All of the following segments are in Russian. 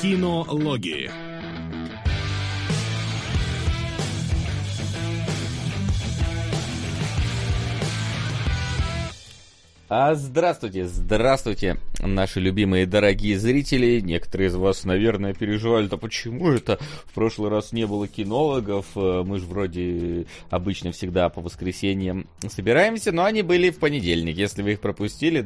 Кинологии. Здравствуйте, наши любимые дорогие зрители. Некоторые из вас, наверное, переживали, да почему это в прошлый раз не было кинологов? Мы же вроде обычно всегда по воскресеньям собираемся, но они были в понедельник. Если вы их пропустили,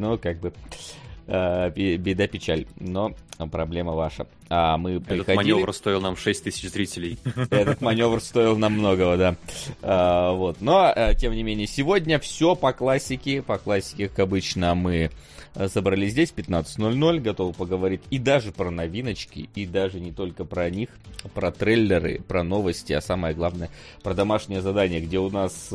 беда, печаль, но проблема ваша. Мы приходили... Этот маневр стоил нам 6 тысяч зрителей. Этот маневр стоил нам многого, да. Но, тем не менее, сегодня все по классике. По классике, как обычно, мы собрались здесь в 15:00, готовы поговорить и даже про новиночки, и даже не только про них, про трейлеры, про новости, а самое главное, про домашнее задание, где у нас...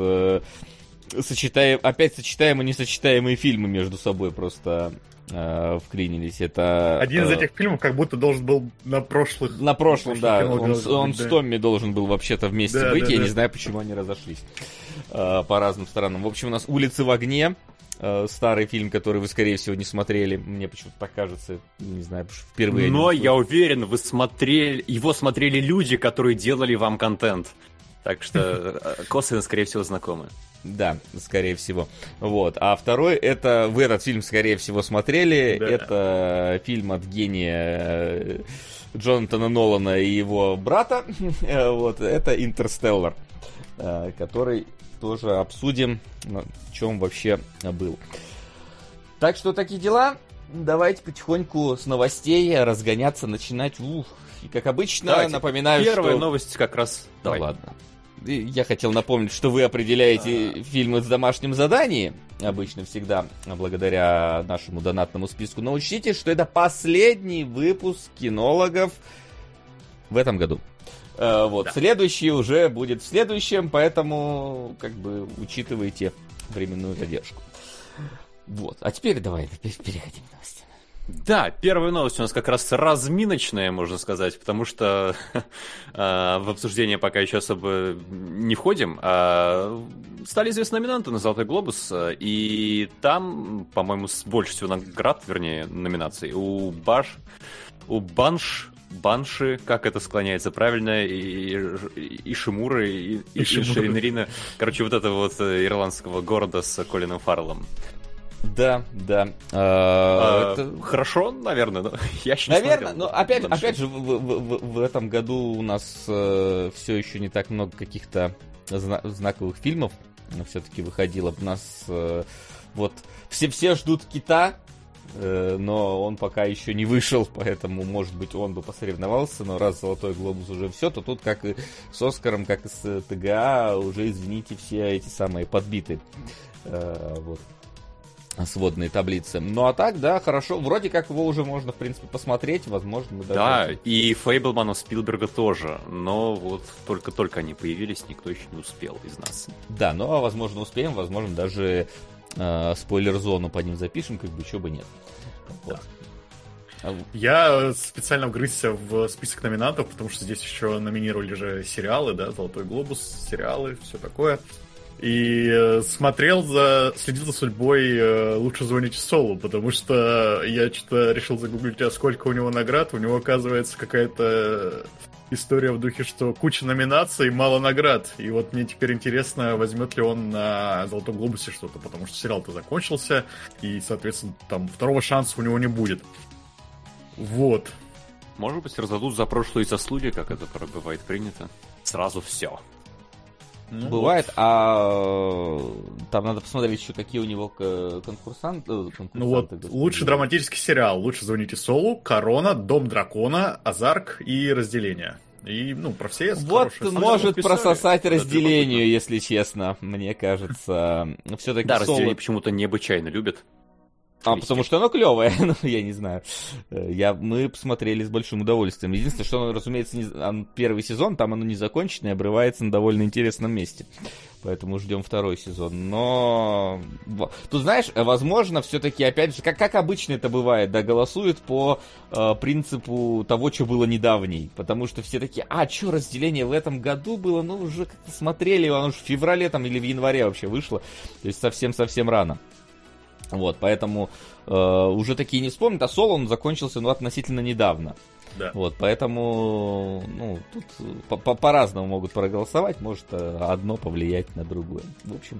опять сочетаемые и несочетаемые фильмы между собой просто вклинились. Это один из этих фильмов как будто должен был на прошлом, да. Он с Томми должен был вообще-то вместе быть. Я не знаю, почему они разошлись по разным сторонам. В общем, у нас «Улицы в огне», старый фильм, который вы, скорее всего, не смотрели. Мне почему-то так кажется. Не знаю, впервые. Но я уверен, его смотрели люди, которые делали вам контент. Так что косвенно, скорее всего, знакомы. Да, скорее всего. А второй, это вы этот фильм, скорее всего, смотрели. Да. Это фильм от гения Джонатана Нолана и его брата. Это «Интерстеллар», который тоже обсудим, в чем вообще был. Так что такие дела. Давайте потихоньку с новостей разгоняться, начинать. И как обычно, давайте. Напоминаю, первая новость как раз... Да ладно. Я хотел напомнить, что вы определяете фильмы с домашним заданием, обычно всегда, благодаря нашему донатному списку. Но учтите, что это последний выпуск кинологов в этом году. Да. Следующий уже будет в следующем, поэтому учитывайте временную задержку. А теперь давай переходим к новостям. Да, первая новость у нас как раз разминочная, можно сказать, потому что в обсуждение пока еще особо не входим. Стали известны номинанты на «Золотой глобус», и там, по-моему, больше всего номинаций. У Банши, как это склоняется правильно, и Шимуры, и Шеринрина. Короче, ирландского города с Колином Фарреллом. Да. Это хорошо, наверное, но я еще не смотрел. Наверное, но опять же, в этом году у нас все еще не так много каких-то знаковых фильмов все-таки выходило. У нас все ждут «Кита», но он пока еще не вышел, поэтому, может быть, он бы посоревновался, но раз «Золотой глобус» уже все, то тут, как и с «Оскаром», как и с ТГА, уже, извините, все эти самые подбиты. Сводные таблицы. Ну а так, да, хорошо. Вроде как его уже можно, в принципе, посмотреть. Возможно, мы даже... Да, и Фейблмана Спилберга тоже. Но только-только они появились, никто еще не успел из нас. Да, но, возможно, успеем. Возможно, даже спойлер-зону по ним запишем, чего бы нет. Да. Я специально вгрызся в список номинантов, потому что здесь еще номинировали же сериалы, да, «Золотой глобус», сериалы, все такое. И следил за судьбой «Лучше звоните Солу», потому что я что-то решил загуглить, сколько у него наград. У него, оказывается, какая-то история в духе, что куча номинаций, мало наград. И мне теперь интересно, возьмет ли он на «Золотом глобусе» что-то, потому что сериал-то закончился, и, соответственно, там второго шанса у него не будет. Может быть, раздадут за прошлые заслуги, как это бывает принято. Сразу все. Бывает, а там надо посмотреть еще, какие у него конкурсанты. Лучший драматический сериал. «Лучше звоните Солу», «Корона», «Дом дракона», «Озарк» и «Разделение». И, про все может прососать «Разделению», если честно, мне кажется. Все-таки да, «Разделение» почему-то необычайно любят. Потому что оно клевое, я не знаю. Мы посмотрели с большим удовольствием. Единственное, что, разумеется, первый сезон, там оно не закончено и обрывается на довольно интересном месте. Поэтому ждем второй сезон. Но тут, знаешь, возможно, все-таки, опять же, как обычно это бывает, да, голосуют по принципу того, что было недавней. Потому что все такие, что «Разделение» в этом году было? Уже как-то смотрели, оно уже в феврале или в январе вообще вышло. То есть совсем-совсем рано. Поэтому уже такие не вспомнят, а «Соло» он закончился относительно недавно. Да. Вот, поэтому, ну, тут по-разному могут проголосовать, может одно повлиять на другое. В общем,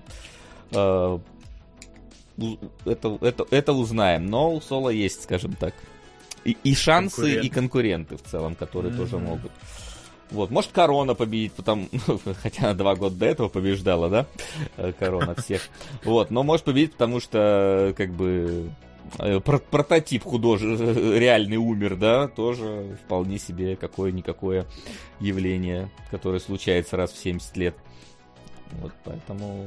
это узнаем, но у Соло есть, скажем так, и шансы, и конкуренты в целом, которые тоже могут. Вот, может, Корона победит, потому, хотя она 2 года до этого побеждала, да, Корона всех. Вот, но может победить, потому что, как бы, прототип реальный умер, да, тоже вполне себе какое-никакое явление, которое случается раз в 70 лет. Вот, поэтому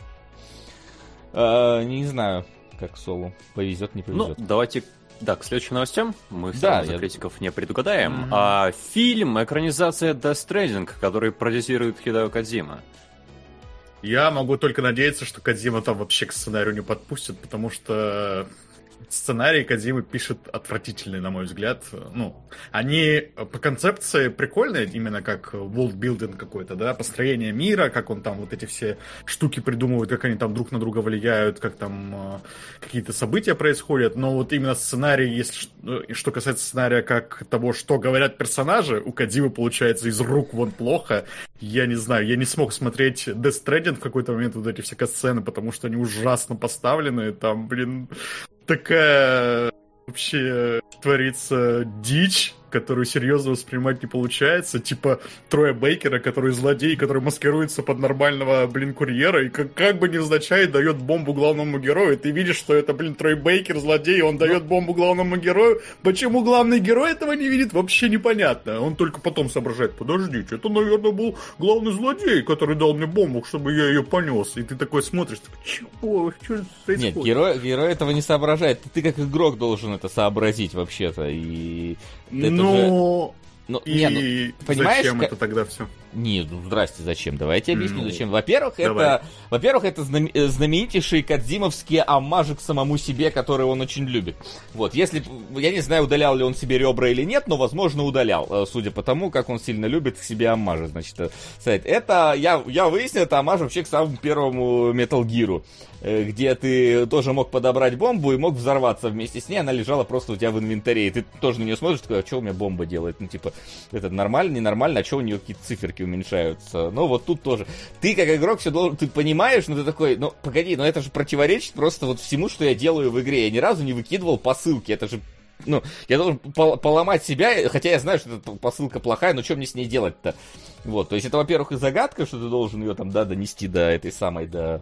не знаю, как Солу повезет, не повезет. Ну, давайте, да, к следующим новостям. Мы все равно за критиков не предугадаем. Фильм, экранизация Death Stranding, который продюсирует Хидео Кодзима. Я могу только надеяться, что Кодзима там вообще к сценарию не подпустит, потому что сценарий Кодзимы пишет отвратительный, на мой взгляд. Ну, они по концепции прикольные, именно как world-building какой-то, да, построение мира, как он там вот эти все штуки придумывает, как они там друг на друга влияют, как там какие-то события происходят. Но вот именно сценарий, если что касается сценария как того, что говорят персонажи, у Кодзимы получается из рук вон плохо. Я не знаю, я не смог смотреть Death Stranding в какой-то момент, вот эти все катсцены, потому что они ужасно поставлены, там, блин, такая вообще творится дичь, которую серьезно воспринимать не получается. Типа Троя Бейкера, который злодей, который маскируется под нормального, блин, курьера, и как бы невзначай дает бомбу главному герою. И ты видишь, что это, блин, Трой Бейкер, злодей, он дает бомбу главному герою. Почему главный герой этого не видит, вообще непонятно. Он только потом соображает: подождите, это, наверное, был главный злодей, который дал мне бомбу, чтобы я ее понес. И ты такой смотришь, чего? Что происходит? Нет, герой этого не соображает. Ты как игрок должен это сообразить вообще-то. И понимаешь, зачем это тогда все? Нет, ну здрасте, зачем? Давайте объясню, зачем. Во-первых, это знаменитейшие кодзимовские оммажи к самому себе, которые он очень любит. Вот, если, я не знаю, удалял ли он себе ребра или нет, но, возможно, удалял, судя по тому, как он сильно любит к себе оммажи, значит. Это, я выяснил, это оммаж вообще к самому первому Metal Gear'у, где ты тоже мог подобрать бомбу и мог взорваться вместе с ней, она лежала просто у тебя в инвентаре, и ты тоже на нее смотришь, такой: а что у меня бомба делает? Ну, типа, это нормально, ненормально, а что у нее какие-то циферки уменьшаются? Ну, вот тут тоже. Ты, как игрок, все должен, ты понимаешь, но ты такой: ну, погоди, но это же противоречит просто вот всему, что я делаю в игре. Я ни разу не выкидывал посылки, это же, ну, я должен поломать себя, хотя я знаю, что эта посылка плохая, но что мне с ней делать-то? Вот, то есть это, во-первых, и загадка, что ты должен ее там, да, донести до этой самой, до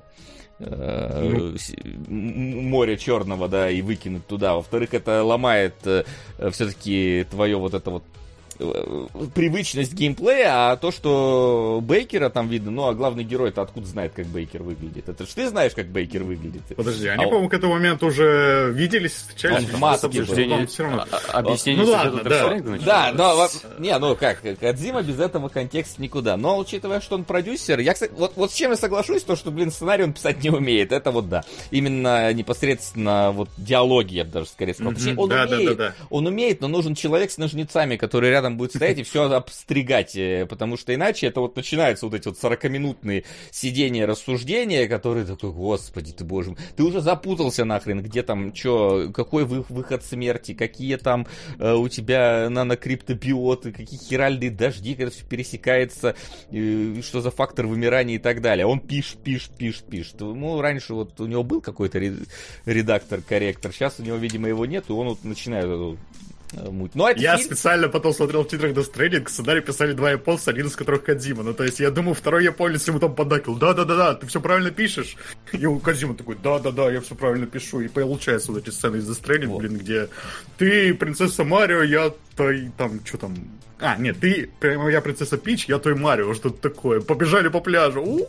моря черного, да, и выкинуть туда. Во-вторых, это ломает все-таки твое вот это вот привычность геймплея, а то, что Бейкера там видно, ну, а главный герой-то откуда знает, как Бейкер выглядит? Это ж ты знаешь, как Бейкер выглядит. Подожди, они, по-моему, к этому моменту уже виделись, встречались. Он в маске был. Объяснение. Ну ладно, да. Да, но, не, ну как, Кодзима без этого контекста никуда. Но, учитывая, что он продюсер, я, кстати, вот с чем я соглашусь, то, что, блин, сценарий он писать не умеет, это вот да. Именно непосредственно вот диалоги, я бы даже скорее сказал. Он умеет, но нужен человек с ножницами, который рядом будет стоять и все обстригать, потому что иначе это вот начинаются вот эти вот 40-минутные сидения, рассуждения, которые такой: господи ты, боже мой, ты уже запутался нахрен, где там, что, какой выход смерти, какие там у тебя нанокриптобиоты, какие хиральные дожди, когда все пересекается, что за фактор вымирания и так далее. Он пишет. Ну, раньше вот у него был какой-то редактор-корректор, сейчас у него, видимо, его нет, и он вот начинает муть. Но я специально потом смотрел в титрах Death Stranding, сценарий писали 2 японца, один из которых Кодзима. Ну, то есть, я думаю, второй японец ему там поддакил: да, ты все правильно пишешь. И у Кодзима такой: да, я все правильно пишу. И получается вот эти сцены из Death Stranding, вот. Блин, где ты принцесса Марио, я твой, там, что там... А, нет, я принцесса Пич, я твой Марио, что-то такое. Побежали по пляжу.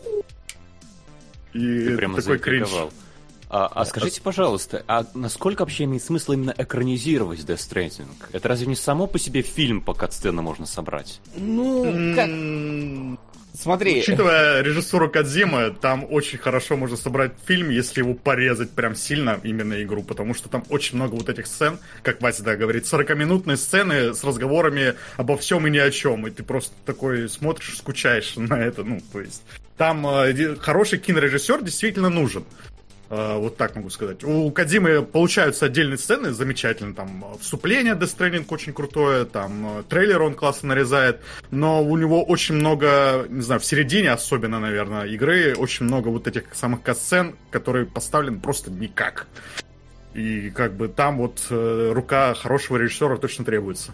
И ты прямо такой кринж. Скажите, пожалуйста, а насколько вообще имеет смысл именно экранизировать Death Stranding? Это разве не само по себе фильм по кат-сценам можно собрать? Ну, как... Смотри. Учитывая режиссуру Кодзимы, там очень хорошо можно собрать фильм, если его порезать прям сильно, именно игру, потому что там очень много вот этих сцен, как Вася, да, говорит, 40-минутные сцены с разговорами обо всем и ни о чем, и ты просто такой смотришь, скучаешь на это, ну, то есть там хороший кинорежиссер действительно нужен. Вот так могу сказать. У Кодзимы получаются отдельные сцены, замечательно, там вступление Death Stranding очень крутое, там трейлер он классно нарезает, но у него очень много, не знаю, в середине особенно, наверное, игры очень много вот этих самых катсцен, которые поставлены просто никак. И как бы там вот рука хорошего режиссера точно требуется.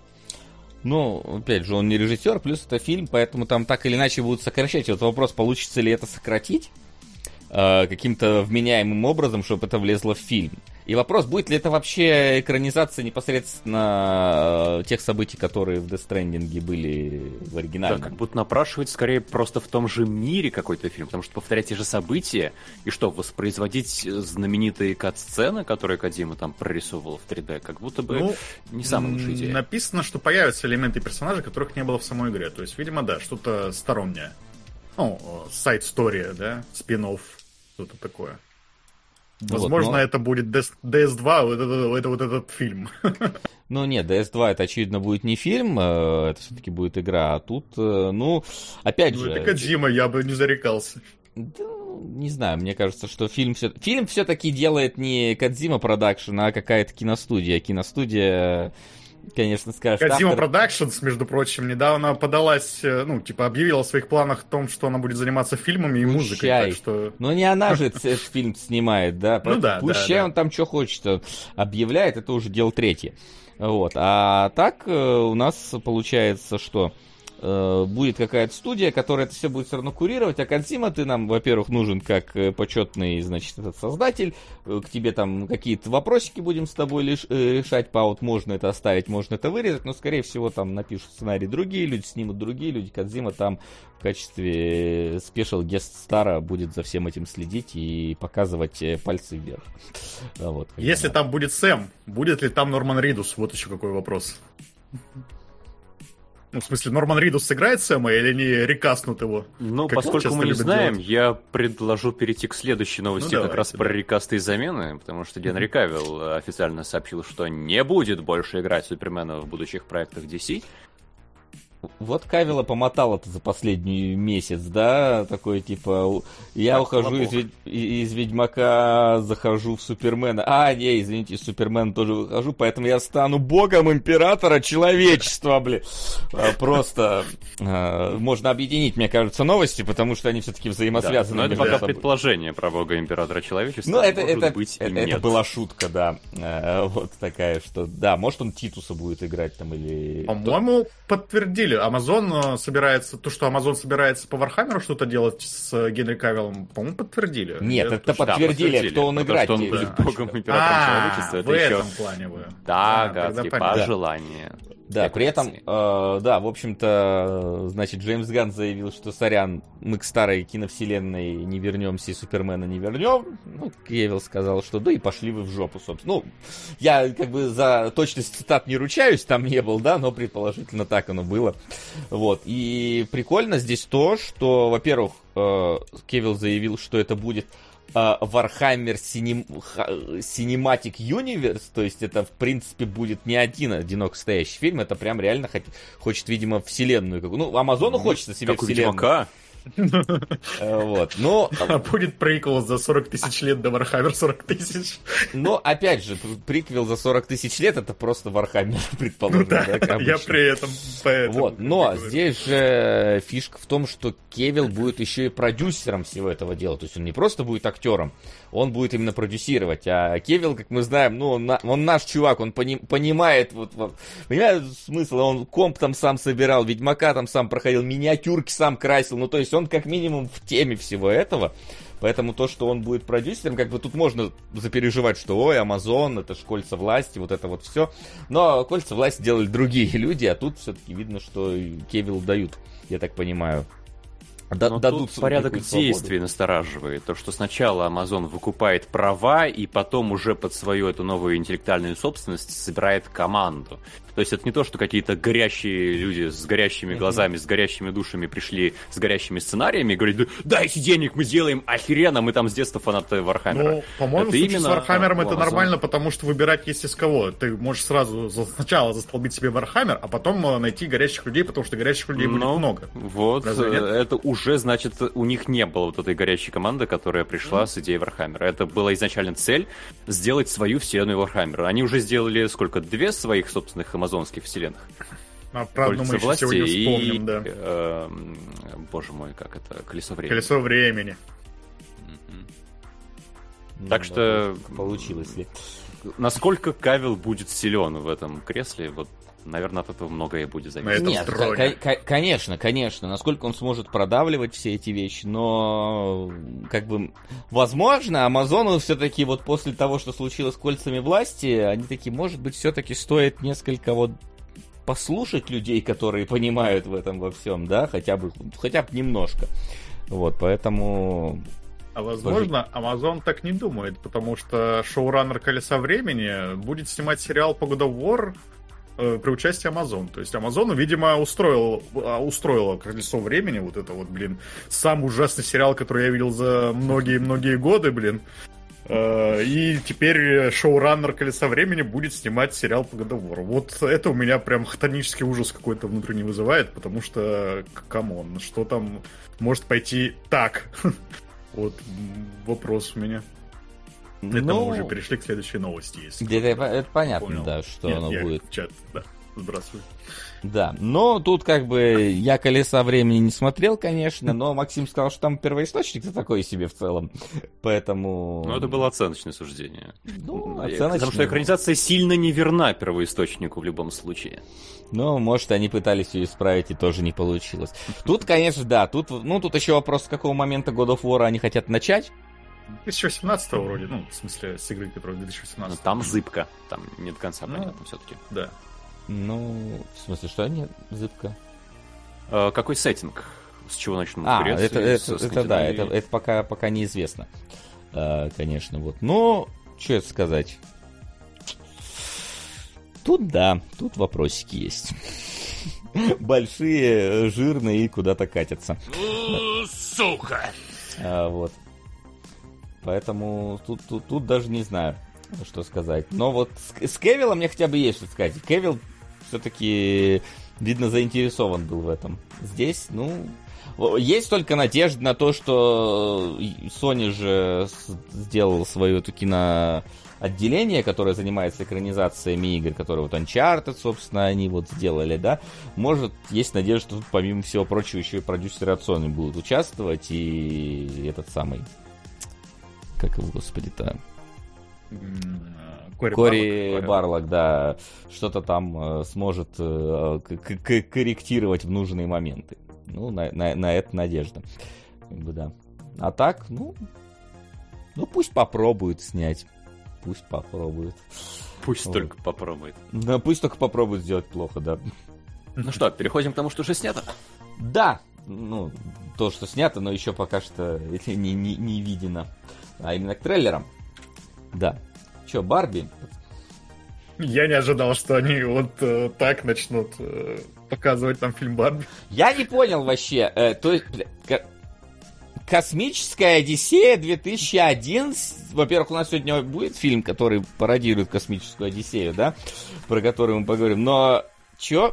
Ну, опять же, он не режиссер, плюс это фильм, поэтому там так или иначе будут сокращать. Вот вопрос, получится ли это сократить каким-то вменяемым образом, чтобы это влезло в фильм. И вопрос, будет ли это вообще экранизация непосредственно тех событий, которые в Death Stranding были в оригинале. Да, как будто напрашивать скорее просто в том же мире какой-то фильм, потому что повторять те же события, и что, воспроизводить знаменитые кат-сцены, которые Кодзима там прорисовывал в 3D, как будто бы не самая лучшая идея. Написано, что появятся элементы персонажей, которых не было в самой игре. То есть, видимо, да, что-то стороннее. Ну, сайд-стория, да, спин-офф, что-то такое. Возможно, вот, но... это будет DS2, это вот этот фильм. Ну нет, DS2 это, очевидно, будет не фильм, это все-таки будет игра, а тут, ну, опять же... Это Кодзима, я бы не зарекался. Да, не знаю, мне кажется, что фильм все-таки делает не Кодзима Продакшн, а какая-то киностудия. Киностудия... Конечно, скажешь. Кодзима Productions, между прочим, недавно подалась, ну, типа, объявила о своих планах о том, что она будет заниматься фильмами и музыкой. Так что... Ну, не она же этот фильм снимает, да? Ну да, пущай он там что хочет объявляет, это уже дело третье. Вот. А так у нас получается, что будет какая-то студия, которая это все будет все равно курировать, а Кодзима ты нам, во-первых, нужен как почетный, значит, этот создатель, к тебе там какие-то вопросики будем с тобой решать, вот можно это оставить, можно это вырезать, но, скорее всего, там напишут сценарий другие люди, снимут другие люди, Кодзима там в качестве спешл гест-стара будет за всем этим следить и показывать пальцы вверх. Вот, если там будет Сэм, будет ли там Норман Ридус? Вот еще какой вопрос. Ну, в смысле, Норман Ридус сыграет Сэма или они рекастнут его? Ну, поскольку мы не знаем, я предложу перейти к следующей новости, как раз про рекасты и замены, потому что Генри Кавилл официально сообщил, что не будет больше играть Супермена в будущих проектах DC. Вот Кавилла помотало-то за последний месяц, да, такой типа, я ухожу из Ведьмака, захожу в Супермена, не, извините, из Супермена тоже выхожу, поэтому я стану богом императора человечества, Просто можно объединить, мне кажется, новости, потому что они все-таки взаимосвязаны. Да, но это пока предположение про бога императора человечества. Ну, это была шутка, да, вот такая, что, да, может он Титуса будет играть там или... По-моему, подтвердили. Amazon собирается, то, что Amazon собирается по Вархаммеру что-то делать с Генри Кавиллом, по-моему, подтвердили. Нет, это подтвердили, кто он играть. Что он будет богом императором человечества. В этом плане вы. Да, гадкий, по желанию. Да, при этом, да, в общем-то, значит, Джеймс Ганн заявил, что, сорян, мы к старой киновселенной не вернемся и Супермена не вернем. Ну, Кевилл сказал, что да и пошли вы в жопу, собственно. Ну, я как бы за точность цитат не ручаюсь, там не был, да, но предположительно так оно было. Вот, и прикольно здесь то, что, во-первых, Кевилл заявил, что это будет Warhammer Cinematic Universe, то есть это, в принципе, будет не один одинок стоящий фильм, это прям реально хочет, видимо, вселенную. Ну, Амазону хочется себе вселенную. Вот, но... Будет приквел за 40 тысяч лет до Warhammer 40 тысяч. Но, опять же, приквел за 40 тысяч лет, это просто Warhammer, предположим. Ну да, я при этом поэтому... Вот, но здесь же фишка в том, что Кевилл будет еще и продюсером всего этого дела. То есть он не просто будет актером, он будет именно продюсировать. А Кевилл, как мы знаем, ну, он наш чувак, он понимает, понимает смысл, он комп там сам собирал, Ведьмака там сам проходил, миниатюрки сам красил, ну, то есть он как минимум в теме всего этого, поэтому то, что он будет продюсером, как бы тут можно запереживать, что ой, Amazon, это ж кольца власти, вот это вот все, но кольца власти делали другие люди, а тут все-таки видно, что Кевилл дают, я так понимаю. Дадут тут порядок действий настораживает. То, что сначала Amazon выкупает права и потом уже под свою эту новую интеллектуальную собственность собирает команду. То есть это не то, что какие-то горящие люди с горящими глазами, с горящими душами пришли с горящими сценариями и говорят: дайте денег, мы сделаем охеренно, мы там с детства фанаты Вархаммера. Ну, по-моему, в случае с Вархаммером это нормально, потому что выбирать есть из кого. Ты можешь сразу сначала застолбить себе Вархаммер, а потом найти горящих людей, потому что горящих людей будет много. Вот, это уже, значит, у них не было вот этой горящей команды, которая пришла с идеей Вархаммера. Это была изначально цель сделать свою вселенную Вархаммера. Они уже сделали сколько? 2 своих собственных амазонских вселенных. Про одну мы еще сегодня вспомним, да. Боже мой, как это? Колесо времени. Колесо времени. Так что... Получилось ли? Насколько Кавилл будет силен в этом кресле, вот, наверное, от этого многое будет зависеть. Нет, конечно. Насколько он сможет продавливать все эти вещи, но, как бы, возможно, Амазону все-таки вот после того, что случилось с кольцами власти, они такие, может быть, все-таки стоит несколько вот послушать людей, которые понимают в этом во всем, да, хотя бы немножко. Вот, поэтому... А возможно, Amazon так не думает, потому что шоураннер «Колеса времени» будет снимать сериал по God of War при участии Amazon. То есть Amazon, видимо, устроила «Колесо времени», вот это вот, блин, самый ужасный сериал, который я видел за многие-многие годы, блин. И теперь шоураннер «Колеса времени» будет снимать сериал по God of War. Вот это у меня прям хтонический ужас какой-то внутренний вызывает, потому что, камон, что там может пойти так? Вот вопрос у меня. Это мы уже перешли к следующей новости. Это понятно, понял. Да, что оно будет. Чат, да, сбрасываю. Да, но тут как бы я «Колеса времени» не смотрел, конечно, но Максим сказал, что там первоисточник-то такой себе в целом, поэтому... Ну, это было оценочное суждение. Ну, оценочное. Потому что экранизация сильно не верна первоисточнику в любом случае. Ну, может, они пытались ее исправить, и тоже не получилось. Тут, конечно, да, тут еще вопрос, с какого момента God of War они хотят начать. 2018 вроде, ну, в смысле, с игры, которая 2018. Но там зыбко, там не до конца понятно все-таки. Да. Ну, в смысле, что они зыбко? Какой сеттинг? С чего начнут? Это пока неизвестно. Конечно, вот. Но, что это сказать? Тут вопросики есть. Большие, жирные и куда-то катятся. Сука! Вот. Поэтому тут даже не знаю, что сказать. Но вот с Кевиллом мне хотя бы есть что сказать. Кевилл все-таки, видно, заинтересован был в этом. Здесь, есть только надежда на то, что Sony же сделал свое киноотделение, которое занимается экранизациями игр, которые вот Uncharted, собственно, они вот сделали, да. Может, есть надежда, что тут, помимо всего прочего, еще и продюсеры от Sony будут участвовать, и этот самый... Как его, господи-то... Кори Барлок, да, что-то там сможет корректировать в нужные моменты. Ну, на это надежда. Как бы, да. А так, пусть попробует снять. Пусть попробует. Пусть только попробует. Да, пусть только попробует сделать плохо, да. Ну что, переходим к тому, что уже снято? Да, то, что снято, но еще пока что не видено. А именно к трейлерам. Да. Че, Барби? Я не ожидал, что они вот так начнут показывать там фильм Барби. Я не понял вообще. То есть, Космическая Одиссея 2011. Во-первых, у нас сегодня будет фильм, который пародирует Космическую Одиссею, да? Про который мы поговорим. Но я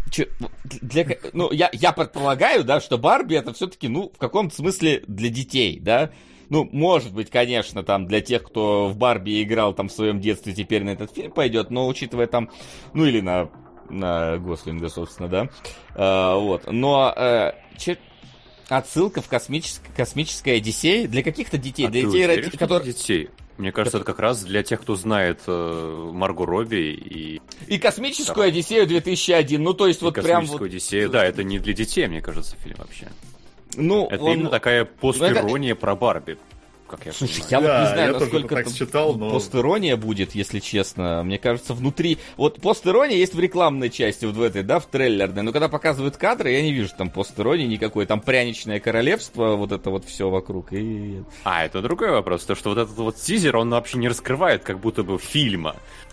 предполагаю, да, что Барби это все-таки, в каком-то смысле для детей, да? Может быть, конечно, там для тех, кто в Барби играл там в своем детстве, теперь на этот фильм пойдет, но учитывая там, или на Гослинга, собственно, да, вот, но отсылка в космической Одиссее для каких-то детей, для детей, которые... детей? Мне кажется, это как раз для тех, кто знает Марго Робби и Космическую Одиссею 2001, то есть вот прям... Космическую Одиссею, да, это не для детей, мне кажется, фильм вообще. Это именно такая постирония про Барби, как я понимаю. Я вот не знаю, насколько так читал, но... постирония будет, если честно. Мне кажется, внутри... Вот постирония есть в рекламной части, вот в этой, да, в трейлерной. Но когда показывают кадры, я не вижу там постиронии никакой. Там пряничное королевство, вот это вот все вокруг. Это другой вопрос. То, что вот этот вот тизер, он вообще не раскрывает как будто бы фильма.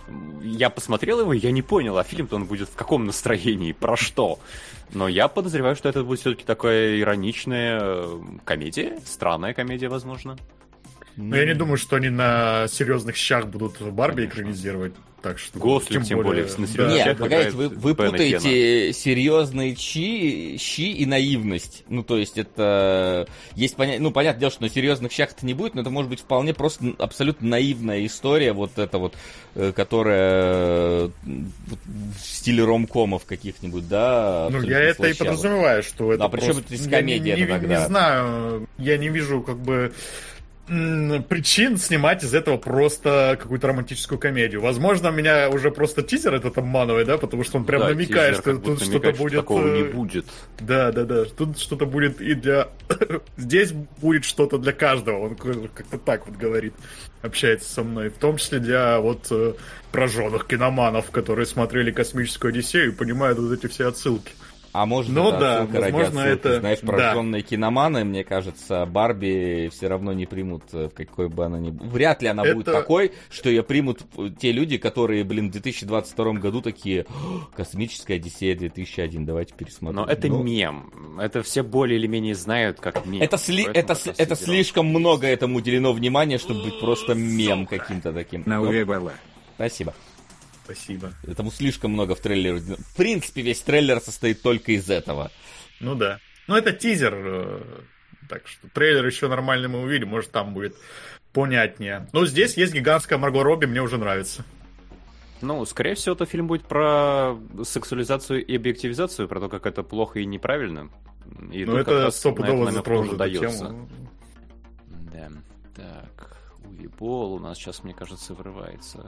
я посмотрел его, и я не понял, а фильм-то он будет в каком настроении, про что? Но я подозреваю, что это будет все-таки такая ироничная комедия, странная комедия, возможно. Но я не думаю, что они на серьезных щах будут Барби экранизировать. Так что, Гослинг, тем более, на серьезных щах. Нет, погодите, вы путаете серьезные щи и наивность. Ну, то есть, это... есть понятно, понятное дело, что на серьезных щах это не будет, но это может быть вполне просто абсолютно наивная история, вот эта вот, которая в стиле ромкомов каких-нибудь, да? Ну, я это и подразумеваю, что это причем это из комедии тогда? Не знаю, я не вижу, как бы... причин снимать из этого просто какую-то романтическую комедию. Возможно, меня уже просто тизер этот обманывает, да, потому что он прям намекает, что тут что-то будет... Такого не будет. Да. Тут что-то будет и для... Здесь будет что-то для каждого. Он как-то так вот говорит, общается со мной. В том числе для вот прожженных киноманов, которые смотрели «Космическую Одиссею» и понимают вот эти все отсылки. А может, это отсылка ради отсылки. Знаешь, прожженные киноманы, мне кажется, Барби все равно не примут, в какой бы она ни была. Вряд ли она будет такой, что ее примут те люди, которые, в 2022 году такие: «Космическая Одиссея 2001, давайте пересмотрим». Но это мем. Это все более или менее знают, как мем. Это слишком много этому уделено внимания, чтобы быть просто мем каким-то таким. Спасибо. Спасибо. Этому слишком много в трейлере. В принципе, весь трейлер состоит только из этого. Ну да. Ну это тизер. Так что трейлер еще нормально мы увидим. Может, там будет понятнее. Но здесь есть гигантская Марго Робби, мне уже нравится. Ну, скорее всего, это фильм будет про сексуализацию и объективизацию, про то, как это плохо и неправильно. И ну это стопудово затронут эту тему. Да. Так, Увибол у нас сейчас, мне кажется, вырывается.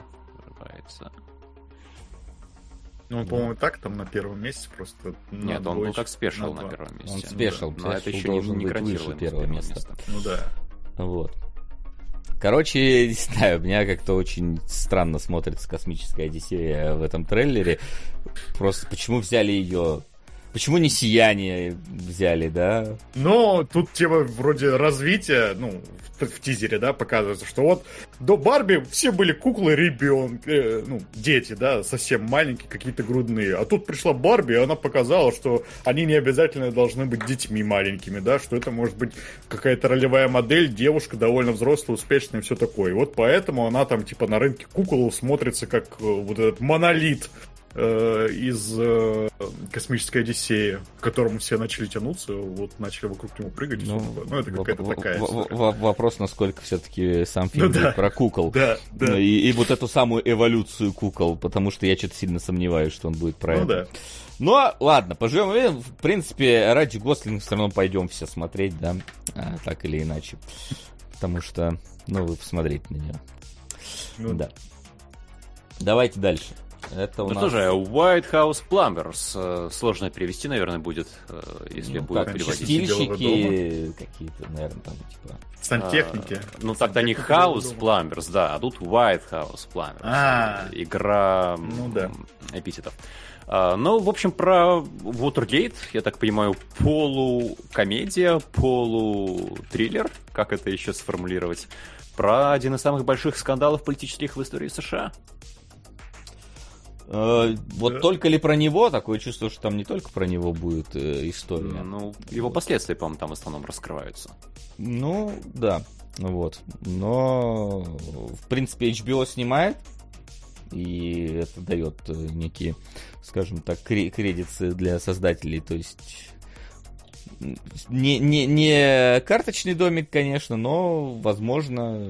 Ну, он, по-моему, так там на первом месте просто... Нет, он был как спешл на первом месте. Он спешл, но это еще не гарантировано первое место. Ну да. Вот. Короче, не знаю, у меня как-то очень странно смотрится «Космическая Одиссея» в этом трейлере. Просто почему взяли ее... Почему не «Сияние» взяли, да? Ну, тут тема вроде развития, ну, в тизере, да, показывается, что вот до Барби все были куклы ребенка, дети, да, совсем маленькие, какие-то грудные. А тут пришла Барби, и она показала, что они не обязательно должны быть детьми маленькими, да, что это может быть какая-то ролевая модель, девушка довольно взрослая, успешная и все такое. И вот поэтому она там, типа, на рынке кукол смотрится как вот этот монолит из «Космической Одиссеи», к которому все начали тянуться, вот начали вокруг него прыгать. Ну это какая-то такая вопрос, насколько все-таки сам фильм будет про кукол. Да. И вот эту самую эволюцию кукол, потому что я что-то сильно сомневаюсь, что он будет про это. Да. Но ладно, поживем и видим. В принципе, ради Гослинга все равно пойдем все смотреть, да, так или иначе. Потому что, вы посмотрите на нее. Да. Давайте дальше. Это у нас... Что же, White House Plumbers. Сложно перевести, наверное, будет, если будет переводить. Чистильщики какие-то, наверное, там, типа... Сантехники. Так-то не House Plumbers, да, а тут White House Plumbers. Игра эпитетов. В общем, про Watergate, я так понимаю, полукомедия, полутриллер, как это еще сформулировать, про один из самых больших скандалов политических в истории США. Только ли про него? Такое чувство, что там не только про него будет история. Его последствия, по-моему, там в основном раскрываются. Да. Вот. Но, в принципе, HBO снимает, и это дает некие, скажем так, кредиты для создателей. То есть не карточный домик, конечно, но, возможно,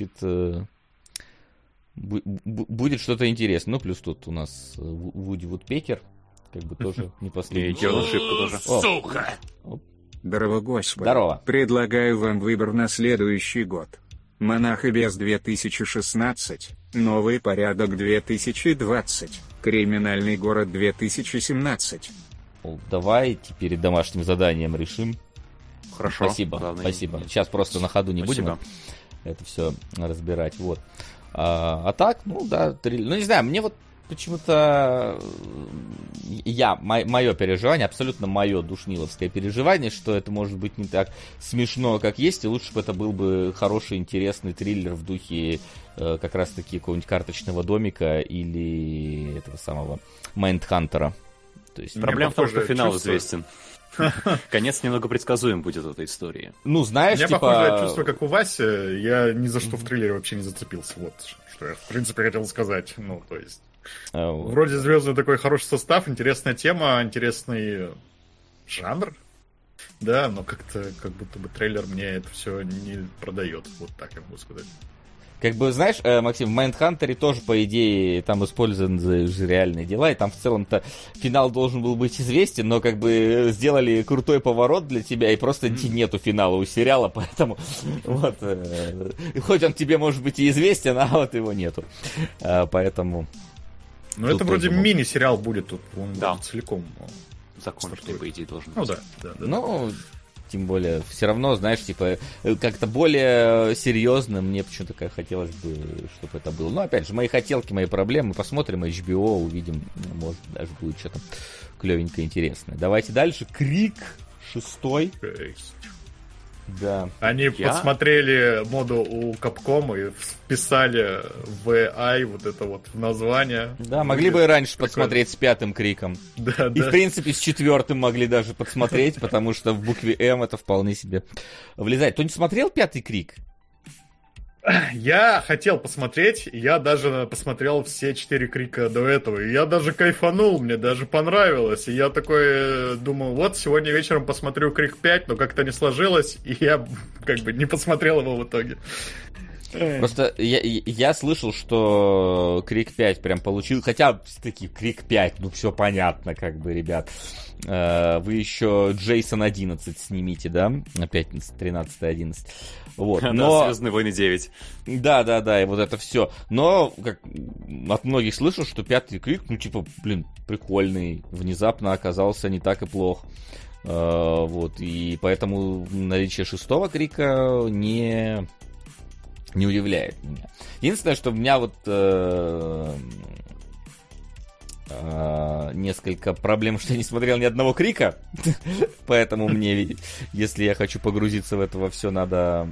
будет что-то интересное. Плюс тут у нас Вуди Вудпекер, как бы тоже не последний. И Черная Шипка тоже. Сука! Здорово, Господи. Здорово. Предлагаю вам выбор на следующий год. Монах и бес 2016, Новый порядок 2020, Криминальный город 2017. Давайте перед домашним заданием решим. Хорошо. Спасибо. Сейчас просто на ходу не будем это все разбирать. Вот. А так, не знаю, мне вот почему-то мое переживание, абсолютно мое душниловское переживание, что это может быть не так смешно, как есть, и лучше бы это был бы хороший, интересный триллер в духе как раз-таки какого-нибудь «Карточного домика» или этого самого «Майндхантера». То есть проблема в том, что финал известен. Конец немного предсказуем будет этой истории. Ну, знаешь, у меня похожее чувство, как у Васи. Я ни за что в триллере вообще не зацепился. Вот что я, в принципе, хотел сказать. Ну, то есть... Вроде «Звездный» такой хороший состав, интересная тема, интересный жанр. Да, но как-то, как будто бы трейлер мне это все не продает. Вот так я могу сказать. Как бы, знаешь, Максим, в Майндхантере тоже, по идее, там использованы же реальные дела, и там в целом-то финал должен был быть известен, но как бы сделали крутой поворот для тебя, и просто нету финала у сериала, поэтому вот, хоть он тебе может быть и известен, а вот его нету, поэтому... Ну, это вроде мини-сериал будет тут, он целиком законченный, по идее, должен быть. Ну, да. Ну... Тем более, все равно, знаешь, типа, как-то более серьезно мне почему-то хотелось бы, чтобы это было. Но, опять же, мои хотелки, мои проблемы. Посмотрим HBO, увидим, может, даже будет что-то клевенькое, интересное. Давайте дальше. Крик 6. Да. Они подсмотрели моду у Capcom и вписали VI вот это вот в название. Да, могли бы и раньше подсмотреть с 5-м Криком. Да, и, в принципе, с 4-м могли даже подсмотреть, потому что в букве М это вполне себе влезает. Кто-нибудь смотрел 5-й Крик? Я хотел посмотреть, я даже посмотрел все 4 Крика до этого, и я даже кайфанул, мне даже понравилось, и я такой думал, вот, сегодня вечером посмотрю Крик 5, но как-то не сложилось, и я как бы не посмотрел его в итоге. Просто я слышал, что Крик 5 прям получил, хотя все-таки Крик 5, ну все понятно, как бы, ребят. Вы еще Джейсон 11 снимите, да? На пятницу, 13-11. Вот. Но... «Звездные войны 9». Да, и вот это все. Но как, от многих слышал, что 5-й Крик, ну типа, блин, прикольный. Внезапно оказался не так и плох. Вот, и поэтому наличие 6-го Крика не удивляет меня. Единственное, что у меня вот несколько проблем, что я не смотрел ни одного Крика, поэтому мне, если я хочу погрузиться в это во все, надо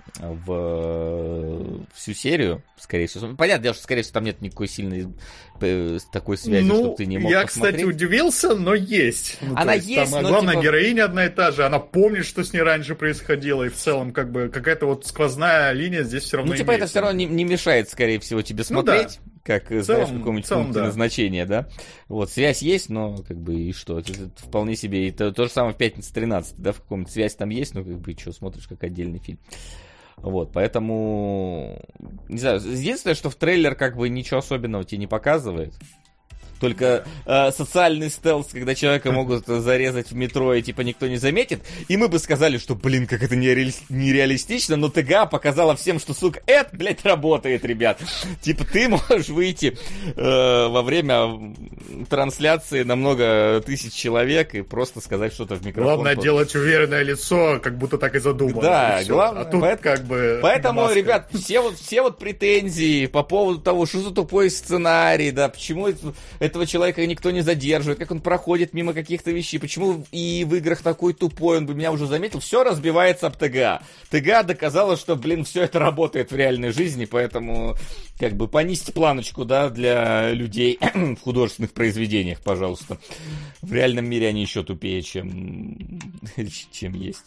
в всю серию, скорее всего. Понятно, что, скорее всего, там нет никакой сильной такой связи, чтобы ты не мог посмотреть. Я, кстати, удивился, но есть. Ну, она есть, там, но главная типа... героиня одна и та же, она помнит, что с ней раньше происходило, и в целом, как бы, какая-то вот сквозная линия здесь все равно типа, это все равно не мешает, скорее всего, тебе смотреть, как, знаешь, в каком-нибудь пункте назначения, да? Вот, связь есть, но, как бы, и что? Это вполне себе, и то же самое в «Пятница 13», да, в каком-нибудь связь там есть, но, как бы, что, смотришь как отдельный фильм. Вот, поэтому, не знаю, единственное, что в трейлер как бы ничего особенного тебе не показывает. Только социальный стелс, когда человека могут зарезать в метро и типа никто не заметит. И мы бы сказали, что, блин, как это нереалистично, но ТГА показала всем, что, сука, это, блядь, работает, ребят. Типа ты можешь выйти во время трансляции на много тысяч человек и просто сказать что-то в микрофон. Главное делать уверенное лицо, как будто так и задумано. Да, и главное. А тут как бы поэтому, маска. ребят, все вот претензии по поводу того, что за тупой сценарий, да, почему этого человека никто не задерживает, как он проходит мимо каких-то вещей, почему и в играх такой тупой, он бы меня уже заметил, все разбивается об ТГА. ТГА доказала, что, блин, все это работает в реальной жизни, поэтому, как бы, понизьте планочку, да, для людей в художественных произведениях, пожалуйста. В реальном мире они еще тупее, чем есть.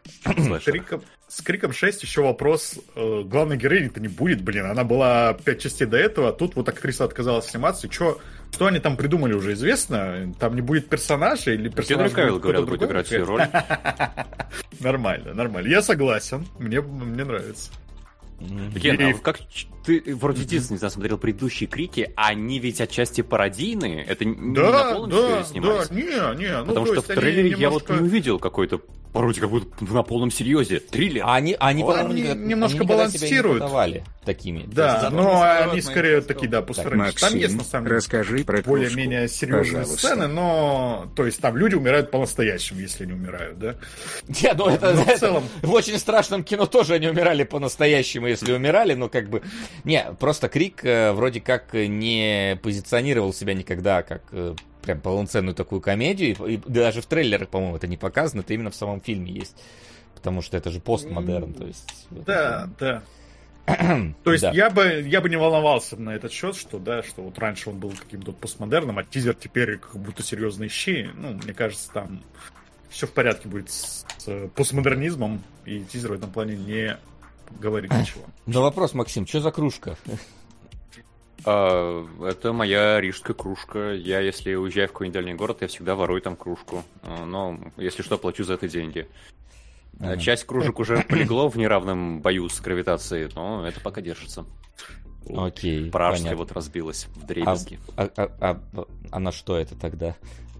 С Криком 6 еще вопрос. Главной героини-то не будет, блин. Она была 5 частей до этого, а тут вот актриса отказалась сниматься. И что они там придумали, уже известно? Там не будет персонажа или персонаж? Генри Кавилл, говорят, будет играть всю роль. Нормально. Я согласен. Мне нравится. Ген, как ты вроде единственный, не знаю, смотрел предыдущие Крики, они ведь отчасти пародийные, это не на полном серьезе снимались? Да, не. Потому что в трейлере я вот не увидел какой-то пародии, как будто на полном серьезе. Триллер. Они немножко балансируют. Такими. Да, но они скорее такие, да, пустые. Там есть, на самом деле, расскажи про более-менее серьезные сцены, но, то есть, там люди умирают по-настоящему, если не умирают, да? Не, ну это в целом... В очень страшном кино тоже они умирали по-настоящему, если умирали, но как бы... Не, просто Крик вроде как не позиционировал себя никогда как прям полноценную такую комедию, и даже в трейлерах, по-моему, это не показано, это именно в самом фильме есть. Потому что это же постмодерн, то есть... Да. То есть я бы не волновался на этот счет, что вот раньше он был каким-то постмодерном, а тизер теперь как будто серьезные щи. Ну, мне кажется, там все в порядке будет с постмодернизмом, и тизер в этом плане не говорит ничего. Но вопрос, Максим, что за кружка? Это моя рижская кружка. Я, если уезжаю в какой-нибудь дальний город, я всегда ворую там кружку. Но, если что, плачу за это деньги. Часть кружек уже полегло в неравном бою с гравитацией, но это пока держится. Окей, Пражская вот разбилась в дребезги. А на что это тогда?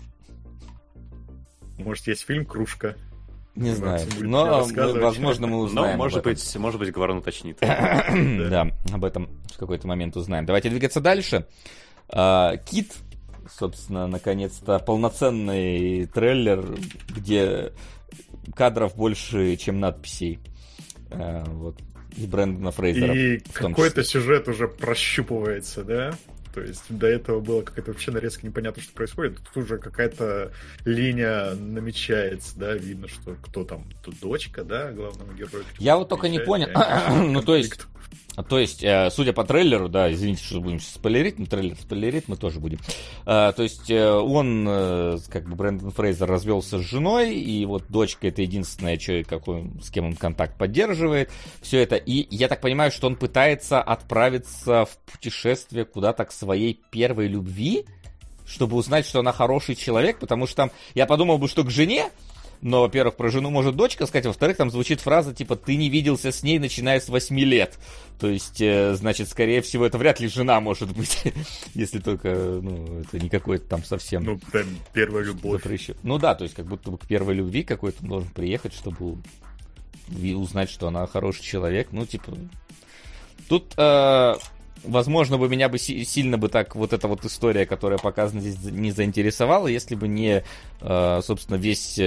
Может, есть фильм «Кружка»? Не знаю, но, возможно, мы узнаем. Но, может быть, Говорон уточнит. Да, об этом в какой-то момент узнаем. Давайте двигаться дальше. Кит, собственно, наконец-то полноценный трейлер, где кадров больше, чем надписей. Вот. И Брэндона Фрейзера. И какой-то сюжет уже прощупывается, да? То есть до этого было какая-то вообще нарезка, непонятно, что происходит. Тут уже какая-то линия намечается, да? Видно, что кто там, тут дочка, да, главного героя. Я вот только не понял. Ну, то есть, судя по трейлеру, да, извините, что будем сейчас спойлерить, но трейлер спойлерит, мы тоже будем. То есть, он, как бы, Брэндон Фрейзер развелся с женой, и вот дочка — это единственная человек, с кем он контакт поддерживает. Все это, и я так понимаю, что он пытается отправиться в путешествие куда-то к своей первой любви, чтобы узнать, что она хороший человек, потому что там, я подумал бы, что к жене, но, во-первых, про жену может дочка сказать, а во-вторых, там звучит фраза, типа, ты не виделся с ней, начиная с 8 лет. То есть, значит, скорее всего, это вряд ли жена может быть, если только, ну, это не какой-то там совсем... Ну, прям первая любовь. Ну да, то есть, как будто бы к первой любви какой-то он должен приехать, чтобы узнать, что она хороший человек. Ну, типа... Тут... Возможно, бы меня бы сильно бы так вот эта вот история, которая показана здесь, не заинтересовала, если бы не, собственно, весь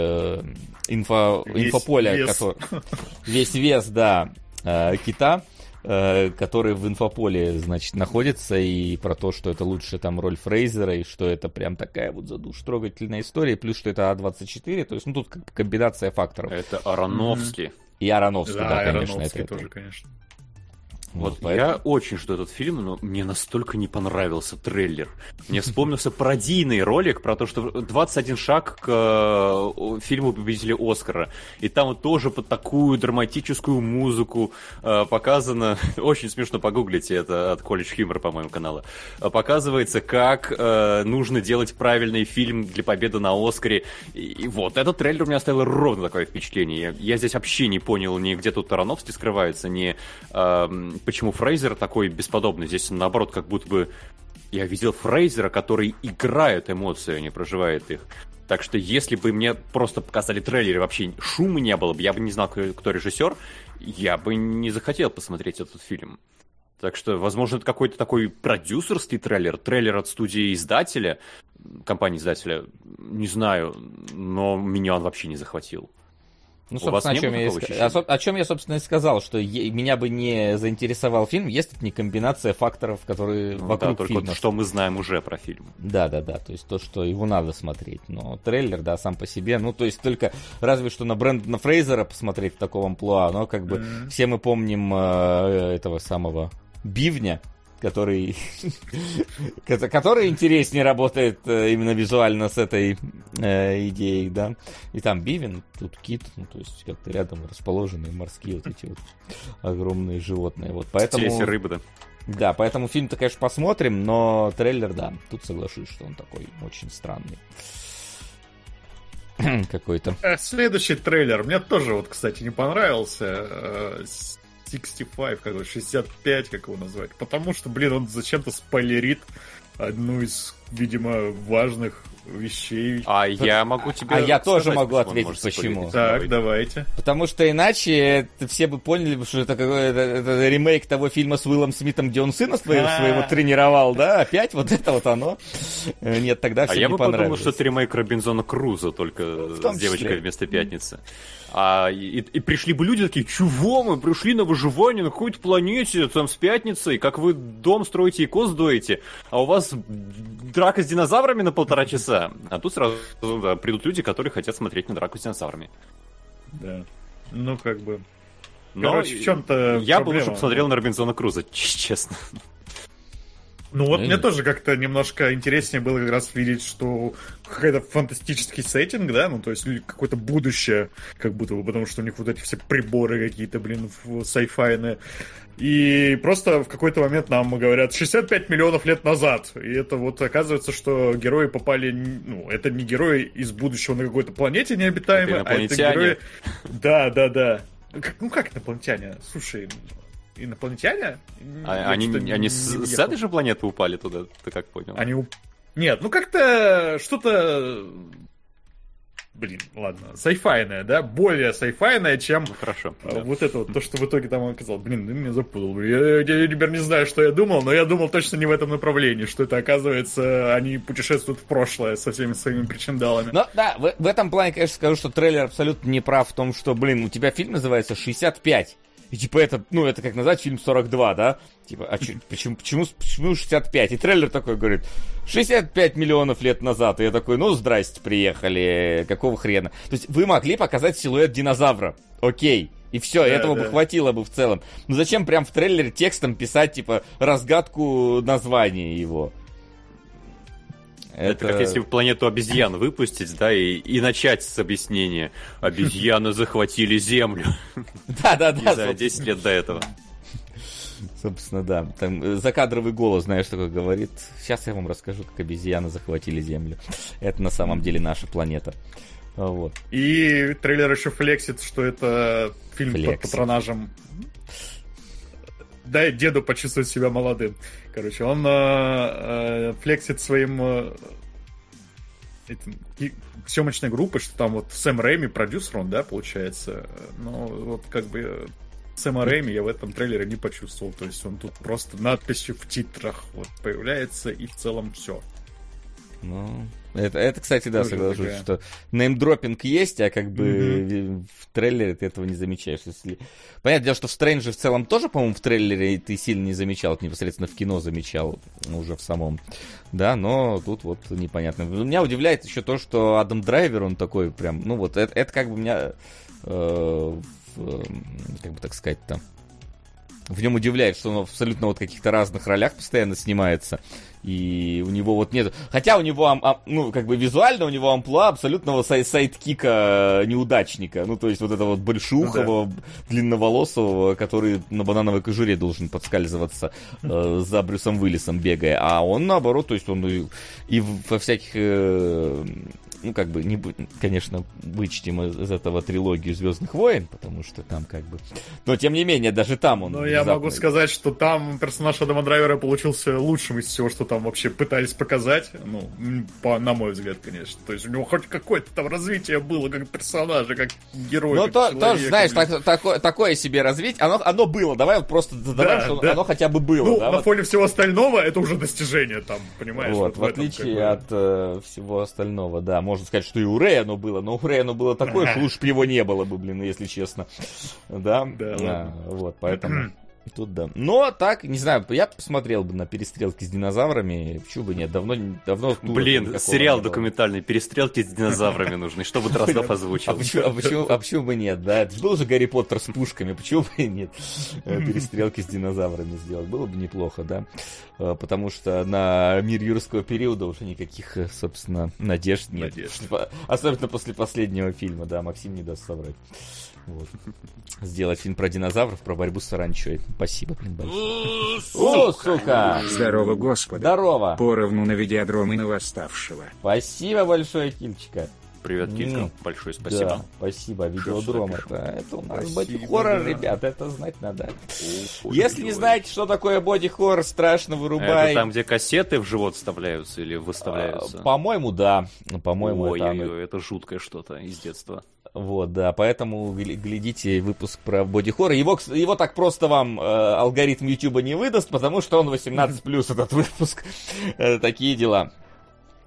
инфополе, весь вес, да, Кита, который в инфополе, значит, находится, и про то, что это лучшая там роль Фрейзера, и что это прям такая вот трогательная история, плюс что это А24, то есть, ну, тут комбинация факторов. Это Аронофский. И Аронофский, да, конечно. Аронофский тоже, конечно. Вот я очень жду этот фильм, но мне настолько не понравился трейлер. Мне вспомнился пародийный ролик про то, что 21 шаг к фильму победителя Оскара. И там вот тоже под такую драматическую музыку показано, очень смешно, погуглите, это от College Humor, по-моему, канала, показывается, как нужно делать правильный фильм для победы на Оскаре. И вот этот трейлер у меня оставил ровно такое впечатление. Я здесь вообще не понял, ни где тут Аронофский скрывается, ни... Почему Фрейзер такой бесподобный? Здесь, наоборот, как будто бы я видел Фрейзера, который играет эмоции, а не проживает их. Так что если бы мне просто показали трейлер и вообще шума не было бы, я бы не знал, кто режиссер, я бы не захотел посмотреть этот фильм. Так что, возможно, это какой-то такой продюсерский трейлер от студии-издателя, компании-издателя, не знаю, но меня он вообще не захватил. Ну, собственно, о чем я, собственно, и сказал, что меня бы не заинтересовал фильм, если это не комбинация факторов, которые вокруг только фильма. Вот, что мы знаем уже про фильм. Да, то есть то, что его надо смотреть. Но трейлер, да, сам по себе, ну, то есть только разве что на Брэндона Фрейзера посмотреть в таком амплуа, но как бы все мы помним этого самого Бивня, который интереснее работает именно визуально с этой идеей, да. И там Бивен, тут Кит, ну, то есть как-то рядом расположенные морские вот эти вот огромные животные. Вот, поэтому... Те рыбы, да. Да, поэтому фильм-то, конечно, посмотрим, но трейлер, да, тут соглашусь, что он такой очень странный. Какой-то. Следующий трейлер мне тоже, вот, кстати, не понравился. 65, 65, как его назвать. Потому что, блин, он зачем-то спойлерит одну из, видимо, важных вещей. Я могу тебе я тоже сказать, могу ответить, почему. Так, давайте. Потому что иначе все бы поняли, что это какой-то ремейк того фильма с Уиллом Смитом, где он сына своего тренировал, да? Опять вот это вот оно. Нет, тогда все не понравилось. А я бы подумал, что это ремейк Робинзона Крузо, только с девочкой вместо пятницы. И пришли бы люди такие: чего мы пришли на выживание на какой-то планете, там с пятницей, как вы дом строите и коз доите, а у вас драка с динозаврами на 1,5 часа, а тут сразу придут люди, которые хотят смотреть на драку с динозаврами. Да. Ну, как бы... Но короче, в чем-то я бы проблема. лучше посмотрел на Робинзона Круза, честно. Ну вот мне тоже как-то немножко интереснее было как раз видеть, что какой-то фантастический сеттинг, да, ну то есть какое-то будущее, как будто бы, потому что у них вот эти все приборы какие-то, блин, сайфайные. И просто в какой-то момент нам говорят 65 миллионов лет назад. И это вот оказывается, что герои попали, ну, это не герои из будущего на какой-то планете необитаемой, а это герои... Да. Ну как инопланетяне? Слушай... Инопланетяне? Они с этой же планеты упали туда, ты как понял? Нет, ну как-то что-то... Блин, ладно, сайфайное, да? Более сайфайное, чем хорошо, вот это вот, то, что в итоге там он оказал. Блин, ты меня запутал. Я теперь не знаю, что я думал, но я думал точно не в этом направлении, что это, оказывается, они путешествуют в прошлое со всеми своими причиндалами. Ну, да, в этом плане, конечно, скажу, что трейлер абсолютно не прав в том, что, блин, у тебя фильм называется «65». И типа это, ну, это как назвать фильм 42, да? Типа, а почему 65? И трейлер такой говорит, 65 миллионов лет назад. И я такой, ну, здрасте, приехали, какого хрена? То есть вы могли показать силуэт динозавра, окей. И все, этого бы хватило бы в целом. Но зачем прям в трейлере текстом писать, типа, разгадку названия его? Это как если планету обезьян выпустить, да, и начать с объяснения. Обезьяны захватили Землю. Да. За 10 лет до этого. Собственно, да. Там закадровый голос, знаешь, такой говорит. Сейчас я вам расскажу, как обезьяны захватили Землю. Это на самом деле наша планета. Вот. И трейлер еще флексит, что это фильм под патронажем. Дай деду почувствовать себя молодым. Короче, он флексит своим съемочной группой, что там вот Сэм Рэйми, продюсер он, да, получается. Но вот как бы Сэма Рэйми я в этом трейлере не почувствовал. То есть он тут просто надписью в титрах вот появляется, и в целом все. Ну, это, кстати, да, соглашусь, что неймдропинг есть, а как бы в трейлере ты этого не замечаешь. Если... Понятное дело, что в Стрэнджи в целом тоже, по-моему, в трейлере ты сильно не замечал, ты непосредственно в кино замечал уже в самом. Да, но тут вот непонятно. Меня удивляет еще то, что Адам Драйвер, он такой прям, ну вот, это как бы меня, как бы так сказать-то, в нем удивляет, что он в абсолютно вот каких-то разных ролях постоянно снимается. И у него вот нет... Хотя у него, ну, как бы визуально у него амплуа абсолютного сайдкика неудачника. Ну, то есть вот этого вот большеухого, длинноволосого, который на банановой кожуре должен подскальзываться за Брюсом Уиллисом, бегая. А он, наоборот, то есть он и во всяких... ну, как бы, не, конечно, вычтем из этого трилогию «Звездных войн», потому что там как бы... Но, тем не менее, даже там он... Но я могу сказать, что там персонаж Адама Драйвера получился лучшим из всего, что там вообще пытались показать. Ну, на мой взгляд, конечно. То есть у него хоть какое-то там развитие было как персонажа, как героя. Ну, тоже, знаешь, такое себе развитие. Оно было. Давай вот просто задаваем, что оно хотя бы было. Ну, да, на вот. фоне всего остального это уже достижение там, понимаешь? Вот, в отличие от всего остального, да. Можно сказать, что и у Рэя оно было, но у Рэя оно было такое, что лучше бы его не было бы, блин, если честно. Да? Вот, поэтому... Тут да. Но так, не знаю, я посмотрел бы на перестрелки с динозаврами. Почему бы нет? Давно блин, сериал документальный «Перестрелки с динозаврами» нужны, чтобы Дроздов озвучил. А почему бы нет, да? Это же был же Гарри Поттер с пушками, почему бы и нет? Перестрелки с динозаврами сделать. Было бы неплохо, да? Потому что на мир юрского периода уже никаких, собственно, надежд нет. Особенно после последнего фильма, да, Максим не даст соврать. Вот. Сделать фильм про динозавров, про борьбу с саранчой. Спасибо, блин, большое. О, сука! Здорово, господи. Здорово. Поровну на видеодром и на восставшего. Спасибо большое, Кильчика. Привет, Килька. Большое спасибо. Да, спасибо. Видеодром это у нас боди-хоррор, ребят, это знать надо. Если не знаете, что такое боди-хоррор, страшно вырубай. Это там, где кассеты в живот вставляются или выставляются? По-моему, да. По-моему, это жуткое что-то из детства. Вот, да, поэтому глядите выпуск про боди-хоррор. Его так просто вам алгоритм Ютуба не выдаст, потому что он 18+, этот выпуск. Такие дела.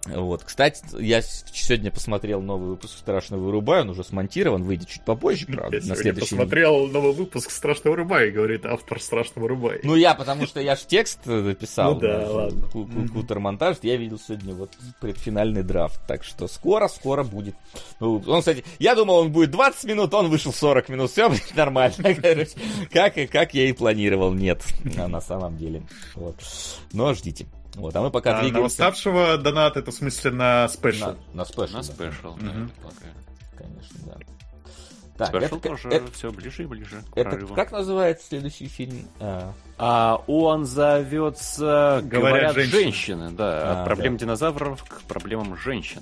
Вот. Кстати, я сегодня посмотрел новый выпуск «Страшно вырубай», он уже смонтирован, выйдет чуть попозже, правда, Я на следующий посмотрел новый выпуск «Страшно вырубай», говорит автор «Страшно вырубай». Ну, потому что я ж текст написал. Ну да, ладно. Кутер-монтаж, я видел сегодня вот предфинальный драфт, так что скоро будет. Ну, он, кстати, я думал, он будет 20 минут, он вышел 40 минут, все будет нормально, короче, как я и планировал, нет, на самом деле. Вот. Но ждите. Вот, а мы пока двигаемся... На уставшего донат, это в смысле на спешл? На спешл. На спешл, да, конечно, да. Так, спешл тоже все ближе и ближе к прорыву. Как называется следующий фильм? Он зовется «Говорят женщины», да. От проблем да. динозавров к проблемам женщин.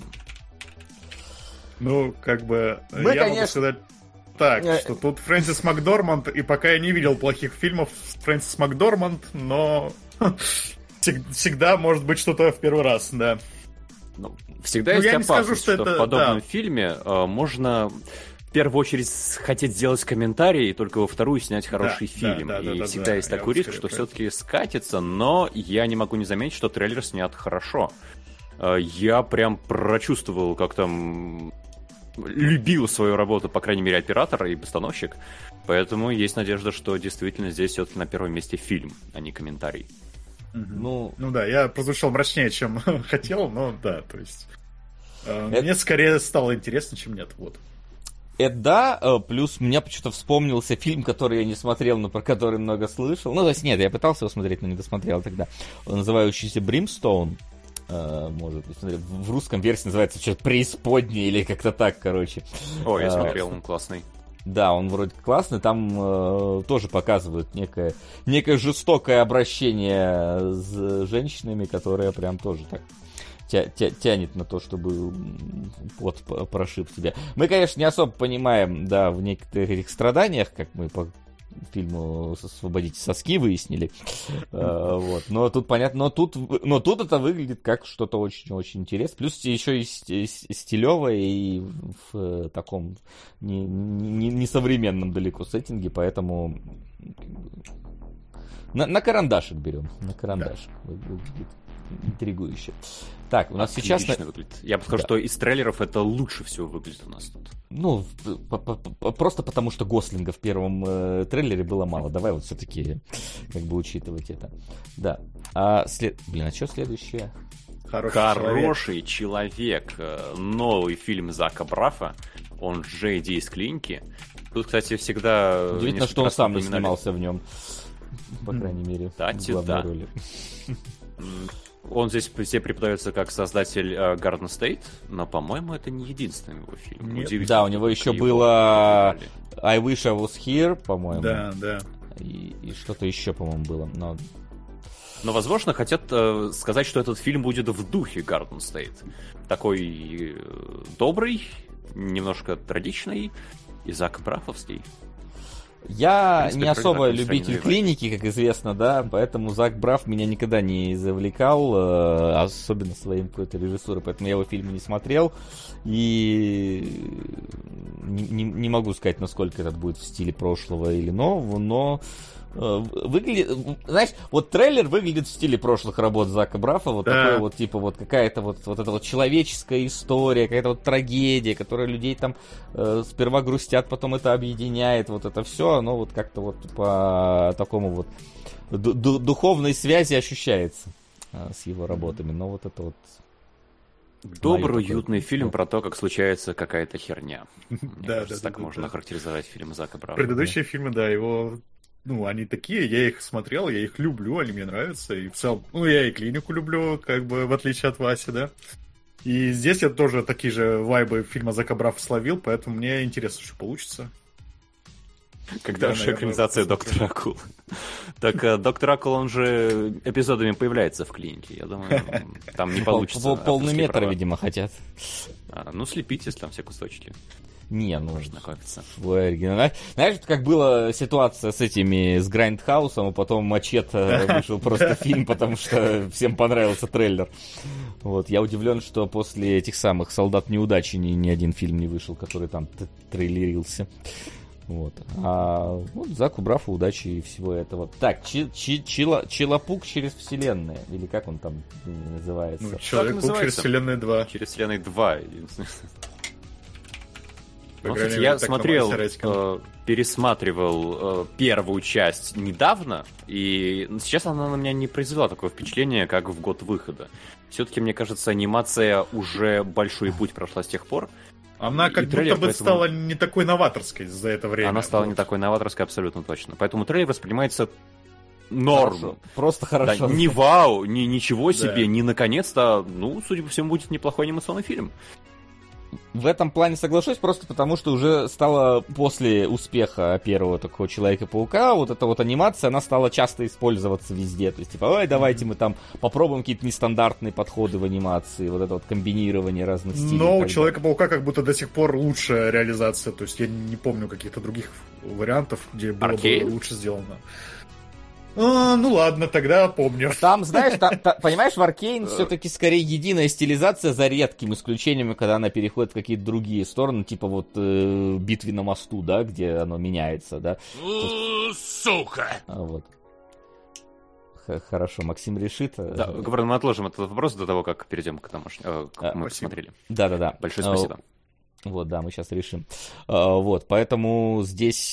Ну, как бы, мы, я конечно... могу сказать так, что тут Фрэнсис Макдорманд, и пока я не видел плохих фильмов с Фрэнсис Макдорманд, но... Всегда может быть что-то в первый раз, да. Ну, всегда есть опасность, что это, в подобном фильме можно в первую очередь хотеть сделать комментарий, и только во вторую снять хороший фильм. И всегда есть такой риск, что все-таки скатится, но я не могу не заметить, что трейлер снят хорошо. Я прям прочувствовал, как там любил свою работу, по крайней мере, оператор и постановщик. Поэтому есть надежда, что действительно здесь все-таки на первом месте фильм, а не комментарий. Ну да, я прозвучал мрачнее, чем хотел, но да, то есть мне скорее стало интересно, чем нет, вот. Это да, плюс мне почему-то вспомнился фильм, который я не смотрел, но про который много слышал. Ну, то есть нет, я пытался его смотреть, но не досмотрел тогда. Он называющийся «Бримстоун». Может быть, смотри, в русском версии называется что-то «Преисподнее» или как-то так, короче. О, я смотрел, он классный. Да, он вроде классный, там тоже показывают некое жестокое обращение с женщинами, которое прям тоже так тянет на то, чтобы пот прошиб тебя. Мы, конечно, не особо понимаем, да, в некоторых этих страданиях, как мы по фильму «Освободите соски» выяснили. Вот. Но тут понятно, но тут это выглядит как что-то очень-очень интересное. Плюс еще и стилевое, и в таком несовременном далеко сеттинге, поэтому на карандашик берем. На карандаш. Выглядит интригующе. Так, у нас сейчас... выглядит. Я бы сказал, что из трейлеров это лучше всего выглядит у нас тут. Ну, просто потому, что Гослинга в первом трейлере было мало. Давай вот все-таки как бы учитывать это. Да. А что следующее? Хороший человек. Новый фильм Зака Браффа. Он Джей Ди из «Клиники». Тут, кстати, всегда... Удивительно, что он сам не снимался в нем. По крайней мере, в главной роли. Он здесь все преподается как создатель Garden State, но, по-моему, это не единственный его фильм. Да, у него еще было I Wish I Was Here, по-моему. Да. И что-то еще, по-моему, было. Но, возможно, хотят сказать, что этот фильм будет в духе Garden State. Такой добрый, немножко трагичный и Зак Браффовский. Я не особо любитель «Клиники», как известно, да, поэтому Зак Брафф меня никогда не завлекал, особенно своим какой-то режиссурой, поэтому я его фильмы не смотрел, и не могу сказать, насколько этот будет в стиле прошлого или нового, но выглядит, знаешь, вот трейлер выглядит в стиле прошлых работ Зака Браффа, вот такой вот, типа, вот какая-то вот эта вот человеческая история, какая-то вот трагедия, которая людей там сперва грустят, потом это объединяет, вот это все, оно вот как-то вот по такому вот духовной связи ощущается с его работами, но вот это вот... Добрый, уютный фильм про то, как случается какая-то херня. Да, так можно охарактеризовать фильм Зака Браффа. Предыдущие фильмы, да, его... Ну, они такие, я их смотрел, я их люблю, они мне нравятся. И в целом, я и «Клинику» люблю, как бы, в отличие от Васи, да. И здесь я тоже такие же вайбы фильма Зака Браффа словил, поэтому мне интересно, что получится. Когда же экранизация «Доктора Акул». Так, «Доктор Акул», он же эпизодами появляется в «Клинике». Я думаю, там не получится. Полный метр, видимо, хотят. Ну, слепить, если там все кусочки. Не, ну, может накопиться. Знаешь, как была ситуация с Грайндхаусом, а потом Мачете вышел просто фильм, потому что всем понравился трейлер. Вот, я удивлен, что после этих самых «Солдат неудачи» ни один фильм не вышел, который там трейлерился. Вот. А вот Заку Брафу удачи и всего этого. Так, Чилапук через вселенные. Или как он там называется? Ну, Человек-паук через вселенные 2. Через вселенные 2. Ну, кстати, я смотрел, пересматривал первую часть недавно, и сейчас она на меня не произвела такое впечатление, как в год выхода. Все-таки, мне кажется, анимация уже большой путь прошла с тех пор. Она как будто бы стала не такой новаторской за это время. Она стала не такой новаторской, абсолютно точно. Поэтому трейлер воспринимается норм. Хорошо. Просто хорошо. Да, не вау, ничего себе, не наконец-то. Ну, судя по всему, будет неплохой анимационный фильм. В этом плане соглашусь, просто потому что уже стало после успеха первого такого Человека-паука, вот эта вот анимация, она стала часто использоваться везде. То есть, типа, ой, давайте мы там попробуем какие-то нестандартные подходы в анимации, вот это вот комбинирование разных стилей. Но у Человека-паука как будто до сих пор лучшая реализация. То есть я не помню каких-то других вариантов, где было бы лучше сделано. Ну ладно, тогда помню. Там, знаешь, понимаешь, в Аркейн все-таки скорее единая стилизация, за редким исключением, когда она переходит в какие-то другие стороны, типа вот битвы на мосту, да, где оно меняется, да. Сука! Вот. Хорошо, Максим решит. Да, Говорим, мы отложим этот вопрос до того, как перейдем к тому, как мы посмотрели. Да-да-да. Большое спасибо. Вот, да, мы сейчас решим. Вот, поэтому здесь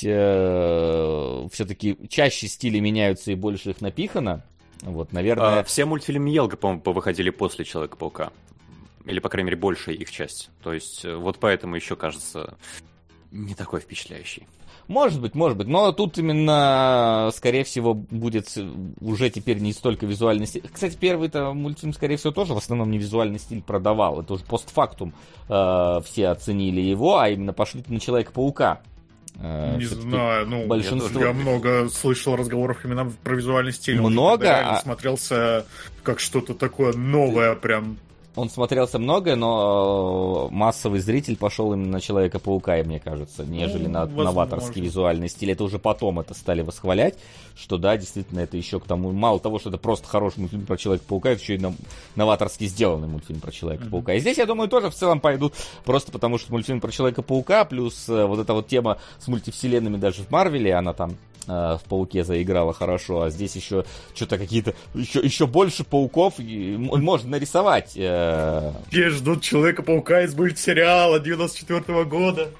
все-таки чаще стили меняются и больше их напихано. Вот, наверное... Все мультфильмы Елга, по-моему, выходили после Человека-паука. Или, по крайней мере, большая их часть. То есть, вот поэтому еще кажется не такой впечатляющий. Может быть, но тут именно, скорее всего, будет уже теперь не столько визуальный стиль. Кстати, первый-то мультфильм, скорее всего, тоже в основном не визуальный стиль продавал. Это уже постфактум все оценили его, а именно пошли на Человека-паука. Не знаю, ну, большинство... я много слышал разговоров именно про визуальный стиль. Много? Он смотрелся как что-то такое новое прям... Он смотрелся много, но массовый зритель пошел именно на Человека-паука, мне кажется, нежели на новаторский визуальный стиль. Это уже потом это стали восхвалять, что да, действительно, это еще к тому... Мало того, что это просто хороший мультфильм про Человека-паука, это еще и новаторски сделанный мультфильм про Человека-паука. И здесь, я думаю, тоже в целом пойдут просто потому, что мультфильм про Человека-паука, плюс вот эта вот тема с мультивселенными даже в Марвеле, она там в Пауке заиграла хорошо, а здесь еще что-то какие-то еще больше пауков можно нарисовать. Все ждут Человека-паука из мультсериала 94-го года.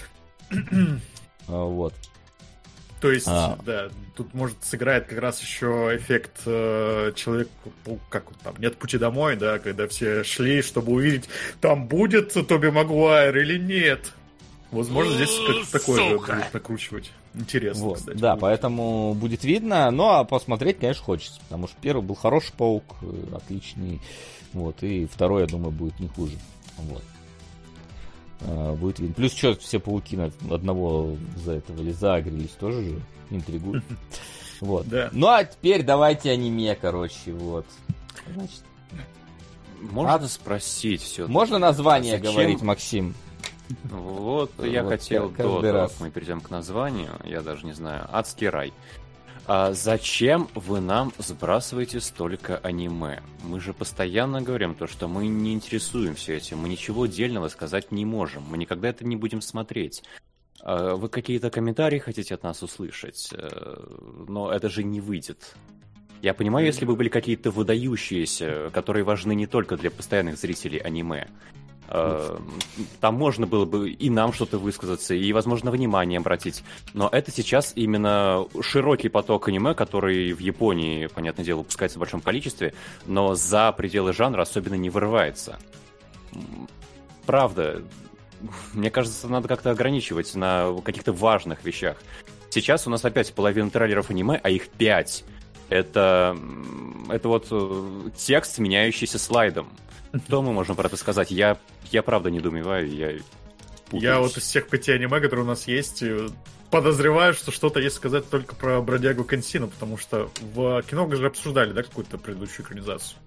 Вот. То есть, да, тут может сыграет как раз еще эффект Человека-паука, как он там, нет пути домой, да, когда все шли, чтобы увидеть, там будет Тоби Магуайр или нет. Возможно, здесь как-то такое же будет накручивать. Интересно, вот, кстати. Да, будет. поэтому будет видно, но посмотреть, конечно, хочется, потому что первый был хороший паук, отличный, вот, и второй, я думаю, будет не хуже, вот. Будет видно. Плюс, что все пауки на одного за этого или заагрились, тоже же интригуют. Вот. Да. Ну, а теперь давайте аниме, короче, вот. Значит, можно спросить все. Можно название говорить, Максим? Вот я хотел до того, как мы перейдем к названию, я даже не знаю, «Адский рай». Зачем вы нам сбрасываете столько аниме? Мы же постоянно говорим то, что мы не интересуемся этим, мы ничего дельного сказать не можем, мы никогда это не будем смотреть. Вы какие-то комментарии хотите от нас услышать, но это же не выйдет. Я понимаю, если бы были какие-то выдающиеся, которые важны не только для постоянных зрителей аниме. Там можно было бы и нам что-то высказаться, и, возможно, внимание обратить. Но это сейчас именно широкий поток аниме, который в Японии, понятное дело, выпускается в большом количестве, но за пределы жанра особенно не вырывается. Правда, мне кажется, надо как-то ограничивать на каких-то важных вещах. Сейчас у нас опять половина трейлеров аниме, а их 5. Это вот текст, меняющийся слайдом. Что мы можем про это сказать? Я правда недоумеваю, я путаюсь. Я вот из всех 5 аниме, которые у нас есть, подозреваю, что что-то есть сказать только про Бродягу Кэнсина, потому что в кино же обсуждали, да, какую-то предыдущую экранизацию?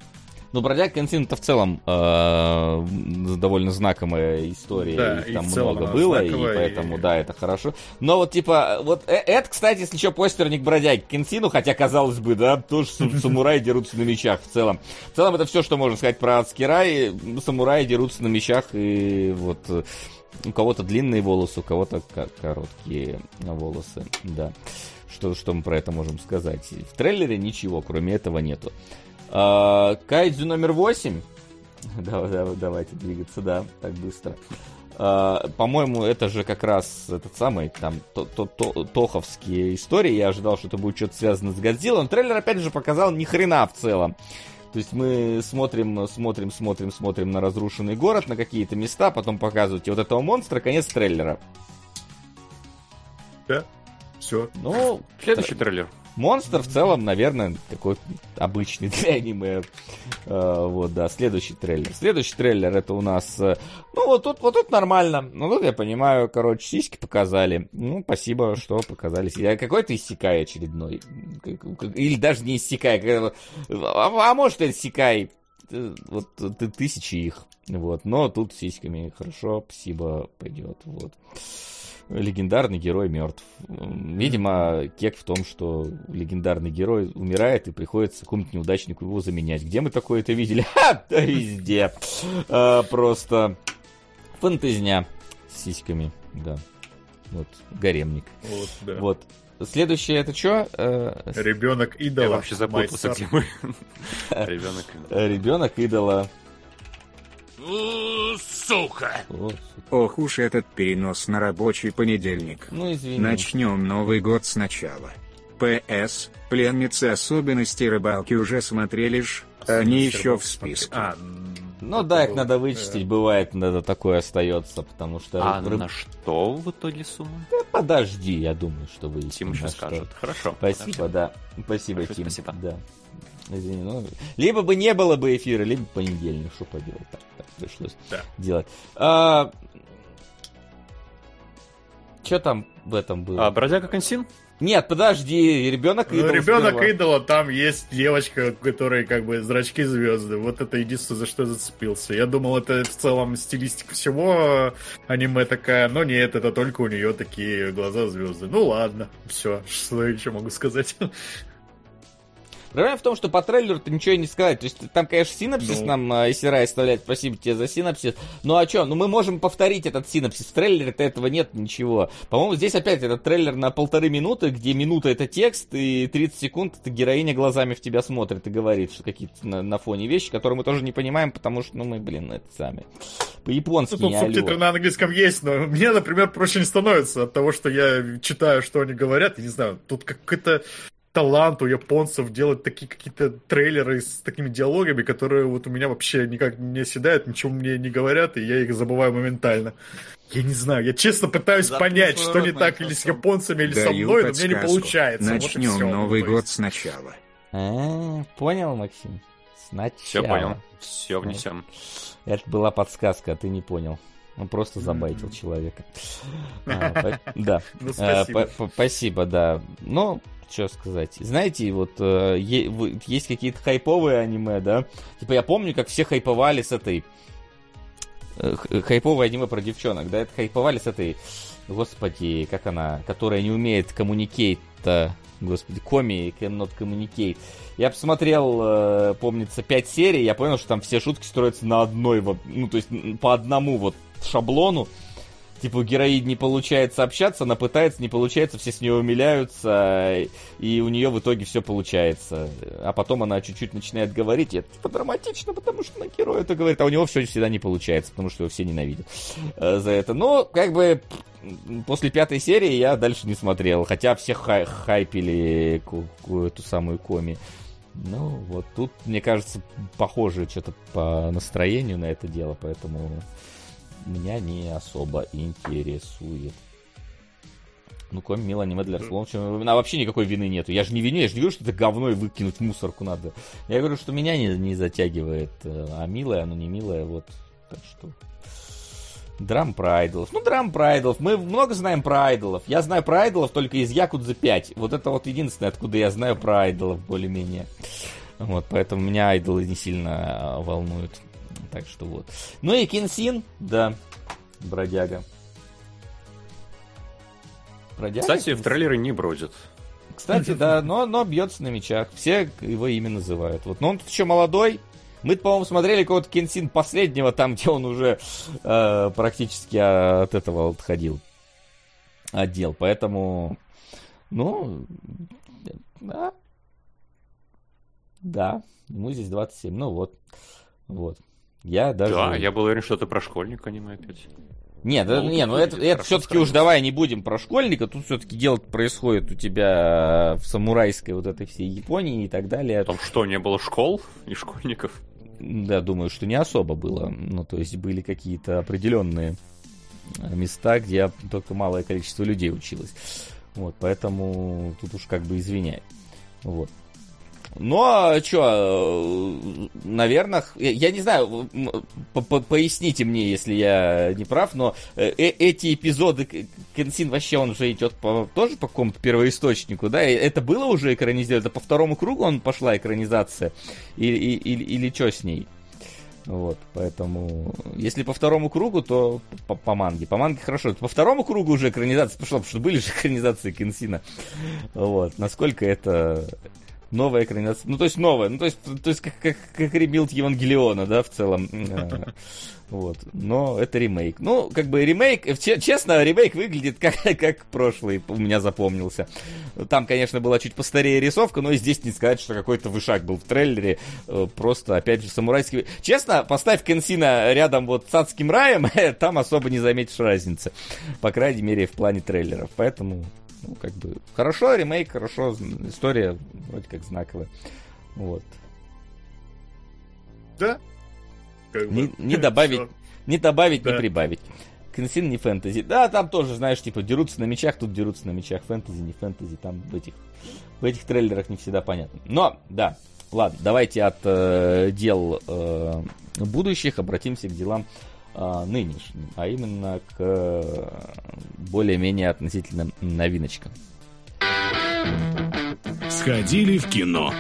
Ну, «Бродяга Кэнсин» это в целом довольно знакомая история, Да, их там и в целом много она было, и знаковая, поэтому, да, это хорошо. Но вот, типа, вот это, кстати, если что, постерник «Бродяги Кэнсину», хотя, казалось бы, да, тоже самураи дерутся на мечах в целом. В целом, это все, что можно сказать про «Адский рай». Самураи дерутся на мечах, и вот у кого-то длинные волосы, у кого-то короткие волосы, да. Что мы про это можем сказать? В трейлере ничего, кроме этого, нету. Кайдзю номер 8. Давайте двигаться, да, так быстро. По-моему, это же как раз этот самый, там, тоховские истории. Я ожидал, что это будет что-то связано с Годзиллой. Но трейлер, опять же, показал ни хрена в целом. То есть мы смотрим на разрушенный город, на какие-то места, потом показывают тебе вот этого монстра, конец трейлера. Да, все. Ну, Следующий трейлер. Монстр в целом, наверное, такой обычный для аниме. Вот, да, следующий трейлер. Следующий трейлер это у нас... Ну, вот тут нормально. Ну, тут я понимаю, короче, сиськи показали. Ну, спасибо, что показали. Какой-то иссякай очередной. Или даже не иссякай. А может, это иссякай. Вот тысячи их. Вот, но тут сиськами хорошо, спасибо, пойдет. Вот. Легендарный герой мертв. Видимо, кек в том, что легендарный герой умирает и приходится какому-нибудь неудачнику его заменять. Где мы такое это видели? Ха! Да везде. Просто фантазня с сиськами. Да. Вот. Гаремник. Вот, да. Вот. Следующее это что? Ребенок идола. Я вообще запутался, где мы. Ребенок идола. Ребенок идола. Сука! Ох уж этот перенос на рабочий понедельник. Ну, извини. Начнем Новый год сначала. П.С. Пленницы особенностей рыбалки уже смотрели ж, они еще в списке. Ну да, их надо вычистить, бывает, надо такое остается, потому что... А на что в итоге сумма? Да подожди, я думаю, что вы... Тим еще скажет. Хорошо. Спасибо, хорошо. да. Спасибо, Хорошо, Тим. спасибо. Да. Извини, ну, либо бы не было бы эфира, либо понедельник, что поделать, так пришлось делать. Что там в этом было? Бродяга Кэнсин? Нет, подожди, ребенок идола. Ребенок идола, там есть девочка, у которой как бы зрачки звезды. Вот это единственное, за что я зацепился. Я думал, это в целом стилистика всего аниме такая, но нет, это только у нее такие глаза звезды. Ну ладно, все, что я еще могу сказать. Проблема в том, что по трейлеру-то ничего и не сказать. То есть там, конечно, синопсис нам Исирай оставляет. Спасибо тебе за синопсис. Ну а что? Ну мы можем повторить этот синопсис. В трейлере-то этого нет ничего. По-моему, здесь опять этот трейлер на 1,5 минуты, где минута это текст, и 30 секунд это героиня глазами в тебя смотрит и говорит, что какие-то на фоне вещи, которые мы тоже не понимаем, потому что, ну мы, это сами. По-японски Тут не субтитры алё. на английском есть, но мне, например, проще не становится от того, что я читаю, что они говорят. Я не знаю, тут какой-то талант у японцев делать такие какие-то трейлеры с такими диалогами, которые вот у меня вообще никак не оседают, ничего мне не говорят, и я их забываю моментально. Я не знаю, я честно пытаюсь понять, что не так или с японцами, или со мной, но мне не получается. Начнем вот Новый год сначала. Понял, Максим? Сначала. Все понял. Все внесем. Это была подсказка, а ты не понял. Он просто забайтил человека. Да. Ну, спасибо. Спасибо, да. Ну, что сказать. Знаете, вот есть какие-то хайповые аниме, да? Типа я помню, как все хайповали с этой... Хайповое аниме про девчонок, да? Это хайповали с этой... Господи, как она? Которая не умеет коммуникейт. Господи, Коми cannot communicate. Я посмотрел, помнится, 5 серий, я понял, что там все шутки строятся на одной, ну, то есть по одному вот шаблону. Типа у героини не получается общаться, она пытается, не получается, все с нее умиляются, и у нее в итоге все получается. А потом она чуть-чуть начинает говорить, и это типа драматично, потому что на героя это говорит, а у него все всегда не получается, потому что его все ненавидят за это. Но, как бы, после 5 серии я дальше не смотрел, хотя все хайпили эту самую Коми. Ну, вот тут, мне кажется, похоже что-то по настроению на это дело, поэтому... меня не особо интересует. Ну, Коми мило аниме для взрослых. Вообще никакой вины нету. Я же не виню, я же не говорю, что это говно и выкинуть в мусорку надо. Я говорю, что меня не затягивает. А милое, оно не милое, вот. Так что... Драм про айдолов. Ну, драм про айдолов. Мы много знаем про айдолов. Я знаю про айдолов только из Якудзы 5. Вот это вот единственное, откуда я знаю про айдолов более-менее. Вот, поэтому меня айдолы не сильно волнуют. Так что вот. Ну и Кенсин, да, бродяга. Кстати, в трейлеры не бродит. Кстати, да, но бьется на мечах. Все его имя называют. Вот. Но он тут еще молодой. Мы, по-моему, смотрели какого-то Кенсин последнего, там, где он уже практически от этого отходил. Отдел. Поэтому, ну, да. Да, ему здесь 27. Ну вот. Я даже... Да, я был уверен, что это про школьника аниме опять. Нет, ну это все-таки уж давай не будем про школьника. Тут все-таки дело происходит у тебя в самурайской вот этой всей Японии и так далее. Там что, не было школ и школьников? Да, думаю, что не особо было. Ну, то есть были какие-то определенные места, где только малое количество людей училось. Вот, поэтому тут уж как бы извиняй. Вот. Ну, а что, наверное, я не знаю, поясните мне, если я не прав, но эти эпизоды, Кенсин вообще, он уже идет тоже по какому-то первоисточнику, да? Это было уже экранизировано? Это по второму кругу пошла экранизация? Или что с ней? Вот, поэтому, если по второму кругу, то по манге. По манге хорошо. По второму кругу уже экранизация пошла, потому что были же экранизации Кенсина. Вот, насколько это... Новая экранизация. Ну, то есть новая. Ну, то есть как ребилд Евангелиона, да, в целом. Вот. Но это ремейк. Ну, как бы ремейк, честно, ремейк выглядит как прошлый, у меня запомнился. Там, конечно, была чуть постарее рисовка, но и здесь не сказать, что какой-то вышаг был в трейлере. Просто, опять же, самурайский... Честно, поставь Кенсина рядом вот с Адским раем, там особо не заметишь разницы. По крайней мере, в плане трейлеров. Поэтому... Ну, как бы, хорошо, ремейк, хорошо, история вроде как знаковая. Вот. Да. Не добавить, не прибавить. Кенсин не фэнтези. Да, там тоже, знаешь, типа, дерутся на мечах, тут дерутся на мечах. Фэнтези, не фэнтези, там в этих трейлерах не всегда понятно. Но, да, ладно, давайте от дел будущих обратимся к делам нынешним, а именно к более-менее относительным новиночкам. Сходили в кино.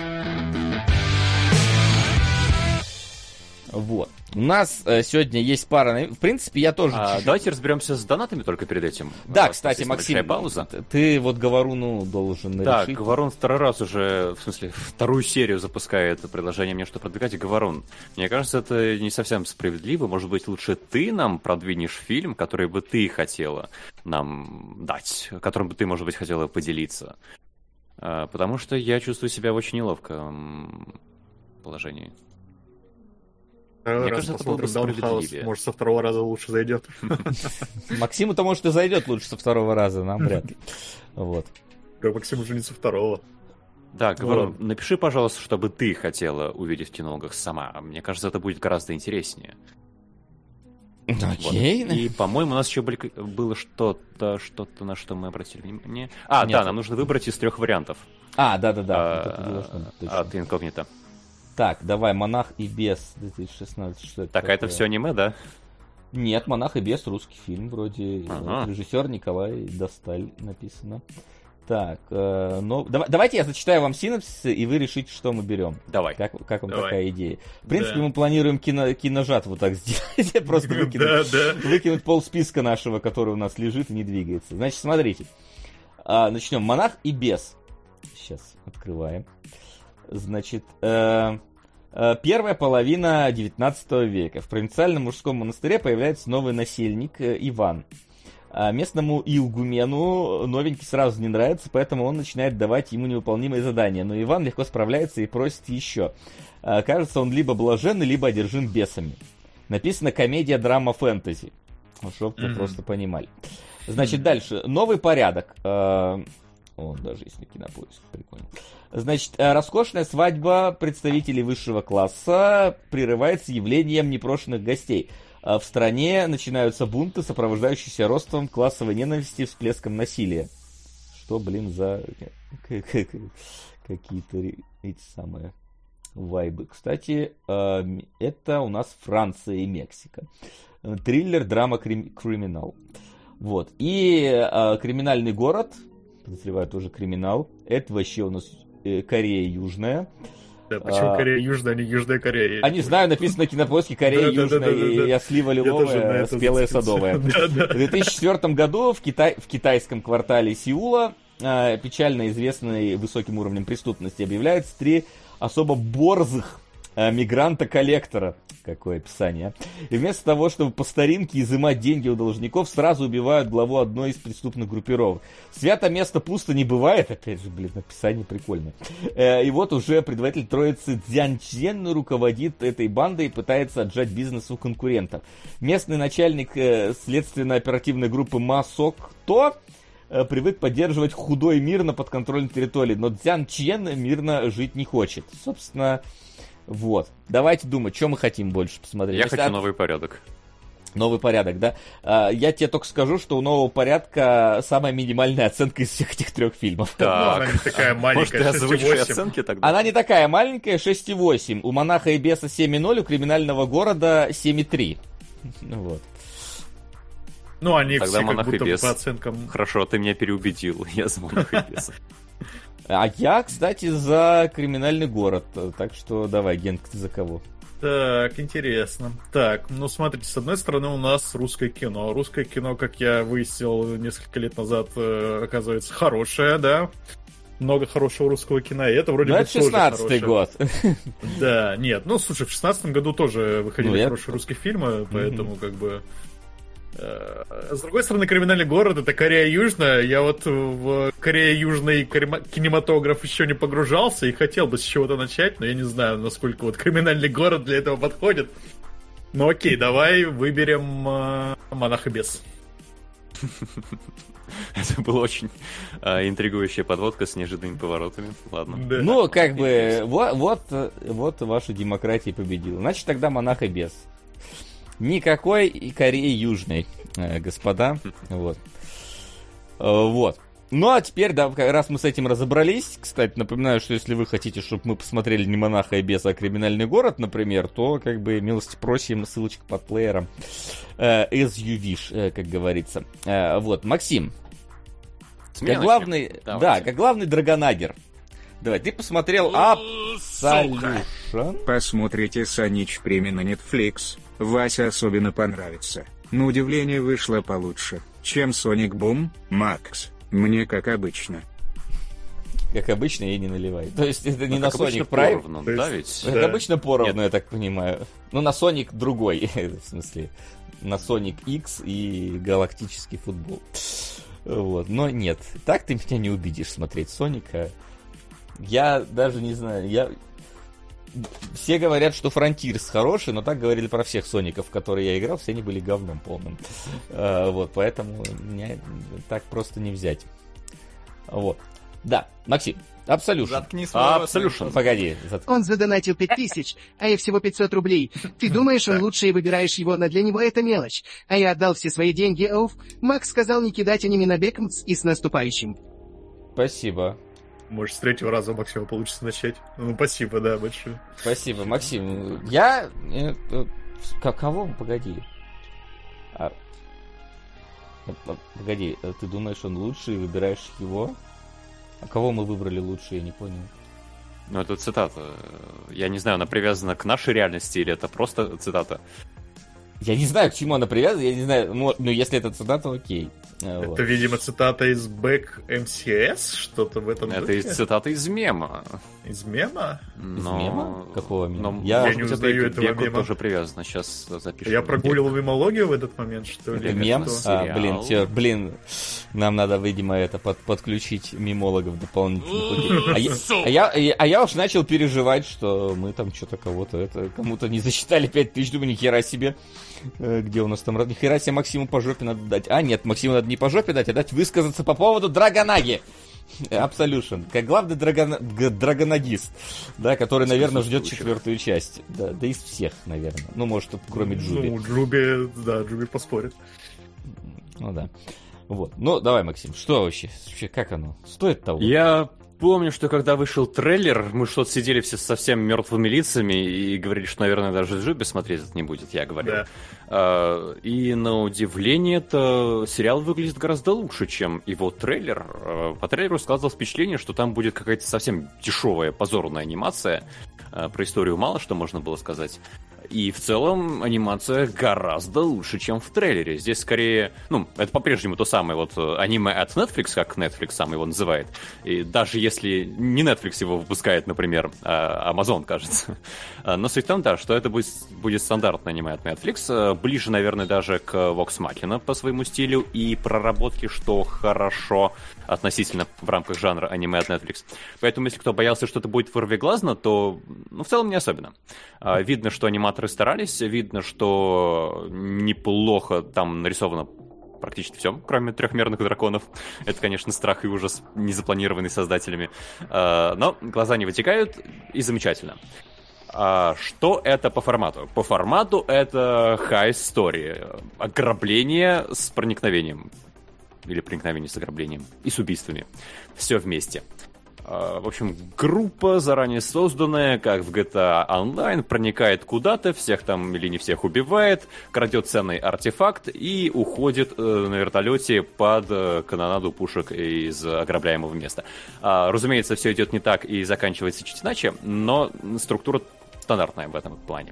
Вот. У нас сегодня есть пара... В принципе, я тоже... Давайте разберемся с донатами только перед этим. Да, кстати, Максим, пауза. Ты вот Говоруну должен да, решить. Да, Говорун второй раз уже, в смысле, вторую серию запускает предложение мне, что продвигать. Говорун, мне кажется, это не совсем справедливо. Может быть, лучше ты нам продвинешь фильм, который бы ты хотела нам дать, которым бы ты, может быть, хотела поделиться. Потому что я чувствую себя в очень неловком положении. Мне кажется, это было бы справедливее. Может, со второго раза лучше зайдет. Максиму-то, может, и зайдет лучше со второго раза, нам вряд ли. Вот. Максим уже не со второго. Да, говорю, напиши, пожалуйста, чтобы ты хотела увидеть в кинологах сама. Мне кажется, это будет гораздо интереснее. Окей. Вот. И, по-моему, у нас еще было что-то, на что мы обратили внимание. Да, нам нужно выбрать из 3 вариантов. Да. От инкогнито. Так, давай, «Монах и бес» 2016. Что это так, такое? а это все аниме, да? Нет, «Монах и бес» русский фильм вроде. Режиссер Николай Досталь написано. Так, давайте я зачитаю вам синопсис, и вы решите, что мы берем. Давай. Как вам такая идея? В принципе, мы планируем киножат вот так сделать. Просто выкинуть полсписка нашего, который у нас лежит и не двигается. Значит, смотрите. Начнем. «Монах и бес». Сейчас открываем. Значит, первая половина 19 века. В провинциальном мужском монастыре появляется новый насельник Иван. Местному игумену новенький сразу не нравится, поэтому он начинает давать ему невыполнимые задания. Но Иван легко справляется и просит еще. Кажется, он либо блаженный, либо одержим бесами. Написано комедия, драма, фэнтези. Чтоб вы просто понимали. Значит, дальше. Новый порядок. Даже есть на Кинопоиск. Прикольно. Значит, роскошная свадьба представителей высшего класса прерывается явлением непрошенных гостей. В стране начинаются бунты, сопровождающиеся ростом классовой ненависти и всплеском насилия. Что, за какие-то эти самые вайбы. Кстати, это у нас Франция и Мексика. Триллер, драма, криминал. Вот. И криминальный город, подозреваю, тоже криминал. Это вообще у нас Корея Южная. Да, почему Корея Южная, а не Южная Корея? А не знаю, написано на Кинопоиске Корея Южная и слива лиловая, спелая садовая. В 2004 году в китайском квартале Сеула, печально известный высоким уровнем преступности, объявляются 3 особо борзых мигранта-коллектора. Какое описание, а? И вместо того, чтобы по старинке изымать деньги у должников, сразу убивают главу одной из преступных группировок. Свято место пусто не бывает. Опять же, описание прикольное. И вот уже предводитель троицы Цзян Чжен руководит этой бандой и пытается отжать бизнес у конкурентов. Местный начальник следственно-оперативной группы Ма Сок То привык поддерживать худой мир на подконтрольной территории, но Цзян Чжен мирно жить не хочет. Собственно, вот. Давайте думать, что мы хотим больше посмотреть. Я хочу новый порядок. Новый порядок, да? Я тебе только скажу, что у нового порядка самая минимальная оценка из всех этих 3 фильмов. Она не такая маленькая, 6,8. Тогда? Она не такая маленькая, 6,8. У «Монаха и беса» 7,0, у «Криминального города» 7,3. Вот. Ну, они тогда все как будто бес. по оценкам... Хорошо, ты меня переубедил. Я за «Монах и беса». А я, кстати, за «Криминальный город». Так что давай, Генк, ты за кого? Так, интересно. Так, ну смотрите, с одной стороны у нас русское кино. Русское кино, как я выяснил несколько лет назад, оказывается, хорошее, да? Много хорошего русского кино, и это вроде бы тоже хорошее. 16-й год. Да, нет, ну слушай, в 16-м году тоже выходили хорошие русские фильмы, поэтому как бы... С другой стороны, «Криминальный город» — это Корея Южная. Я вот в Корея Южный кинематограф еще не погружался и хотел бы с чего-то начать, но я не знаю, насколько вот «Криминальный город» для этого подходит. Ну окей, давай выберем «Монах и бес». Это была очень интригующая подводка с неожиданными поворотами. Ладно. Да. Ну, как бы, вот ваша демократия победила. Значит, тогда «Монах и бес». Никакой Кореи Южной, господа. Вот. Вот. Ну, а теперь, да, раз мы с этим разобрались, кстати, напоминаю, что если вы хотите, чтобы мы посмотрели не «Монаха и беса», а «Криминальный город», например, то, как бы, милости просим, ссылочка под плеером. As you wish, как говорится. Вот, Максим. Как главный, да, как главный драгонагер. Давай, ты посмотрел Absolution. Посмотрите Санич премия на Netflix. Вася особенно понравится. На удивление вышло получше, чем Sonic Boom, Макс. Мне как обычно. Как обычно, ей не наливай. То есть это не на Sonic Prime, Prime. Да, ведь? Как обычно поровну, я так понимаю. Ну, на Sonic другой, в смысле. На Sonic X и галактический футбол. Вот, но нет. Так ты меня не убедишь смотреть Соника. Я даже не знаю, все говорят, что Frontiers хороший, но так говорили про всех Соников, в которые я играл, все они были говном полным. Вот, поэтому меня так просто не взять. Вот. Да, Максим, Absolution. Заткнись, Absolution. Погоди. Он задонатил 5000, а я всего 500 рублей. Ты думаешь, он лучше и выбираешь его, но для него это мелочь. А я отдал все свои деньги, оф. Макс сказал не кидать аниме на Бекмс, и с наступающим. Спасибо. Может, с 3-го раза максимум получится начать. Ну, спасибо, да, большое. Спасибо, Максим. Кого? Погоди. Погоди, ты думаешь, он лучше и выбираешь его? А кого мы выбрали лучше, я не понял. Ну, это цитата. Я не знаю, она привязана к нашей реальности или это просто цитата? Я не знаю, к чему она привязана, я не знаю. Ну, если это цитата, окей. Это, вот. видимо, цитата из Back MCS, что-то в этом Это духе. цитата из мема. Из мема? Из мема? Какого мема? Я не узнаю этого мема. мема. Тоже привязано, сейчас запишем. Я прогуливал мемологию в этот момент, что ли? Это мем? Что? Блин, нам надо, видимо, это подключить мемологов дополнительно. А я уж начал переживать, что мы там что-то кому-то не засчитали 5000, думаю, нихера себе. Где у нас там? Нихера себе Максиму по жопе надо дать. А, нет, Максиму надо не по жопе дать, а дать высказаться по поводу Драгонаги. Absolution. Как главный драгонагист, да, который, наверное, ждет 4-ю часть. Да из всех, наверное. Ну, может, кроме Джуби. Ну, Джуби поспорит. Ну, да. Вот. Ну, давай, Максим, что вообще? Как оно? Стоит того? Я помню, что когда вышел трейлер, мы что-то сидели все совсем мертвыми лицами и говорили, что, наверное, даже Джуби смотреть это не будет, я говорил. Да. И на удивление, это сериал выглядит гораздо лучше, чем его трейлер. По трейлеру складывалось впечатление, что там будет какая-то совсем дешевая, позорная анимация. Про историю мало что можно было сказать. И в целом анимация гораздо лучше, чем в трейлере. Здесь скорее, это по-прежнему то самое вот аниме от Netflix, как Netflix сам его называет. И даже если не Netflix его выпускает, например, а Amazon, кажется. Но суть в том, да, что это будет стандартное аниме от Netflix. Ближе, наверное, даже к Vox Machina по своему стилю и проработке, что хорошо относительно в рамках жанра аниме от Netflix. Поэтому, если кто боялся, что это будет вырвиглазно, то в целом не особенно. Видно, что аниматоры старались, видно, что неплохо там нарисовано практически все, кроме трехмерных драконов. Это, конечно, страх и ужас, не запланированный создателями. Но глаза не вытекают, и замечательно. Что это по формату? По формату это high story. Ограбление с проникновением. Или проникновение с ограблением. И с убийствами. Все вместе. В общем, группа, заранее созданная, как в GTA Online, проникает куда-то, всех там или не всех убивает, крадет ценный артефакт и уходит на вертолете под канонаду пушек из ограбляемого места. Разумеется, все идет не так и заканчивается чуть иначе, но структура стандартная в этом плане.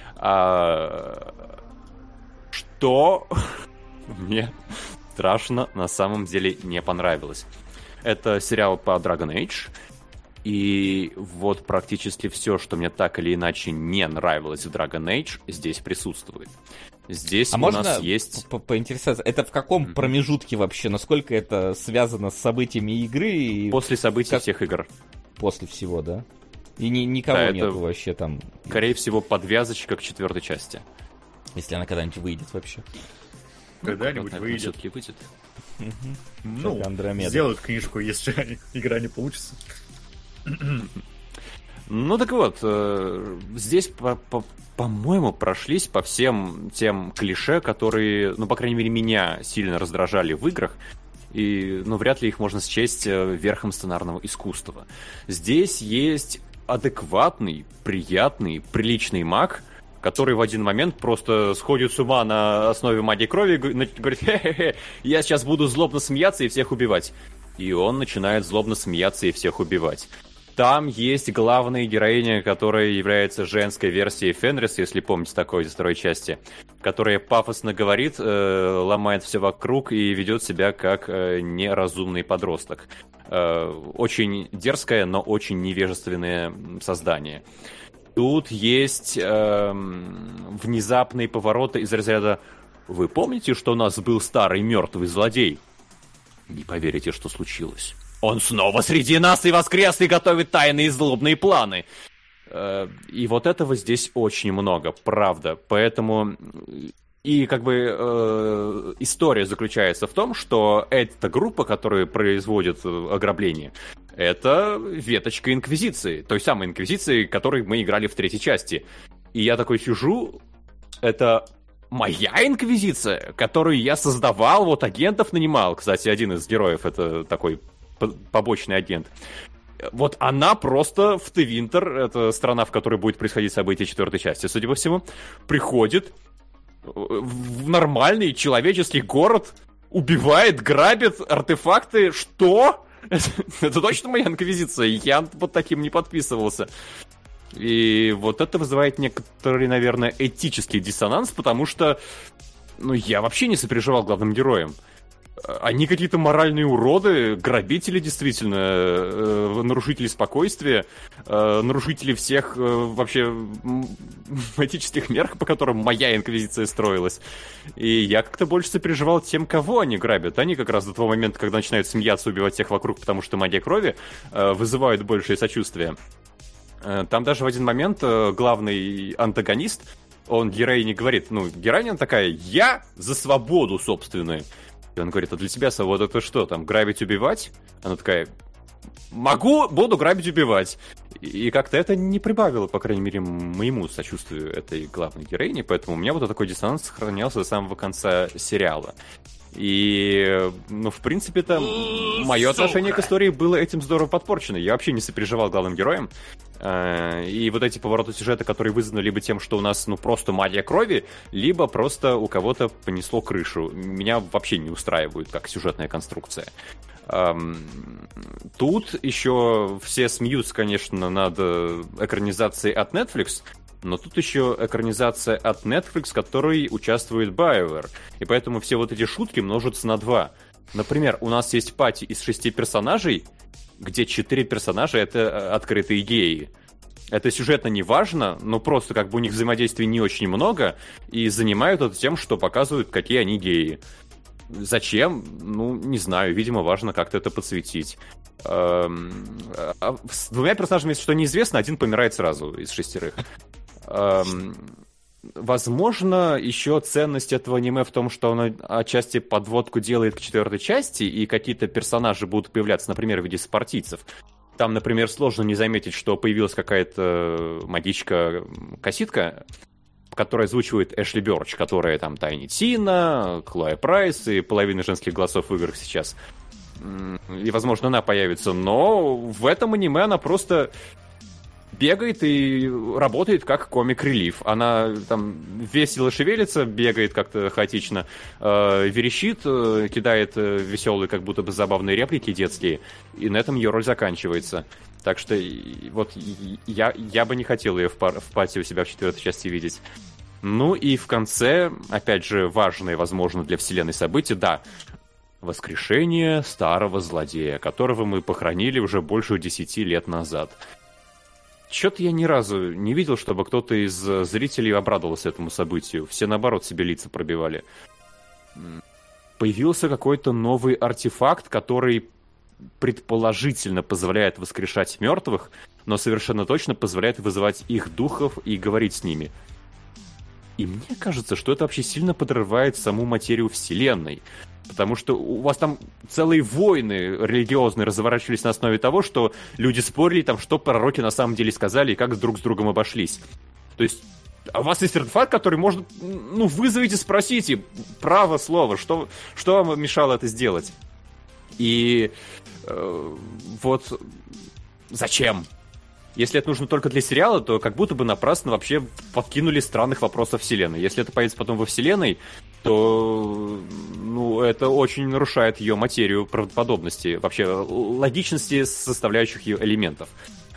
Что мне страшно на самом деле не понравилось. Это сериал по Dragon Age, и вот практически все, что мне так или иначе не нравилось в Dragon Age, здесь присутствует. Здесь у нас есть... поинтересоваться, это в каком промежутке вообще? Насколько это связано с событиями игры? После событий всех игр. После всего, да? И никого нету вообще там... Скорее всего, подвязочка к 4 части. Если она когда-нибудь выйдет вообще. Когда-нибудь выйдет. Все-таки выйдет. Сделают книжку, если игра не получится. Так вот, здесь, по-моему, прошлись по всем тем клише, которые, по крайней мере, меня сильно раздражали в играх. И, вряд ли их можно счесть верхом сценарного искусства. Здесь есть адекватный, приятный, приличный маг, который в один момент просто сходит с ума на основе магии крови и говорит: хе-хе-хе, я сейчас буду злобно смеяться и всех убивать. И он начинает злобно смеяться и всех убивать. Там есть главная героиня, которая является женской версией Фенрис, если помните такое из второй части, которая пафосно говорит, ломает все вокруг и ведет себя как неразумный подросток. Очень дерзкое, но очень невежественное создание. Тут есть внезапные повороты из разряда: «Вы помните, что у нас был старый мертвый злодей? Не поверите, что случилось. Он снова среди нас и воскрес, и готовит тайные злобные планы». И вот этого здесь очень много, правда. Поэтому... И история заключается в том, что эта группа, которая производит ограбление, это веточка Инквизиции, той самой Инквизиции, которой мы играли в 3 части. И я такой сижу, это моя Инквизиция, которую я создавал, вот агентов нанимал. Кстати, один из героев это такой побочный агент. Вот она просто в Тевинтер, это страна, в которой будет происходить событие 4 части, судя по всему, приходит в нормальный человеческий город, убивает, грабит артефакты. Что? Это точно моя Инквизиция? Я под таким не подписывался. И вот это вызывает некоторый, наверное, этический диссонанс, потому что я вообще не сопереживал главным героям. Они какие-то моральные уроды, грабители действительно, нарушители спокойствия, нарушители всех вообще этических мер, по которым моя Инквизиция строилась. И я как-то больше сопереживал тем, кого они грабят. Они как раз до того момента, когда начинают смеяться, убивать всех вокруг, потому что магия крови, вызывают большее сочувствие. Там даже в один момент главный антагонист, он героине говорит, героиня такая: «Я за свободу собственную». И он говорит: «А для тебя свобода это что, там, грабить, убивать?» Она такая: буду грабить, убивать. И как-то это не прибавило, по крайней мере, моему сочувствию этой главной героине, поэтому у меня вот такой диссонанс сохранялся до самого конца сериала. И, в принципе-то, мое отношение к истории было этим здорово подпорчено. Я вообще не сопереживал главным героям. И вот эти повороты сюжета, которые вызваны либо тем, что у нас, просто магия крови, либо просто у кого-то понесло крышу, меня вообще не устраивают как сюжетная конструкция. Тут еще все смеются, конечно, над экранизацией от Netflix, но тут еще экранизация от Netflix, в которой участвует BioWare. И поэтому все вот эти шутки множатся на 2. Например, у нас есть пати из 6 персонажей, где 4 персонажа — это открытые геи. Это сюжетно не важно, но просто как бы у них взаимодействий не очень много, и занимают это тем, что показывают, какие они геи. Зачем? Ну, не знаю. Видимо, важно как-то это подсветить. С 2 персонажами, если что, неизвестно, один помирает сразу из 6. Возможно, еще ценность этого аниме в том, что оно отчасти подводку делает к 4 части, и какие-то персонажи будут появляться, например, в виде сопартийцев. Там, например, сложно не заметить, что появилась какая-то магичка-касситка, которая озвучивает Эшли Бёрч, которая там Тайни Тина, Хлоя Прайс и половина женских голосов в играх сейчас. И, возможно, она появится, но в этом аниме она просто бегает и работает как комик-релиф. Она там весело шевелится, бегает как-то хаотично, верещит, кидает веселые, как будто бы забавные реплики детские, и на этом ее роль заканчивается. Так что вот я бы не хотел ее в пати у себя в 4 части видеть. Ну и в конце, опять же, важное, возможно, для вселенной событие, да, воскрешение старого злодея, которого мы похоронили уже больше 10 лет назад. Чё-то я ни разу не видел, чтобы кто-то из зрителей обрадовался этому событию. Все, наоборот, себе лица пробивали. Появился какой-то новый артефакт, который предположительно позволяет воскрешать мертвых, но совершенно точно позволяет вызывать их духов и говорить с ними. И мне кажется, что это вообще сильно подрывает саму материю вселенной. Потому что у вас там целые войны религиозные разворачивались на основе того, что люди спорили, там, что пророки на самом деле сказали и как друг с другом обошлись. То есть у вас есть артефакт, который можно... Ну, вызовите, спросите. Право слово. Что вам мешало это сделать? И вот зачем? Если это нужно только для сериала, то как будто бы напрасно вообще подкинули странных вопросов вселенной. Если это появится потом во вселенной, то это очень нарушает ее материю правдоподобности, вообще логичности составляющих ее элементов.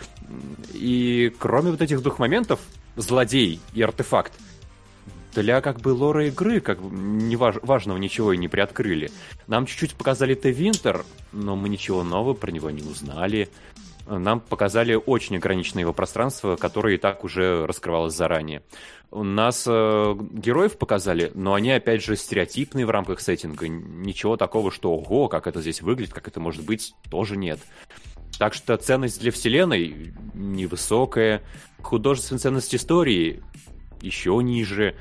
И кроме вот этих 2 моментов, злодей и артефакт, для как бы лора игры как бы важного ничего и не приоткрыли. Нам чуть-чуть показали Т-Винтер, но мы ничего нового про него не узнали. Нам показали очень ограниченное его пространство, которое и так уже раскрывалось заранее. У нас героев показали, но они, опять же, стереотипные в рамках сеттинга. Ничего такого, что ого, как это здесь выглядит, как это может быть, тоже нет. Так что ценность для вселенной невысокая. Художественная ценность истории еще ниже.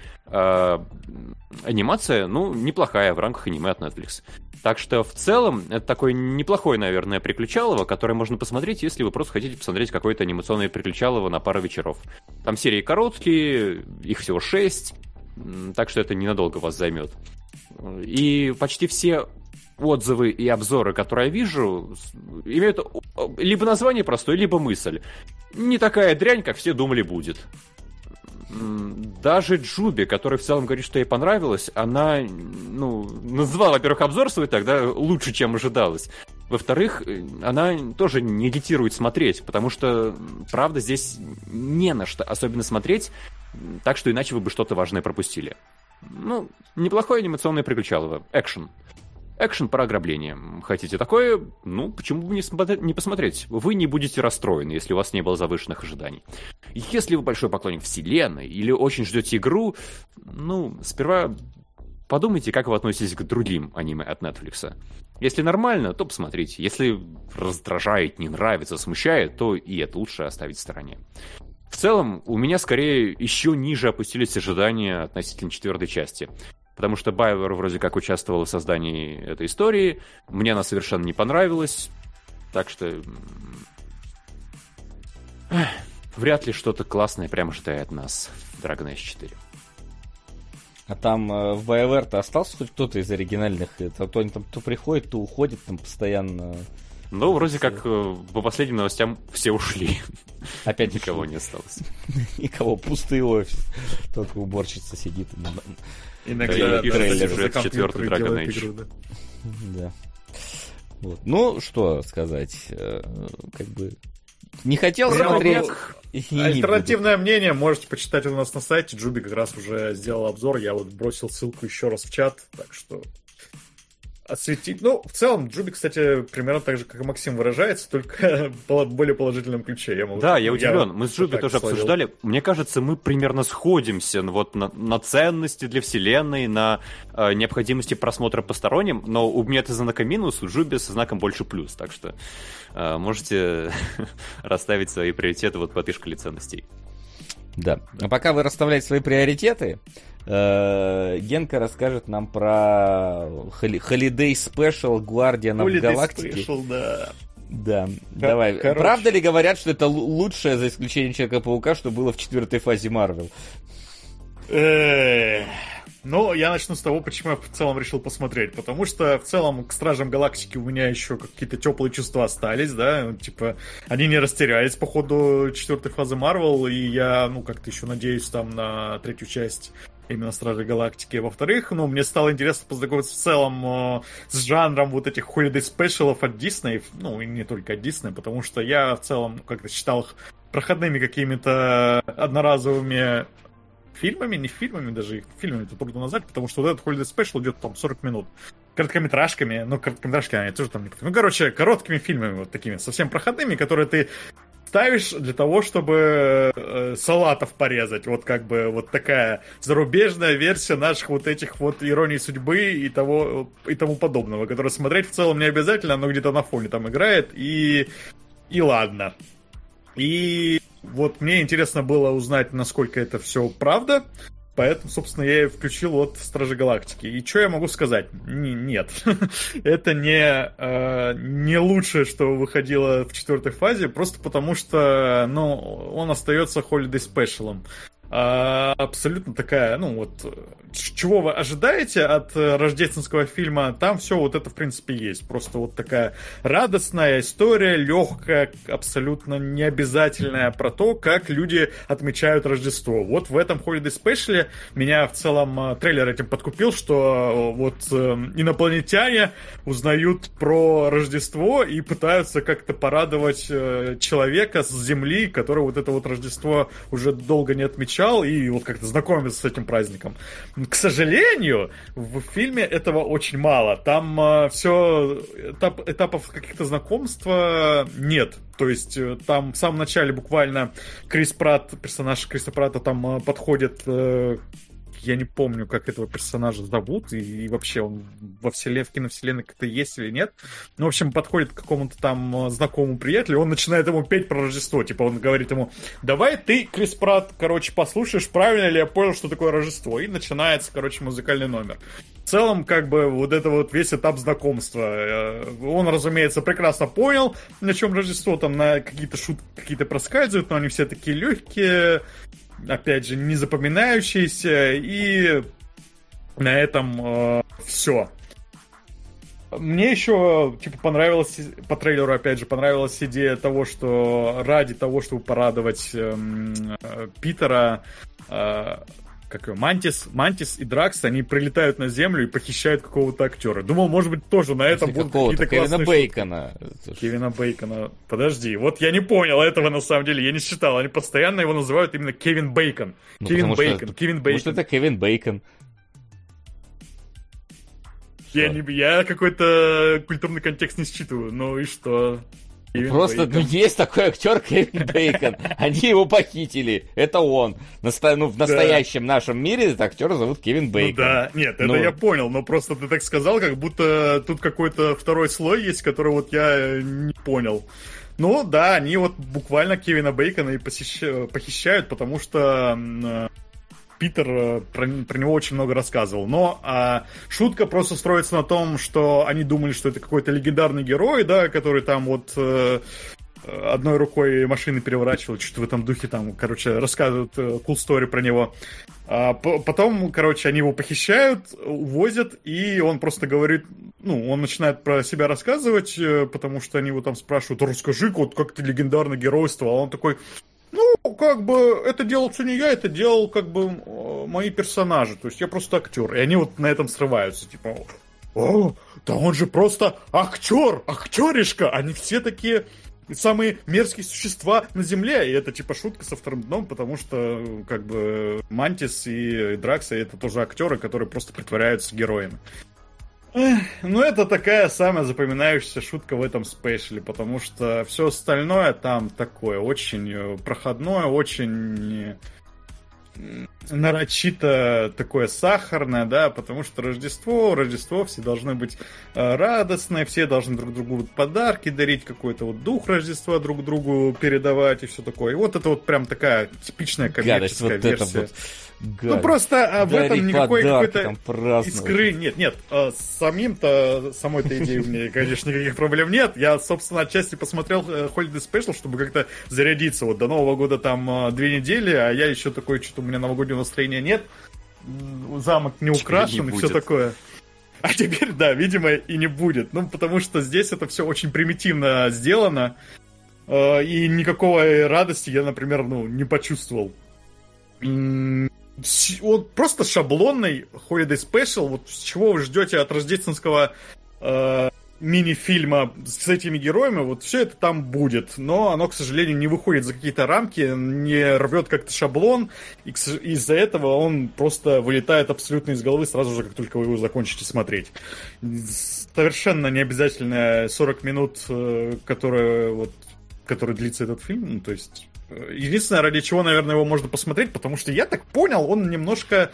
Анимация, неплохая в рамках аниме от Netflix. Так что в целом это такое неплохое, наверное, приключалово, которое можно посмотреть, если вы просто хотите посмотреть какое-то анимационное приключалово на пару вечеров. Там серии короткие, их всего 6, так что это ненадолго вас займет. И почти все отзывы и обзоры, которые я вижу, имеют либо название простое, либо мысль. Не такая дрянь, как все думали будет. Даже Джуби, которая в целом говорит, что ей понравилось, она, назвала, во-первых, обзор свой тогда лучше, чем ожидалось. Во-вторых, она тоже не агитирует смотреть, потому что, правда, здесь не на что особенно смотреть, так что иначе вы бы что-то важное пропустили. Неплохое анимационное приключалово. Экшен. Экшен про ограбление. Хотите такое? Почему бы не посмотреть? Вы не будете расстроены, если у вас не было завышенных ожиданий. Если вы большой поклонник вселенной или очень ждете игру, сперва подумайте, как вы относитесь к другим аниме от Netflix. Если нормально, то посмотрите. Если раздражает, не нравится, смущает, то и это лучше оставить в стороне. В целом, у меня скорее еще ниже опустились ожидания относительно 4 части. Потому что BioWare вроде как участвовал в создании этой истории. Мне она совершенно не понравилась. Так что... вряд ли что-то классное прямо ждает нас в Dragon Age 4. А там в BioWare-то остался хоть кто-то из оригинальных? То они там то приходит, то уходит там постоянно. Вроде как по последним новостям все ушли. Опять никого не осталось. Никого, пустый офис. Только уборщица сидит. Иногда трейлер 4-й Dragon Age. Да. Вот. Ну, что сказать, как бы не хотел смотреть. Альтернативное мнение можете почитать у нас на сайте. Джуби как раз уже сделал обзор. Я вот бросил ссылку еще раз в чат. Так что осветить. Ну, в целом, Джуби, кстати, примерно так же, как и Максим выражается, только в более положительном ключе. Я удивлен. Мы с Джуби тоже обсуждали. Мне кажется, мы примерно сходимся вот на ценности для вселенной, на необходимости просмотра посторонним, но у меня это знака минус, у Джуби со знаком больше плюс. Так что можете расставить свои приоритеты вот по этой шкале ценностей. Да. А пока вы расставляете свои приоритеты, Генка расскажет нам про Holiday Special Guardian Галактики. Да, давай. Короче. Правда ли говорят, что это лучшее, за исключением Человека-паука, что было в 4-й фазе Марвел? Ну, я начну с того, почему я в целом решил посмотреть. Потому что в целом к Стражам Галактики у меня еще какие-то теплые чувства остались, да. Типа, они не растерялись по ходу 4-й фазы Марвел, и я, как-то еще надеюсь там на 3-ю часть именно Стражей Галактики. Во-вторых, мне стало интересно познакомиться в целом с жанром вот этих holiday спешалов от Disney, и не только от Disney, потому что я в целом как-то считал их проходными какими-то одноразовыми фильмами, не фильмами даже, их фильмами это трудно назвать, потому что вот этот holiday special идет там 40 минут. Короткометражками, короткометражки, они тоже там... короткими фильмами вот такими, совсем проходными, которые ты ставишь для того, чтобы салатов порезать. Вот как бы вот такая зарубежная версия наших вот этих вот ироний судьбы и тому подобного, которые смотреть в целом не обязательно, оно где-то на фоне там играет, и ладно. И вот мне интересно было узнать, насколько это все правда, поэтому, собственно, я и включил вот Стражи Галактики. И что я могу сказать? Нет. Это не лучшее, что выходило в 4-й фазе, просто потому что, он остается Holiday Special'ом. Абсолютно такая, чего вы ожидаете от рождественского фильма, там все вот это в принципе есть. Просто вот такая радостная история, легкая, абсолютно необязательная про то, как люди отмечают Рождество. Вот в этом Holiday Special меня в целом трейлер этим подкупил, что вот инопланетяне узнают про Рождество и пытаются как-то порадовать человека с Земли, который вот это вот Рождество уже долго не отмечал, и вот как-то знакомиться с этим праздником. К сожалению, в фильме этого очень мало. Там все этапов каких-то знакомства нет. То есть там в самом начале буквально персонаж Криса Пратта там подходит... Я не помню, как этого персонажа зовут, и вообще он в киновселенной как-то есть или нет. В общем, подходит к какому-то там знакомому приятелю, он начинает ему петь про Рождество. Типа он говорит ему: давай ты, Крис Пратт, послушаешь, правильно ли я понял, что такое Рождество. И начинается, музыкальный номер. В целом, вот это вот весь этап знакомства. Он, разумеется, прекрасно понял, на чем Рождество, там на какие-то шутки какие-то проскальзывают, но они все такие легкие, опять же, не запоминающиеся, и на этом все. Мне еще, понравилась, по трейлеру, опять же, понравилась идея того, что ради того, чтобы порадовать Питера, Мантис и Дракс, они прилетают на Землю и похищают какого-то актера. Думал, может быть, тоже на этом будут какие-то классные Кевина Бейкона. Подожди, вот я не понял этого на самом деле, я не считал. Они постоянно его называют именно Кевин Бейкон. Кевин Бейкон. Может, это Кевин Бейкон. Я какой-то культурный контекст не считываю. Ну и что? Просто есть такой актер Кевин Бейкон. Они его похитили. Это он. В настоящем нашем мире этот актер зовут Кевин Бейкон. Да, нет, это я понял. Но просто ты так сказал, как будто тут какой-то второй слой есть, который вот я не понял. Ну да, они вот буквально Кевина Бейкона и похищают, потому что Питер про него очень много рассказывал. Но шутка просто строится на том, что они думали, что это какой-то легендарный герой, да, который там вот одной рукой машины переворачивал, что-то в этом духе там, рассказывают cool story про него. Потом, они его похищают, увозят, и он просто говорит, он начинает про себя рассказывать, потому что они его там спрашивают: расскажи, вот как ты легендарно геройствовал. А он такой: это делался не я, это делал, мои персонажи. То есть я просто актер. И они вот на этом срываются. Типа, о, да он же просто актеришка, они все такие самые мерзкие существа на Земле, и это типа шутка со вторым дном, потому что как бы Мантис и Дракса это тоже актеры, которые просто притворяются героями. Ну, это такая самая запоминающаяся шутка в этом спешле, потому что все остальное там такое очень проходное, очень нарочито такое сахарное, да, потому что Рождество, все должны быть радостные, все должны друг другу подарки дарить, какой-то вот дух Рождества друг другу передавать и все такое. И вот это вот прям такая типичная коммерческая версия. Ну просто в этом никакой какой-то искры нет. Самой-то идеей у меня, конечно, никаких проблем нет. Я, собственно, отчасти посмотрел Holiday Special, чтобы как-то зарядиться. Вот до Нового года там 2 недели, а я еще такой, что-то у меня новогоднего настроения нет. Замок не украшен и все такое. А теперь, да, видимо, и не будет. Ну, потому что здесь это все очень примитивно сделано. И никакой радости я, например, не почувствовал. Вот просто шаблонный Holiday Special, вот с чего вы ждете от рождественского мини-фильма с этими героями, вот все это там будет, но оно, к сожалению, не выходит за какие-то рамки, не рвет как-то шаблон, и из-за этого он просто вылетает абсолютно из головы сразу же, как только вы его закончите смотреть. Совершенно не обязательно 40 минут, который длится этот фильм, ну, то есть... Единственное, ради чего, наверное, его можно посмотреть, потому что я так понял, он немножко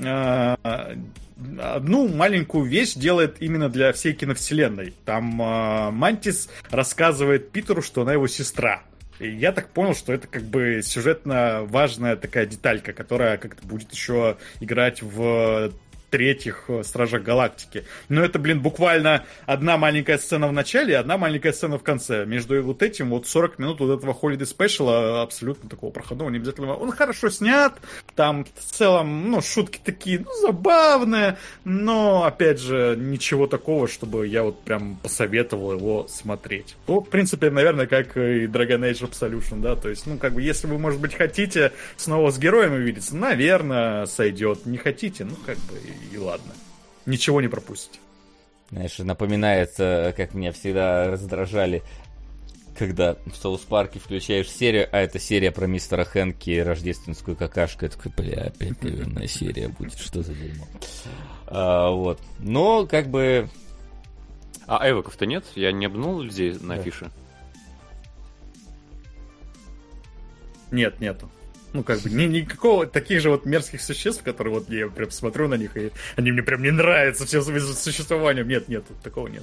одну маленькую вещь делает именно для всей киновселенной. Там Мантис рассказывает Питеру, что она его сестра. И я так понял, что это как бы сюжетно важная такая деталька, которая как-то будет еще играть в третьих Стражах Галактики. Но это, буквально одна маленькая сцена в начале и одна маленькая сцена в конце. Между вот этим 40 минут вот этого Holiday Special абсолютно такого проходного, не обязательно. Он хорошо снят, там в целом, шутки такие, забавные, но, опять же, ничего такого, чтобы я вот прям посоветовал его смотреть. Ну, в принципе, наверное, как и Dragon Age Absolution, да, то есть, если вы, может быть, хотите снова с героями увидеться, наверное, сойдет. Не хотите, и ладно. Ничего не пропустите. Знаешь, напоминается, как меня всегда раздражали, когда в Соус Парке включаешь серию, а это серия про мистера Хэнки и рождественскую какашку. Я такой, опять наверное, серия будет, что за дерьмо. Вот. Но, А эвоков-то нет? Я не обнул людей на афише? Нет, нету. Никакого таких же вот мерзких существ, которые вот я прям смотрю на них, и они мне прям не нравятся всем своим существованием. Нет, такого нет.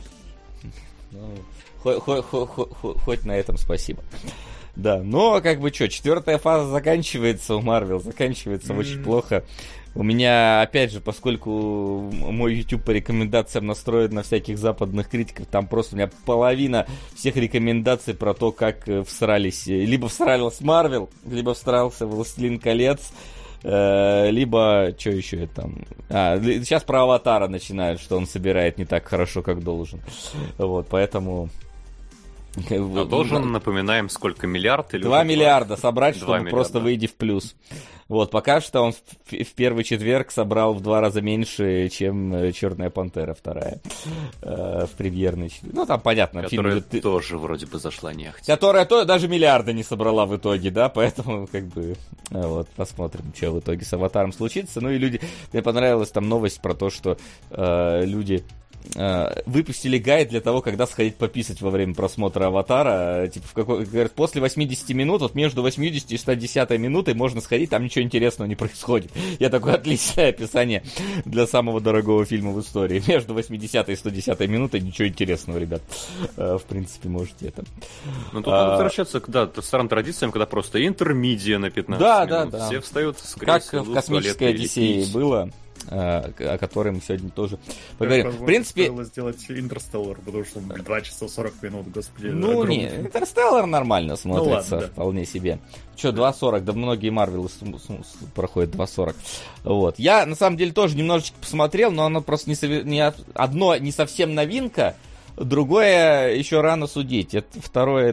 Хоть на этом спасибо. Да, но 4-я фаза заканчивается у Marvel, заканчивается очень плохо. У меня, опять же, поскольку мой YouTube по рекомендациям настроен на всяких западных критиков, там просто у меня половина всех рекомендаций про то, как всрались. Либо всралась Marvel, либо всрался «Властелин колец», либо, что еще там... сейчас про «Аватара» начинают, что он собирает не так хорошо, как должен. Вот, поэтому... должен, напоминаем, сколько, миллиард? Или 2 миллиарда собрать, чтобы миллиарда. Просто выйти в плюс. Вот, пока что он в первый четверг собрал в 2 раза меньше, чем «Черная пантера» вторая в премьерный. Там понятно. Которая тоже вроде бы зашла нехотя. Которая даже миллиарда не собрала в итоге, да, поэтому вот, посмотрим, что в итоге с «Аватаром» случится. Ну и люди... Мне понравилась там новость про то, что люди... выпустили гайд для того, когда сходить пописать во время просмотра «Аватара». Говорят, после 80 минут, вот между 80 и 110 минутой можно сходить, там ничего интересного не происходит. Я такое отличное описание для самого дорогого фильма в истории. Между 80 и 110 минутой ничего интересного, ребят. В принципе, можете это. Тут надо возвращаться к старым традициям, когда просто интермедия на 15 минут. Да. Все встают с кресла. Как в «Космической Одиссее» было. О которой мы сегодня тоже поговорим. В принципе... Стоило сделать «Интерстеллар», потому что 2 часа 40 минут, господи. «Интерстеллар» нормально смотрится, ладно, вполне себе. 2.40, да многие Марвелы проходят 2.40. Вот. Я, на самом деле, тоже немножечко посмотрел, но оно просто одно не совсем новинка, другое еще рано судить. Второй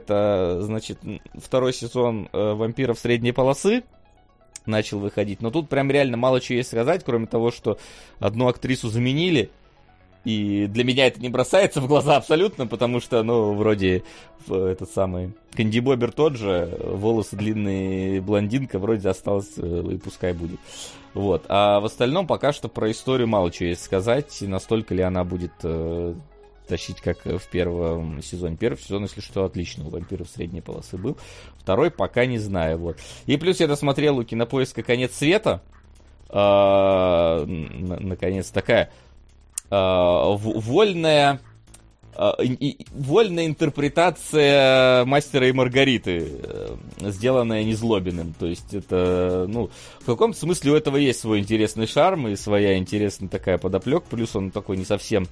сезон «Вампиров средней полосы» начал выходить. Но тут прям реально мало чего есть сказать, кроме того, что одну актрису заменили. И для меня это не бросается в глаза абсолютно, потому что, ну, вроде этот самый Кэнди Бобер тот же, волосы длинные, блондинка, вроде осталось, и пускай будет. Вот. А в остальном пока что про историю мало чего есть сказать, настолько ли она будет тащить, как в первом сезоне. Первый сезон, если что, отлично, у вампиров средней полосы был. Второй пока не знаю, вот. И плюс я досмотрел у Кинопоиска «Конец света». Наконец, такая вольная интерпретация «Мастера и Маргариты», сделанная Незлобиным. То есть это, ну, в каком-то смысле у этого есть свой интересный шарм и своя интересная такая подоплека. Плюс он такой не совсем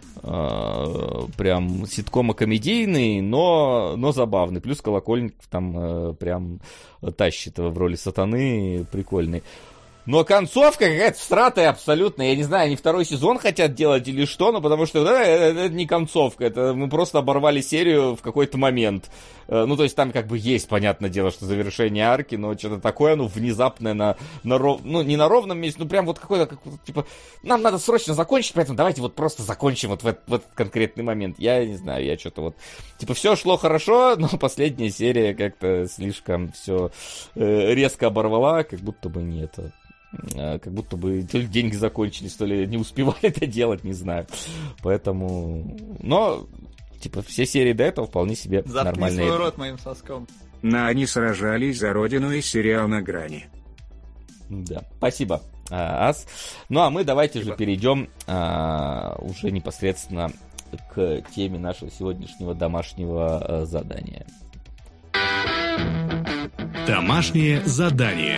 прям ситкомо-комедийный, но забавный. Плюс Колокольников там прям тащит в роли сатаны, прикольный. Но концовка какая-то всратая абсолютно. Я не знаю, они второй сезон хотят делать или что, но потому что это не концовка. Это мы просто оборвали серию в какой-то момент. Ну, то есть там как бы есть, понятное дело, что завершение арки, но что-то такое, ну, внезапное ну, не на ровном месте, ну, прям вот какой-то, типа, нам надо срочно закончить, поэтому давайте вот просто закончим вот в этот конкретный момент. Я не знаю, я что-то вот, типа, все шло хорошо, но последняя серия как-то слишком все резко оборвала, как будто бы не это... Как будто бы то ли деньги закончились, то ли не успевали это делать, не знаю. Поэтому... Но, типа, все серии до этого вполне себе нормальные. Заткни свой рот моим соском. Они сражались за родину и сериал «На грани». Да, спасибо, Ас. Ну, а мы давайте же перейдем уже непосредственно к теме нашего сегодняшнего домашнего задания. Домашнее задание.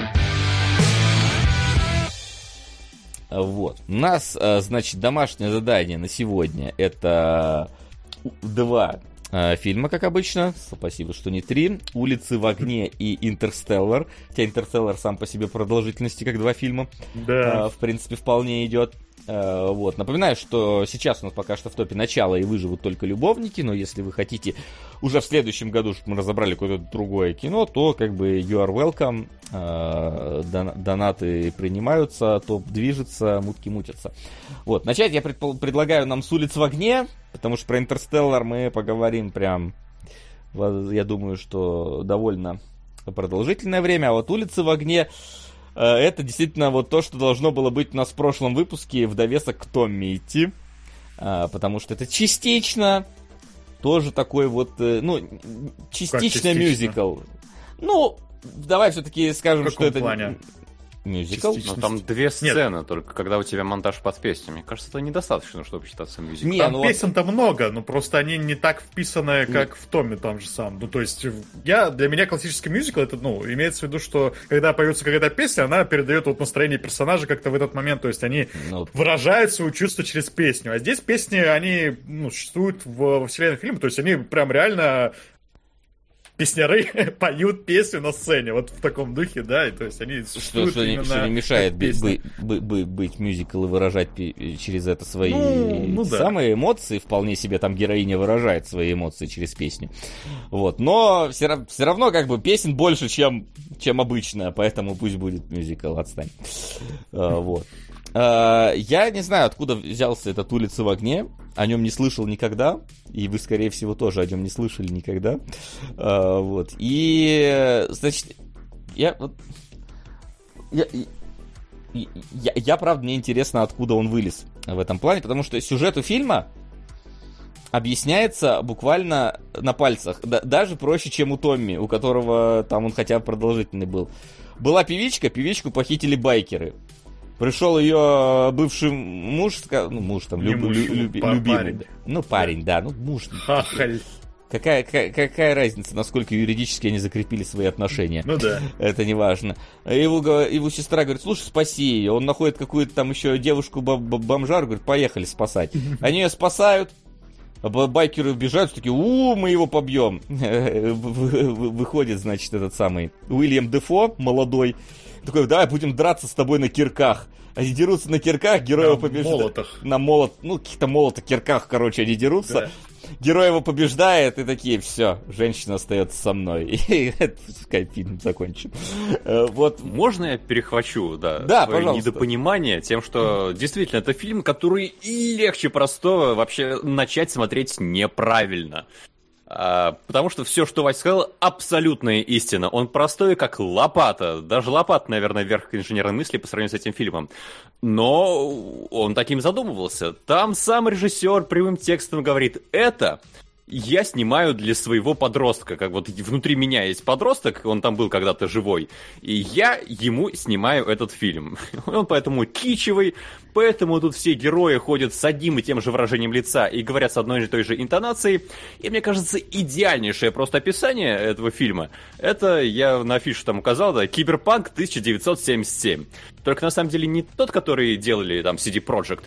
Вот. У нас, значит, домашнее задание на сегодня — это 2 фильма, как обычно. Спасибо, что не 3. «Улицы в огне» и «Интерстеллар». Хотя «Интерстеллар» сам по себе продолжительности, как 2 фильма. Да. В принципе, вполне идет. Вот. Напоминаю, что сейчас у нас пока что в топе «Начало» и «Выживут только любовники», но если вы хотите уже в следующем году, чтобы мы разобрали какое-то другое кино, то как бы you are welcome, донаты принимаются, топ движется, мутки мутятся. Вот. Начать я предлагаю нам с «Улиц в огне», потому что про «Интерстеллар» мы поговорим прям, я думаю, что довольно продолжительное время, а вот «Улицы в огне» это действительно вот то, что должно было быть у нас в прошлом выпуске в довесок к Томми идти. Потому что это частично тоже такой вот, ну, частично мюзикл. Ну, давай все-таки скажем, что это мюзикл. Но там 2 сцены только, когда у тебя монтаж под песню. Мне кажется, это недостаточно, чтобы считаться мюзиклом. Там песен-то много, но просто они не так вписаны, как в Томе там же сам. Ну, то есть, для меня классический мюзикл, это, ну, имеется в виду, что когда поется какая-то песня, она передает вот настроение персонажа как-то в этот момент. То есть, они выражают свои чувства через песню. А здесь песни, они, ну, существуют во вселенной фильма. То есть, они прям реально... Песняры поют песню на сцене, вот в таком духе, да, и то есть они существуют что не мешает быть мюзикл и выражать через это свои самые эмоции, вполне себе там героиня выражает свои эмоции через песню, вот, но все равно как бы песен больше, чем обычно, поэтому пусть будет мюзикл, отстань, вот. Я не знаю, откуда взялся этот «Улица в огне», о нем не слышал никогда, и вы, скорее всего, тоже о нем не слышали никогда, вот, и, значит, я правда, мне интересно, откуда он вылез в этом плане, потому что сюжет у фильма объясняется буквально на пальцах, даже проще, чем у Томми, у которого там он хотя бы продолжительный был. Была певичку похитили байкеры. Пришел ее бывший муж, муж там, любимый. Парень, да, муж. Хахаль. Какая разница, насколько юридически они закрепили свои отношения? Ну да. Это не важно. Его сестра говорит, слушай, спаси ее. Он находит какую-то там еще девушку-бомжар, говорит, поехали спасать. Они ее спасают. Байкеры убежают, такие, мы его побьем. Выходит, значит, этот самый Уильям Дефо, молодой. Такой, давай будем драться с тобой на кирках. Они дерутся на кирках, героев побеждают. Молотах. На каких-то молотах, кирках, короче, они дерутся. герой его побеждает, и такие, все, женщина остается со мной. И пускай фильм закончен. Вот. Можно я перехвачу, Да, твое пожалуйста. недопонимание тем, что действительно это фильм, который легче простого вообще начать смотреть неправильно. Потому что все, что Вася сказал, абсолютная истина. Он простой, как лопата. Даже лопата, наверное, верх инженерной мысли по сравнению с этим фильмом. Но он таким задумывался. Там сам режиссер прямым текстом говорит: это я снимаю для своего подростка. Как вот внутри меня есть подросток, он там был когда-то живой, и я ему снимаю этот фильм. Он поэтому кичевый, поэтому тут все герои ходят с одним и тем же выражением лица и говорят с одной и той же интонацией. И мне кажется, идеальнейшее просто описание этого фильма, это, я на афишу там указал, да, Киберпанк 1977. Только на самом деле не тот, который делали там CD Projekt,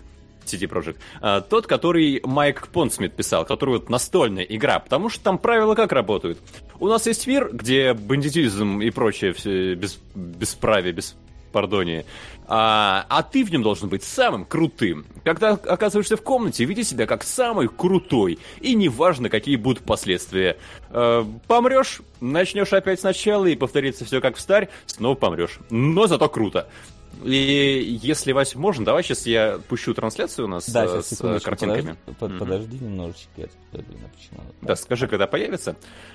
а тот, который Майк Понсмит писал, который вот настольная игра, потому что там правила как работают. У нас есть мир, где бандитизм и прочее все бесправие, беспардоние, а ты в нем должен быть самым крутым. Когда оказываешься в комнате, веди себя как самый крутой, и неважно, какие будут последствия. Помрешь, начнешь опять сначала, и повторится все как встарь, снова помрешь. Но зато круто. И если, Вась, можно, давай сейчас я пущу трансляцию у нас с картинками. Подожди немножечко, я почему. Да, скажи, когда появится.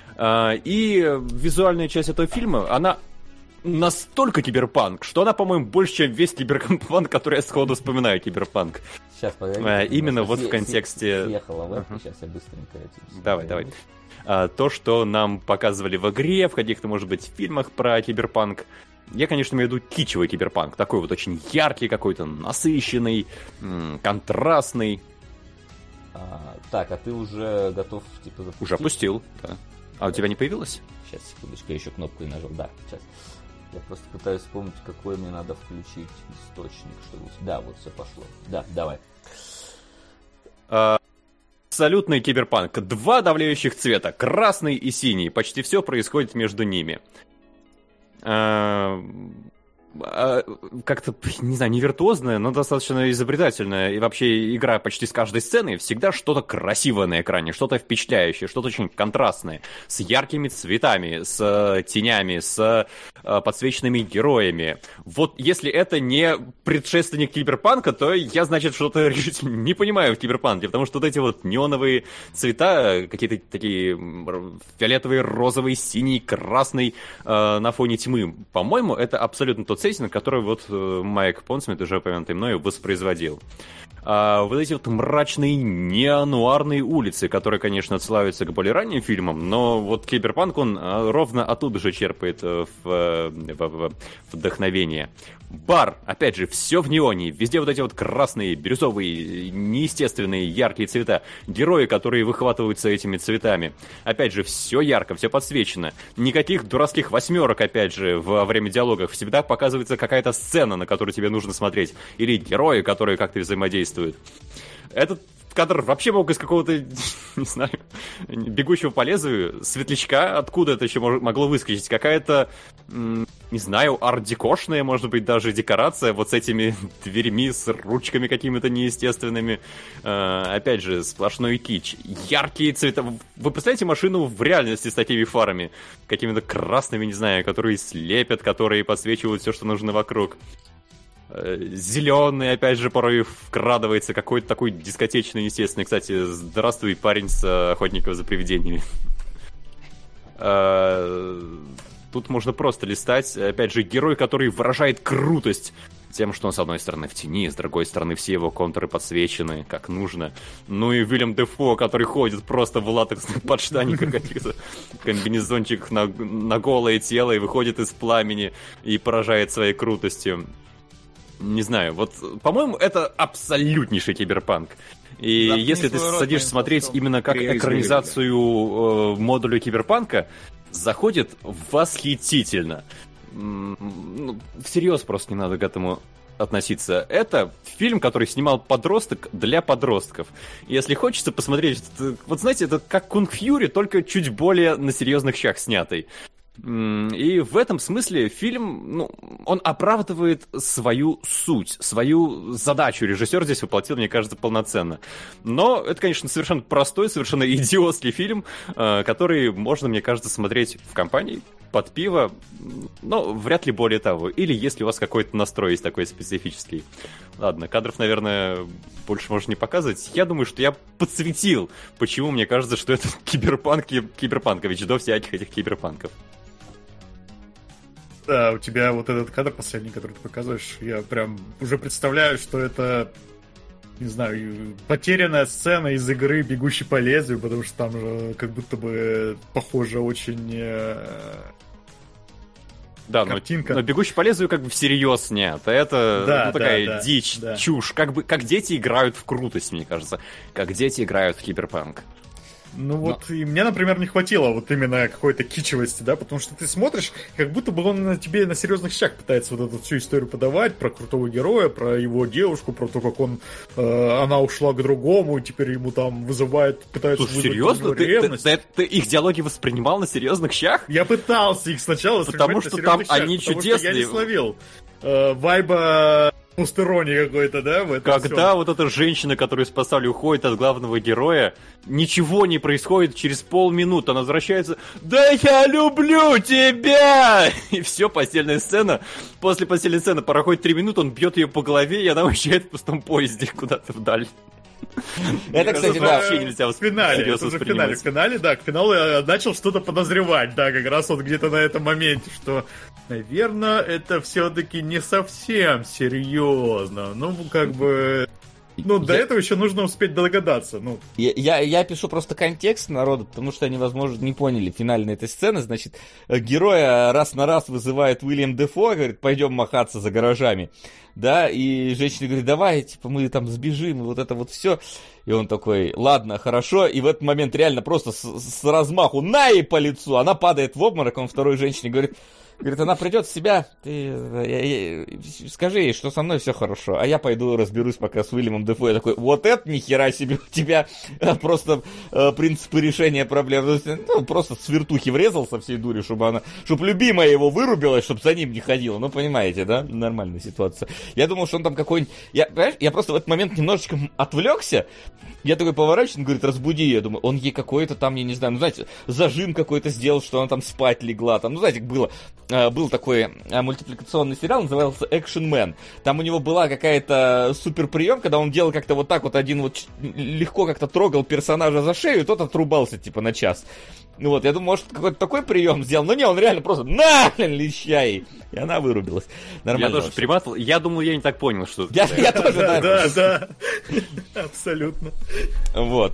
И визуальная часть этого фильма, она настолько киберпанк, что она, по-моему, больше, чем весь киберпанк, который я сходу вспоминаю, киберпанк. Сейчас, погоди. Именно вот в контексте... Съехала в это, сейчас я быстренько... Давай. То, что нам показывали в игре, в каких-то, может быть, фильмах про киберпанк. Я, конечно, имею в виду кичевый киберпанк. Такой вот очень яркий какой-то, насыщенный, контрастный. Так, а ты уже готов, типа, запустить? Уже опустил, да. А у тебя не появилось? Сейчас, секундочку, я еще кнопку и нажал. Да, сейчас. Я просто пытаюсь вспомнить, какой мне надо включить источник, чтобы... Да, вот все пошло. Да, давай. Абсолютный киберпанк. Два давляющих цвета, красный и синий. Почти все происходит между ними. Как-то, не знаю, не виртуозная, но достаточно изобретательная. И вообще игра почти с каждой сцены всегда что-то красивое на экране, что-то впечатляющее, что-то очень контрастное, с яркими цветами, с тенями, с подсвеченными героями. Вот если это не предшественник киберпанка, то я, значит, что-то решительно не понимаю в киберпанке, потому что вот эти вот неоновые цвета, какие-то такие фиолетовый, розовый, синий, красный на фоне тьмы, по-моему, это абсолютно тот сеттинг, который вот Майк Понсмит, уже упомянутый мною, воспроизводил. Вот эти вот мрачные неонуарные улицы, которые, конечно, отсылаются к более ранним фильмам, но вот Киберпанк, он ровно оттуда же черпает вдохновение. Бар, опять же, все в неоне, везде вот эти вот красные, бирюзовые, неестественные, яркие цвета, герои, которые выхватываются этими цветами. Опять же, все ярко, все подсвечено. Никаких дурацких восьмерок, опять же, во время диалогов. Всегда показывается какая-то сцена, на которую тебе нужно смотреть. Или герои, которые как-то взаимодействуют. Этот кадр вообще мог из какого-то, не знаю, бегущего по лезвию, светлячка, откуда это еще могло выскочить? Какая-то, не знаю, арт-декошная, может быть, даже декорация вот с этими дверьми, с ручками какими-то неестественными. Опять же, сплошной кич. Яркие цвета. Вы представляете машину в реальности с такими фарами? Какими-то красными, не знаю, которые слепят, которые подсвечивают все, что нужно вокруг. Зеленый, опять же, порой вкрадывается какой-то такой дискотечный, естественный. Кстати, здравствуй, парень с охотников за привидениями. Тут можно просто листать. Опять же, герой, который выражает крутость тем, что он, с одной стороны, в тени, с другой стороны, все его контуры подсвечены, как нужно. Ну и Уильям Дефо, который ходит просто в латексных подштаниках, каких-то комбинезончиках на голое тело и выходит из пламени и поражает своей крутостью. Не знаю, вот, по-моему, это абсолютнейший киберпанк. И если ты садишься смотреть именно как экранизацию модуля киберпанка, заходит восхитительно. Всерьез просто не надо к этому относиться. Это фильм, который снимал подросток для подростков. Если хочется посмотреть, вот знаете, это как Кунг Фьюри, только чуть более на серьезных щах снятый. И в этом смысле фильм, ну, он оправдывает свою суть, свою задачу. Режиссер здесь воплотил, мне кажется, полноценно. Но это, конечно, совершенно простой, совершенно идиотский фильм, который можно, мне кажется, смотреть в компании, под пиво, но вряд ли более того. Или если у вас какой-то настрой есть такой специфический. Ладно, кадров, наверное, больше можно не показывать. Я думаю, что я подсветил, почему мне кажется, что это киберпанкович до всяких этих киберпанков. Да, у тебя вот этот кадр последний, который ты показываешь, я прям уже представляю, что это, не знаю, потерянная сцена из игры «Бегущий по лезвию», потому что там же как будто бы похоже очень... Да, картинка. Но «Бегущий по лезвию» как бы всерьез нет. Это такая дичь, чушь. Как дети играют в крутость, мне кажется. Как дети играют в киберпанк. Ну вот, и мне, например, не хватило вот именно какой-то кичевости, да, потому что ты смотришь, как будто бы он на тебе на серьезных щах пытается вот эту всю историю подавать, про крутого героя, про его девушку, про то, как он, она ушла к другому, и теперь ему там пытаются вызвать серьезно? ревность. Ты их диалоги воспринимал на серьезных щах? Я пытался их сначала потому что там они чудесные. Я не словил вайба... пустырони какой-то, да? Когда вот эта женщина, которую спасали, уходит от главного героя, ничего не происходит через полминуты. Она возвращается: «Да я люблю тебя!» И все, постельная сцена. После постельной сцены проходит 3 минуты, он бьет ее по голове, и она уезжает в пустом поезде куда-то вдаль. Это, кстати, да. Вообще нельзя в финале, это уже в финале, да, к финалу я начал что-то подозревать, да, как раз вот где-то на этом моменте, что, наверное, это все-таки не совсем серьезно, ну, как бы... Ну, до этого еще нужно успеть догадаться. Ну. Я пишу просто контекст народу, потому что они, возможно, не поняли финальной этой сцены. Значит, героя раз на раз вызывает Уильям Дефо, говорит: пойдем махаться за гаражами. Да, и женщина говорит: давай, типа, мы там сбежим, и вот это вот все. И он такой: ладно, хорошо. И в этот момент реально просто с размаху на ей по лицу. Она падает в обморок, он второй женщине говорит, она придет в себя, ты скажи ей, что со мной все хорошо, а я пойду разберусь пока с Уильямом Дефо. Я такой: вот это нихера себе, у тебя просто принципы решения проблем. Ну, просто с вертухи врезал со всей дури, чтобы любимая его вырубилась, чтобы за ним не ходила. Ну, понимаете, да? Нормальная ситуация. Я думал, что он там какой-нибудь... Я просто в этот момент немножечко отвлекся. Я такой поворачиваюсь, он говорит: разбуди ее. Я думаю, он ей какой-то там, я не знаю, ну, знаете, зажим какой-то сделал, что она там спать легла. Там, ну, знаете, был такой мультипликационный сериал, назывался Action Man. Там у него была какая-то супер прием, когда он делал как-то вот так вот, один вот легко как-то трогал персонажа за шею, и тот отрубался типа на час. Ну вот, я думаю, может, какой-то такой прием сделал. Но не, он реально просто леща ей. И она вырубилась. Нормально. Я тоже приматывал. Я думал, я не так понял, что... Я тоже, да. Абсолютно. Вот.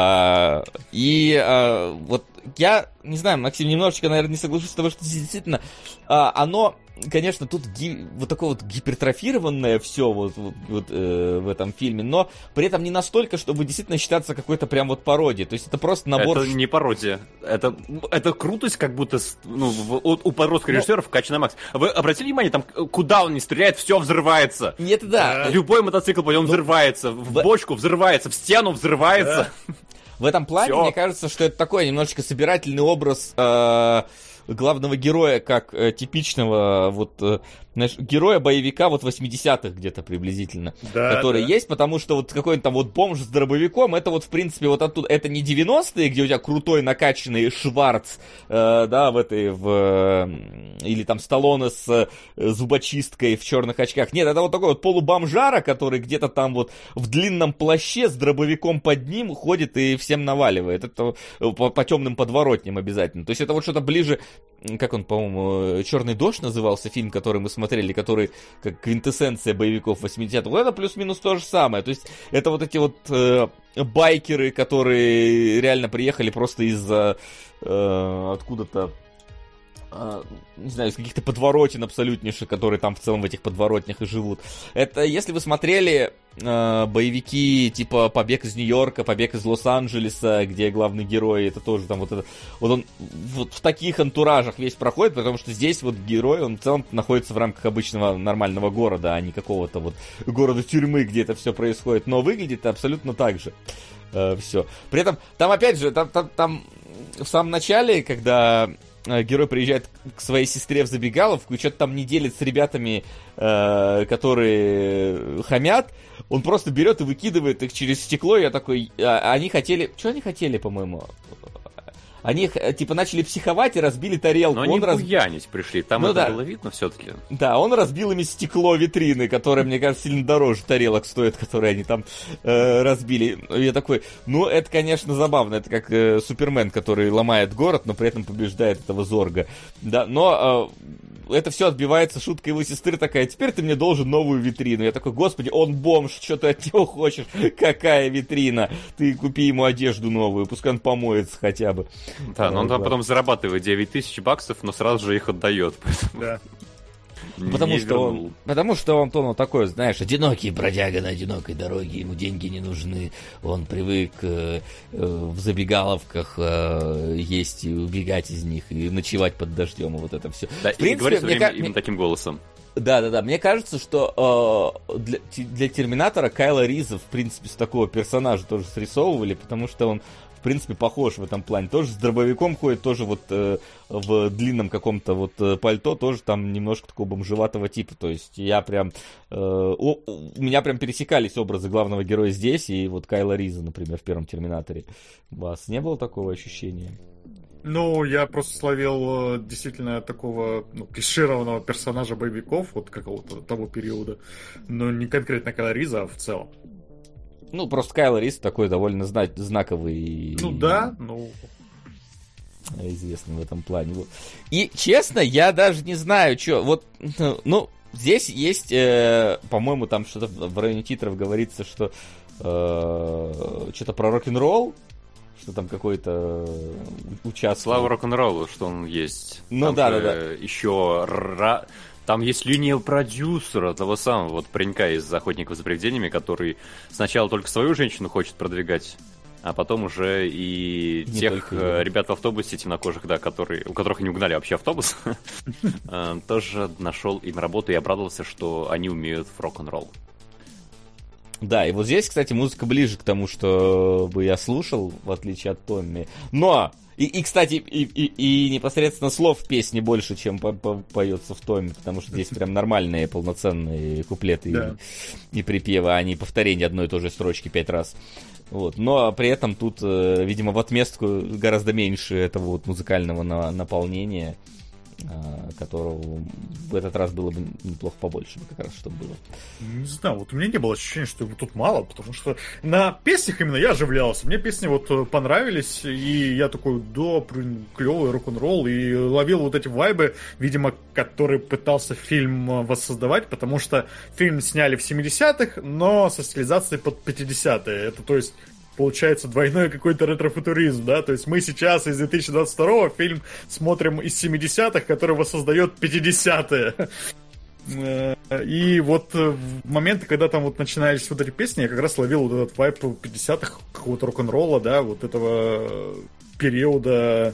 И вот я, не знаю, Максим, немножечко, наверное, не соглашусь с тобой, что действительно оно, конечно, тут вот такое вот гипертрофированное все вот в этом фильме, но при этом не настолько, чтобы действительно считаться какой-то прям вот пародией. То есть это просто набор... Это не пародия. Это крутость, как будто у подростков режиссеров качана макс. Вы обратили внимание, там, куда он не стреляет, все взрывается. Нет, да. Любой мотоцикл пойдем взрывается, в бочку взрывается, в стену взрывается. В этом плане, мне кажется, что это такой немножечко собирательный образ главного героя, как типичного вот, знаешь, героя-боевика вот 80-х где-то приблизительно, который есть, потому что вот какой-то там вот бомж с дробовиком, это вот в принципе вот оттуда, это не 90-е, где у тебя крутой накачанный Шварц, да, или там Сталлоне с зубочисткой в черных очках. Нет, это вот такой вот полубомжара, который где-то там вот в длинном плаще с дробовиком под ним ходит и всем наваливает. Это по темным подворотням обязательно. То есть это вот что-то ближе, как он, по-моему, «Черный дождь» назывался, фильм, который мы смотрели, который как квинтэссенция боевиков 80-х. Вот это плюс-минус то же самое. То есть это вот эти вот байкеры, которые реально приехали просто из-за откуда-то, не знаю, из каких-то подворотен абсолютнейших, которые там в целом в этих подворотнях и живут. Это, если вы смотрели боевики типа «Побег из Нью-Йорка», «Побег из Лос-Анджелеса», где главный герой, это тоже там вот это... Вот он вот в таких антуражах весь проходит, потому что здесь вот герой, он в целом находится в рамках обычного нормального города, а не какого-то вот города-тюрьмы, где это все происходит. Но выглядит абсолютно так же. Все. При этом, там опять же, там в самом начале, когда герой приезжает к своей сестре в забегаловку и что-то там не делит с ребятами, которые хамят, он просто берет и выкидывает их через стекло. Я такой, они хотели... Что они хотели, по-моему? Они, типа, начали психовать и разбили тарелку. Но они буянить пришли, там это было видно все-таки. Да, он разбил ими стекло витрины, которое, мне кажется, сильно дороже тарелок стоит, которые они там разбили. Я такой, ну, это, конечно, забавно. Это как Супермен, который ломает город, но при этом побеждает этого Зорга. Да, но... это все отбивается шуткой его сестры такая, теперь ты мне должен новую витрину. Я такой, господи, он бомж, что ты от него хочешь? Какая витрина? Ты купи ему одежду новую, пускай он помоется хотя бы. Да, но он там потом зарабатывает $9000, но сразу же их отдает. Да. Потому что он ну, такой, знаешь, одинокий бродяга на одинокой дороге, ему деньги не нужны, он привык в забегаловках есть и убегать из них, и ночевать под дождем, и вот это все. Да, и говорит все время именно таким голосом. Да. Мне кажется, что для Терминатора Кайла Риза, в принципе, с такого персонажа тоже срисовывали, потому что он, в принципе, похож в этом плане. Тоже с дробовиком ходит, тоже вот в длинном каком-то вот пальто, тоже там немножко такого бомжеватого типа. То есть я прям... у меня прям пересекались образы главного героя здесь и вот Кайла Риза, например, в первом Терминаторе. У вас не было такого ощущения? Ну, я просто словил действительно такого клишированного персонажа боевиков, вот какого-то того периода. Но не конкретно Кайла Риза, а в целом. Ну, просто Кайл Рис такой довольно знаковый. Ну да, ну... известный в этом плане. И, честно, я даже не знаю, что... Вот, ну, здесь есть, по-моему, там что-то в районе титров говорится, что что-то про рок-н-ролл, что там какой-то участок. Слава рок-н-роллу, что он есть. Ну там да. Еще... Там есть линия продюсера, того самого вот паренька из «Охотников за привидениями», который сначала только свою женщину хочет продвигать, а потом уже и не тех ребят в автобусе темнокожих, да, у которых они угнали вообще автобус, тоже нашел им работу и обрадовался, что они умеют в рок-н-ролл. Да, и вот здесь, кстати, музыка ближе к тому, что бы я слушал, в отличие от Томми. Но... И кстати, и непосредственно слов в песне больше, чем поется в Томе, потому что здесь прям нормальные полноценные куплеты и припевы, а не повторение одной и той же строчки 5 раз. Вот. Но при этом тут, видимо, в отместку гораздо меньше этого вот музыкального наполнения, которого в этот раз было бы неплохо побольше, как раз, чтобы было. Не знаю, вот у меня не было ощущения, что его тут мало, потому что на песнях именно я оживлялся. Мне песни вот понравились, и я такой, да, клевый рок-н-ролл, и ловил вот эти вайбы, видимо, которые пытался фильм воссоздавать, потому что фильм сняли в 70-х, но со стилизацией под 50-е. Это, то есть, получается двойной какой-то ретро-футуризм, да, то есть мы сейчас из 2022-го фильм смотрим из 70-х, который воссоздает 50-е. И вот в моменты, когда там вот начинались вот эти песни, я как раз ловил вот этот вайп 50-х, какого-то рок-н-ролла, да, вот этого периода...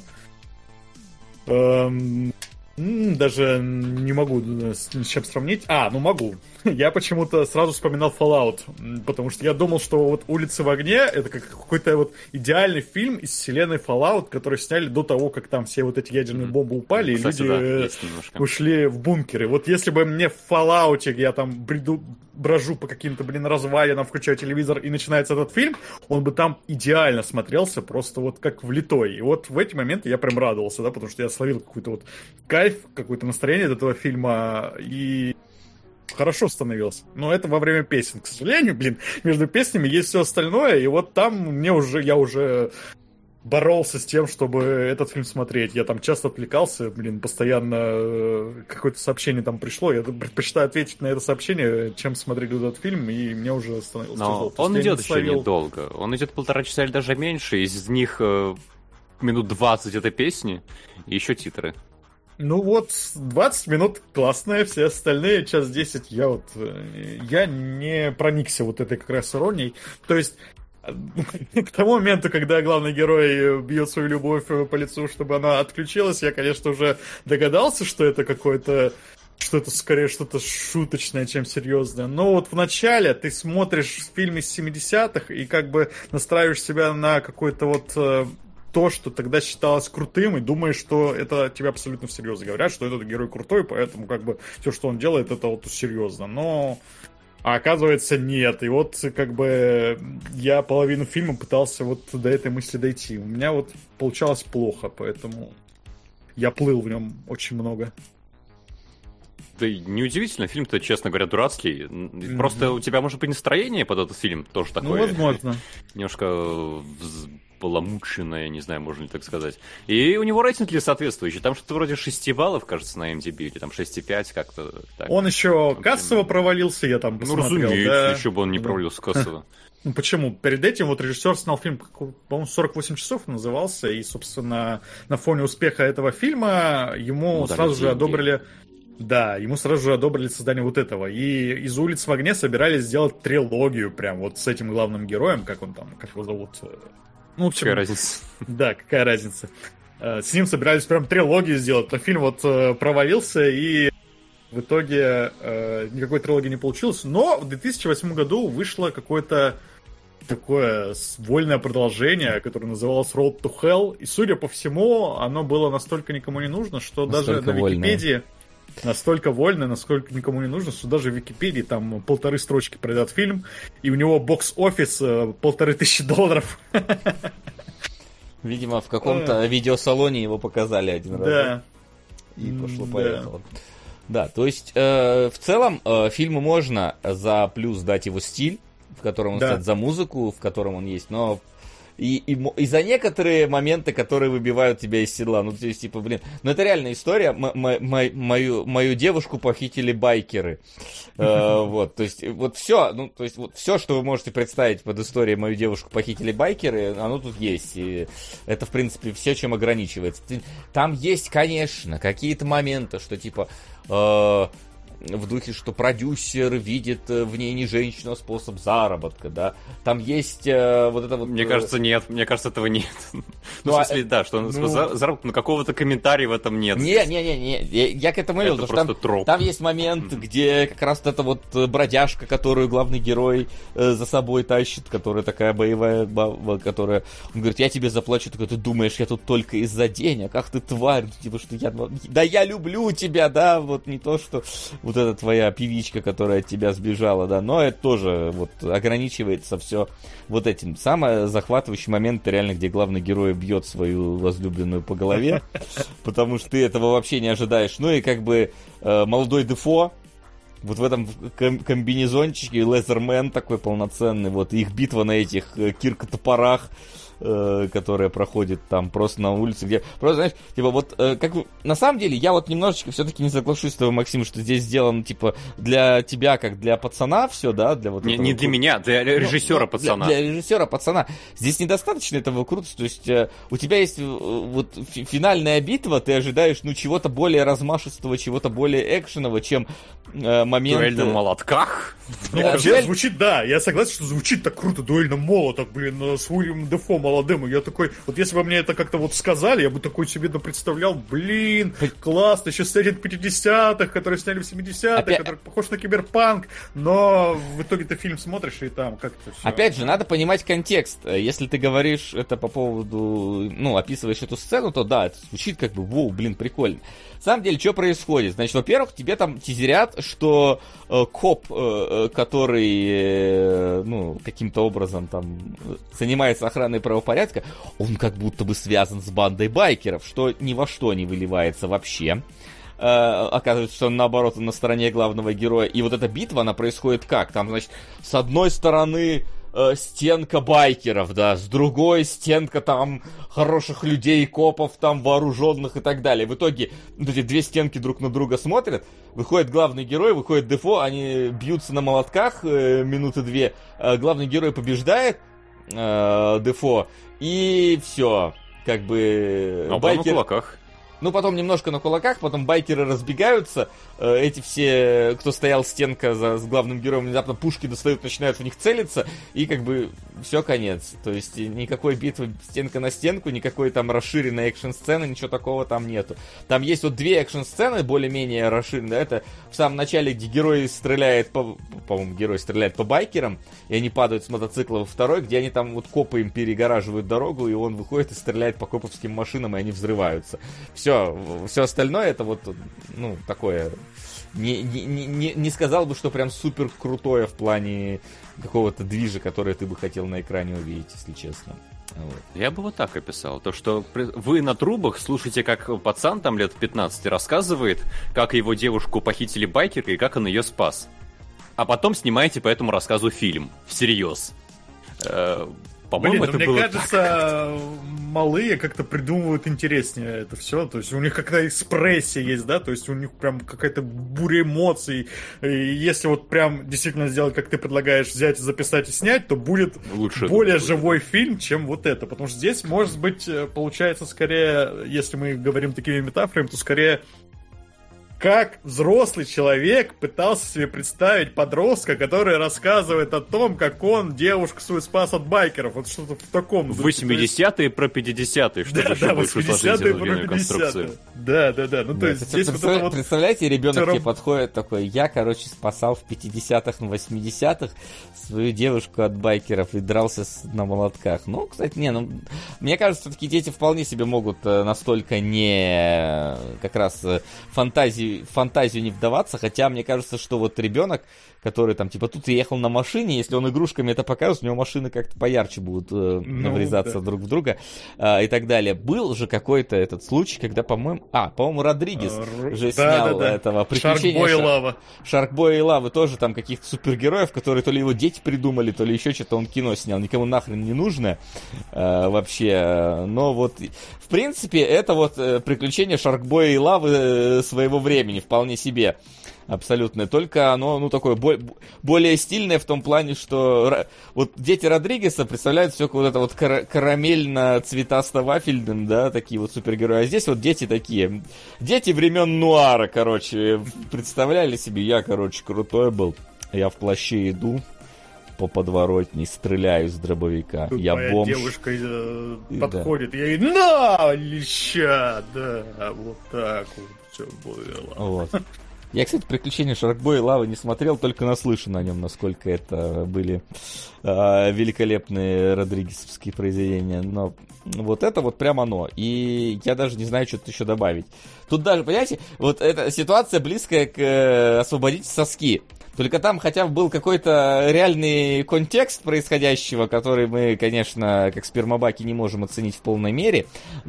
Даже не могу с чем сравнить. Могу. Я почему-то сразу вспоминал Fallout, потому что я думал, что вот «Улицы в огне» — это как какой-то вот идеальный фильм из вселенной Fallout, который сняли до того, как там все вот эти ядерные бомбы упали, кстати, и люди ушли в бункеры. Вот если бы мне в Fallout я там брожу по каким-то, развалинам, включаю телевизор, и начинается этот фильм, он бы там идеально смотрелся, просто вот как влитой. И вот в эти моменты я прям радовался, да, потому что я словил какой-то вот кайф, какое-то настроение от этого фильма, и хорошо становился. Но это во время песен, к сожалению, между песнями есть все остальное, и вот там я уже боролся с тем, чтобы этот фильм смотреть. Я там часто отвлекался, постоянно какое-то сообщение там пришло. Я предпочитаю ответить на это сообщение, чем смотреть этот фильм, и мне уже становилось тяжело. Но он идет еще недолго. Он идет 1,5 часа или даже меньше. Из них минут 20 это песни, и еще титры. Ну вот, 20 минут классные, все остальные, час 10, я не проникся вот этой как раз иронией. То есть, к тому моменту, когда главный герой бьет свою любовь по лицу, чтобы она отключилась, я, конечно, уже догадался, что это какое-то, что это скорее что-то шуточное, чем серьезное. Но вот в начале ты смотришь фильм из 70-х и как бы настраиваешь себя на какой-то вот то, что тогда считалось крутым, и думаешь, что это тебе абсолютно всерьез говорят, что этот герой крутой, поэтому как бы все, что он делает, это вот серьезно. Но а оказывается нет. И вот как бы я половину фильма пытался вот до этой мысли дойти. У меня вот получалось плохо, поэтому я плыл в нем очень много. Да неудивительно, фильм-то, честно говоря, дурацкий. Просто у тебя, может быть, настроение под этот фильм тоже такое. Ну, возможно. Немножко взбаламученное, не знаю, можно ли так сказать. И у него рейтинг ли соответствующий. Там что-то вроде 6 баллов, кажется, на MDB, или там 6,5, как-то так. Он еще кассово провалился, я там посмотрел. Ну, разумеется, да? еще бы он не провалился кассово. Ну почему? Перед этим вот режиссер снял фильм, по-моему, 48 часов назывался, и, собственно, на фоне успеха этого фильма ему сразу же одобрили... Да, ему сразу же одобрили создание вот этого. И из «Улиц в огне» собирались сделать трилогию прям вот с этим главным героем, как он там, как его зовут? Ну, в общем, какая разница? Да, какая разница. С ним собирались прям трилогию сделать, но фильм вот провалился, и в итоге никакой трилогии не получилось. Но в 2008 году вышло какое-то такое вольное продолжение, которое называлось Road to Hell, и, судя по всему, оно было настолько никому не нужно, что настолько даже на Википедии... вольное. Настолько вольно, насколько никому не нужно, что даже в Википедии там 1,5 строчки про этот фильм, и у него бокс-офис $1500. Видимо, в каком-то видеосалоне его показали один раз. Да. И пошло-поехало. Да, то есть, в целом, фильму можно за плюс дать его стиль, в котором он стоит, за музыку, в котором он есть, но... И за некоторые моменты, которые выбивают тебя из седла. Ну, то есть, типа, блин, ну это реальная история. Мою девушку похитили байкеры. Вот, то есть, вот все, ну, то есть, вот все, что вы можете представить под историей «Мою девушку похитили байкеры», оно тут есть. И это, в принципе, все, чем ограничивается. Там есть, конечно, какие-то моменты, что, типа... в духе, что продюсер видит в ней не женщину, а способ заработка, да. Там есть вот это вот... Мне кажется, нет. Мне кажется, этого нет. Ну, в смысле, да, что он заработок, но какого-то комментария в этом нет. Не, я к этому вел, потому что там есть момент, где как раз вот эта вот бродяжка, которую главный герой за собой тащит, которая такая боевая баба, которая... Он говорит, я тебе заплачу, такой, ты думаешь, я тут только из-за денег, ах ты тварь, типа, что я... Да я люблю тебя, да, вот не то, что... Вот эта твоя певичка, которая от тебя сбежала, да, но это тоже вот ограничивается все вот этим. Самый захватывающий момент, реально, где главный герой бьет свою возлюбленную по голове, потому что ты этого вообще не ожидаешь. Ну и как бы молодой Дефо, вот в этом комбинезончике, Лезермен такой полноценный, вот их битва на этих киркотопорах, которая проходит там просто на улице, где просто, знаешь, типа вот, как на самом деле, я вот немножечко все-таки не соглашусь с тобой, Максим, что здесь сделано, типа, для тебя, как для пацана все, да, для вот не для меня, для режиссера пацана. Для режиссера пацана. Здесь недостаточно этого крутости, то есть у тебя есть вот финальная битва, ты ожидаешь, ну, чего-то более размашистого, чего-то более экшенового, чем момент... Дуэль на молотках? Ну, вообще звучит, да, я согласен, что звучит так круто, дуэль на молоток, блин, с Уильямом Дефо молодым, и я такой, вот если бы мне это как-то вот сказали, я бы такой себе представлял, блин, классно, еще сеттинг 50-х, которые сняли в 70-х, который похож на киберпанк, но в итоге ты фильм смотришь, и там как-то все... Опять же, надо понимать контекст. Если ты говоришь это по поводу, ну, описываешь эту сцену, то да, это звучит как бы, воу, блин, прикольно. На самом деле, что происходит? Значит, во-первых, тебе там тизерят, что коп, который, ну, каким-то образом там занимается охраной правопорядка, он как будто бы связан с бандой байкеров, что ни во что не выливается вообще. Оказывается, что он, наоборот, на стороне главного героя. И вот эта битва, она происходит как? Там, значит, с одной стороны... стенка байкеров, да, с другой стенка там хороших людей, копов там вооруженных и так далее. В итоге вот эти две стенки друг на друга смотрят, выходит главный герой, выходит Дефо, они бьются на молотках минуты две, главный герой побеждает Дефо, и все, как бы... А байкер... на кулаках. потом немножко на кулаках, потом байкеры разбегаются, эти все, кто стоял стенка с главным героем, внезапно пушки достают, начинают в них целиться, и как бы все, конец. То есть никакой битвы стенка на стенку, никакой там расширенной экшн-сцены, ничего такого там нету. Там есть вот 2 экшн-сцены, более-менее расширенные. Это в самом начале, где герой стреляет по-моему, герой стреляет по байкерам, и они падают с мотоцикла. Во второй, где они там вот копы им перегораживают дорогу, и он выходит и стреляет по коповским машинам, и они взрываются. Все остальное это вот, ну, такое... Не сказал бы, что прям супер крутое в плане какого-то движа, который ты бы хотел на экране увидеть, если честно. Вот. Я бы вот так описал. То, что вы на трубах слушаете, как пацан там лет 15 рассказывает, как его девушку похитили байкеры и как он ее спас. А потом снимаете по этому рассказу фильм. Всерьез. По-моему, это мне было кажется, малые как-то придумывают интереснее это все. То есть у них какая-то экспрессия есть, да, то есть у них прям какая-то буря эмоций. И если вот прям действительно сделать, как ты предлагаешь, взять, записать и снять, то будет лучше более живой фильм, чем вот это. Потому что здесь, может быть, получается скорее, если мы говорим такими метафорами, то скорее... Как взрослый человек пытался себе представить подростка, который рассказывает о том, как он девушку свою спас от байкеров. Вот что-то в таком... В 80-е про 50-е, чтобы еще больше усложнить эту конструкцию. Да. Ну, то есть здесь вот это вот... Представляете, ребенок тебе подходит такой: я, короче, спасал в 50-х, 80-х свою девушку от байкеров и дрался на молотках. Ну, кстати, мне кажется, все-таки дети вполне себе могут настолько не... как раз фантазию не вдаваться, хотя мне кажется, что вот ребенок, который там, типа, тут ехал на машине, если он игрушками это показывает, у него машины как-то поярче будут врезаться друг в друга и так далее. Был же какой-то этот случай, когда, по-моему, Родригес же снял этого приключения. Шаркбой и Лава. Шаркбой и Лавы тоже там каких-то супергероев, которые то ли его дети придумали, то ли еще что-то он кино снял. Никому нахрен не нужно вообще. Но вот, в принципе, это вот приключение Шаркбоя и Лавы своего времени, вполне себе. Абсолютно. Только оно, такое более стильное в том плане, что вот дети Родригеса представляют все вот это вот карамельно-цветасто-вафельным, да, такие вот супергерои. А здесь вот дети такие. Дети времен нуара, короче, представляли себе: я, короче, крутой был, я в плаще иду по подворотне, стреляю с дробовика. Тут я моя бомж. Девушка подходит, я ей: на, леща, да, вот так вот все было. Вот. Я, кстати, «Приключения Шаркбоя и Лавы» не смотрел, только наслышан о нем, насколько это были великолепные родригесовские произведения. Но вот это вот прям оно. И я даже не знаю, что тут еще добавить. Тут даже, понимаете, вот эта ситуация близкая к «Освободите соски». Только там хотя бы был какой-то реальный контекст происходящего, который мы, конечно, как спермобаки не можем оценить в полной мере,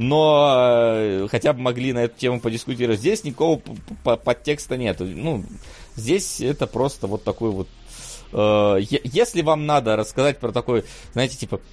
но хотя бы могли на эту тему подискутировать. Здесь никакого подтекста нет. Ну, здесь это просто вот такой вот... Если вам надо рассказать про такой, знаете, типа...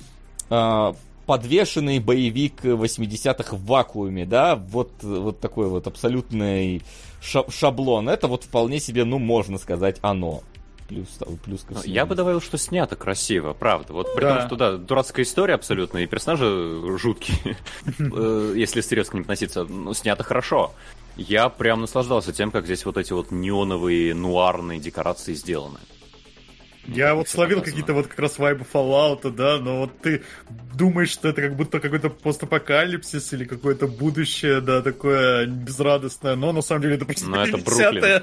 подвешенный боевик 80-х в вакууме, да, вот такой вот абсолютный шаблон. Это вот вполне себе, можно сказать, оно. Плюс ко всему. Я бы добавил, что снято красиво, правда. Вот при том, что, да, дурацкая история абсолютно, и персонажи жуткие, если серьезно к ним относиться, но снято хорошо. Я прям наслаждался тем, как здесь вот эти вот неоновые, нуарные декорации сделаны. Я вот словил какие-то вот как раз вайбы Fallout, да, но вот ты думаешь, что это как будто какой-то постапокалипсис или какое-то будущее, да, такое безрадостное, но на самом деле это просто 50-е.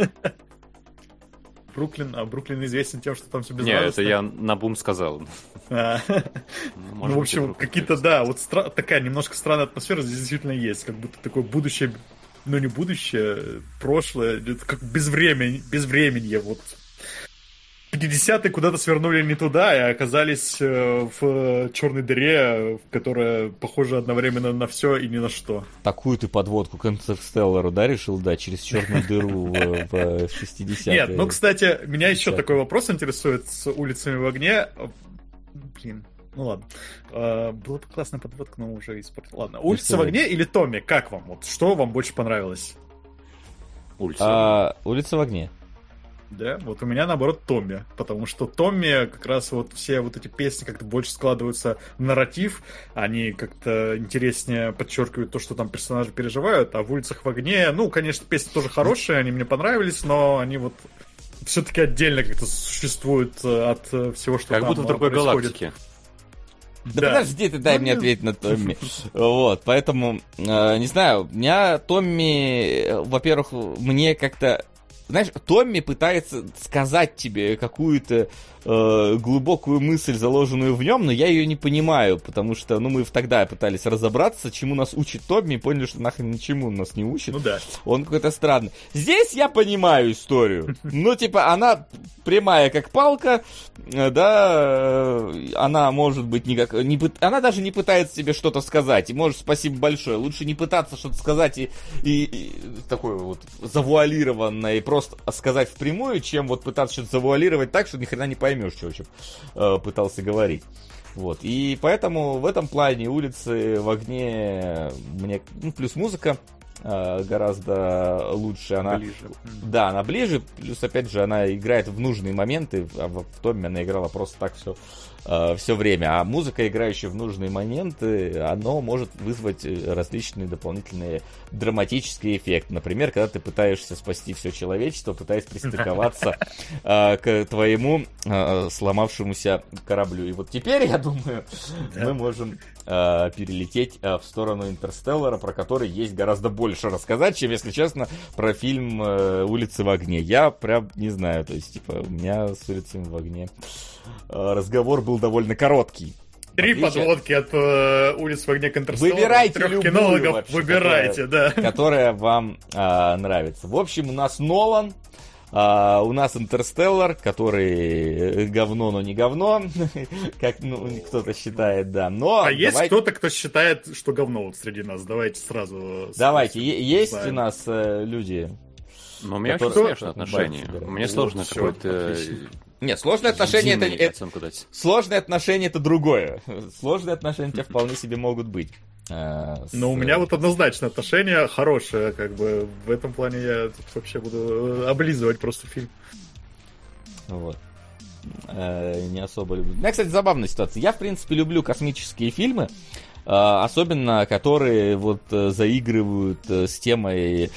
Бруклин известен тем, что там все безрадостно. Нет, это я на бум сказал. В общем, какие-то, да, вот такая немножко странная атмосфера здесь действительно есть, как будто такое будущее, ну не будущее, прошлое, как безвременье, вот. 50-е куда-то свернули не туда и оказались в черной дыре, которая похожа одновременно на все и ни на что. Такую ты подводку к Интерстеллару, да, решил дать через черную дыру в 60-е? Нет, кстати, меня еще такой вопрос интересует с «Улицами в огне». Блин, ну ладно. Была бы классная подводка, но уже испортила. Ладно, «Улицы в огне» или «Томми»? Как вам? Вот что вам больше понравилось? «Улица в огне». Да, вот у меня, наоборот, Томми. Потому что Томми как раз вот все вот эти песни как-то больше складываются в нарратив. Они как-то интереснее подчеркивают то, что там персонажи переживают. А в «Улицах в огне», ну, конечно, песни тоже хорошие, они мне понравились, но они вот все-таки отдельно как-то существуют от всего, что как там будто в другой происходит. галактике. Да подожди ты, дай мне ответить на Томми. Вот, поэтому, не знаю, у меня Томми, во-первых, мне как-то... Знаешь, Томми пытается сказать тебе какую-то глубокую мысль, заложенную в нем, но я ее не понимаю, потому что, ну, мы тогда пытались разобраться, чему нас учит Томми, и поняли, что нахрен ничему нас не учит. Ну да. Он какой-то странный. Здесь я понимаю историю. Ну, типа, она прямая, как палка, да, она может быть никак... Она даже не пытается тебе что-то сказать, и может, спасибо большое, лучше не пытаться что-то сказать и такое вот завуалированное, и просто сказать впрямую, чем вот пытаться что-то завуалировать так, что ни хрена не поймешь, что вообще пытался говорить. Вот. И поэтому в этом плане «Улицы в огне» мне... Ну, плюс музыка гораздо лучше. Она... Ближе. Да, она ближе. Плюс, опять же, она играет в нужные моменты. А в Томми она играла просто так все время. А музыка, играющая в нужные моменты, она может вызвать различные дополнительные драматические эффекты. Например, когда ты пытаешься спасти все человечество, пытаясь пристыковаться к твоему сломавшемуся кораблю. И вот теперь, я думаю, мы можем перелететь в сторону «Интерстеллара», про который есть гораздо больше рассказать, чем, если честно, про фильм «Улицы в огне». Я прям не знаю, то есть, типа, у меня с «Улицами в огне» разговор был довольно короткий. 3 подводки от «Улиц в огне» к «Интерстеллару». Выбирайте 3 любую кинологов, вообще, выбирайте, которая вам нравится. В общем, у нас Нолан, у нас «Интерстеллар», который говно, но не говно, как кто-то считает, да. Но есть кто-то, кто считает, что говно вот среди нас? Давайте сразу... Давайте, есть у нас люди... Но у меня очень сложное отношение. Мне сложно какое-то... Нет, сложные отношения сложные отношения это другое. Сложные отношения у тебя вполне себе могут быть. Но у меня вот однозначно отношения хорошие, как бы в этом плане я тут вообще буду облизывать просто фильм. Вот. Не особо люблю. У меня, кстати, забавная ситуация. Я, в принципе, люблю космические фильмы, особенно которые вот заигрывают с темой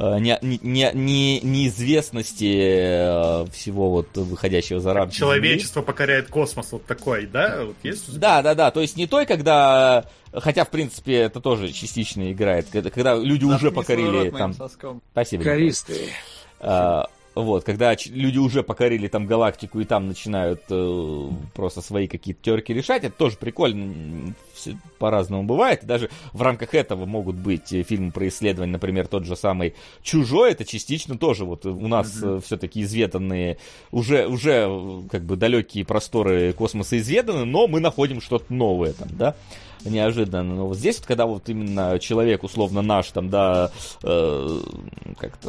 неизвестности всего вот выходящего за рамки. Человечество покоряет космос, вот такой, да? Вот есть? Да. То есть не той, когда... Хотя, в принципе, это тоже частично играет. Когда люди уже покорили там... Спасибо. Користы. Вот, когда люди уже покорили там галактику и там начинают просто свои какие-то терки решать, это тоже прикольно, все по-разному бывает. И даже в рамках этого могут быть фильмы про исследование, например, тот же самый «Чужой», это частично тоже вот у нас все-таки изведанные, уже как бы далекие просторы космоса изведаны, но мы находим что-то новое там, да, неожиданно. Но вот здесь, вот, когда вот именно человек, условно наш, там, да, как-то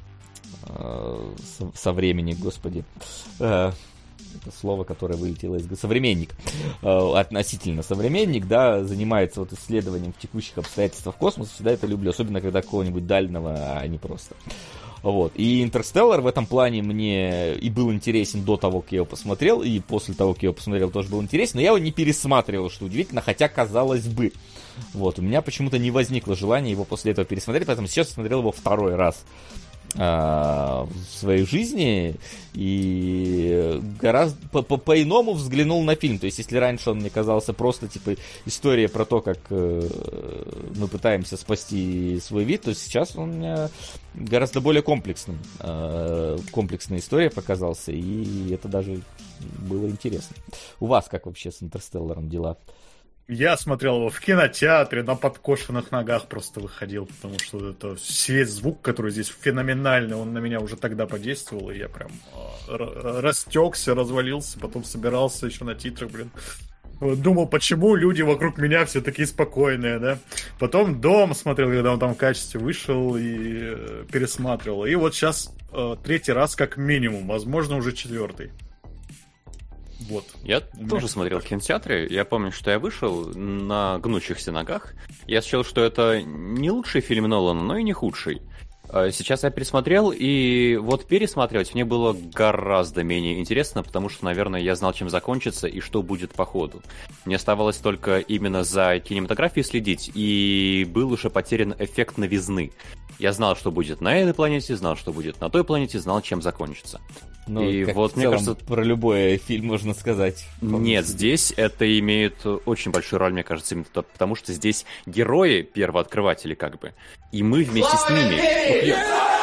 современник, господи, это слово, которое вылетело из... Современник, относительно современник, да, занимается вот исследованием в текущих обстоятельствах космоса, всегда это люблю, особенно когда какого-нибудь дальнего, а не просто. Вот. И «Интерстеллар» в этом плане мне и был интересен до того, как я его посмотрел, и после того, как я его посмотрел, тоже был интересен, но я его не пересматривал, что удивительно, хотя казалось бы. Вот. У меня почему-то не возникло желания его после этого пересмотреть, поэтому сейчас я смотрел его второй раз в своей жизни и гораздо по-иному взглянул на фильм. То есть, если раньше он мне казался просто типа история про то, как мы пытаемся спасти свой вид, то сейчас он мне гораздо более комплексным. Комплексная история показался, и это даже было интересно. У вас как вообще с «Интерстелларом» дела? Я смотрел его в кинотеатре, на подкошенных ногах просто выходил, потому что это весь звук, который здесь феноменальный, он на меня уже тогда подействовал, и я прям растекся, развалился, потом собирался еще на титрах, Думал, почему люди вокруг меня все такие спокойные, да. Потом «Дом» смотрел, когда он там в качестве вышел, и пересматривал. И вот сейчас 3-й раз как минимум, возможно, уже 4-й. Вот. Я тоже смотрел в кинотеатре. Я помню, что я вышел на гнущихся ногах. Я считал, что это не лучший фильм Нолана, но и не худший. Сейчас я пересмотрел, и вот пересматривать мне было гораздо менее интересно, потому что, наверное, я знал, чем закончится и что будет по ходу. Мне оставалось только именно за кинематографией следить, и был уже потерян эффект новизны. Я знал, что будет на этой планете, знал, что будет на той планете, знал, чем закончится. Ну, и как вот, в мне целом, кажется... про любой фильм можно сказать. Нет, здесь это имеет очень большую роль, мне кажется, именно потому что здесь герои первооткрыватели, как бы, и мы вместе с ними.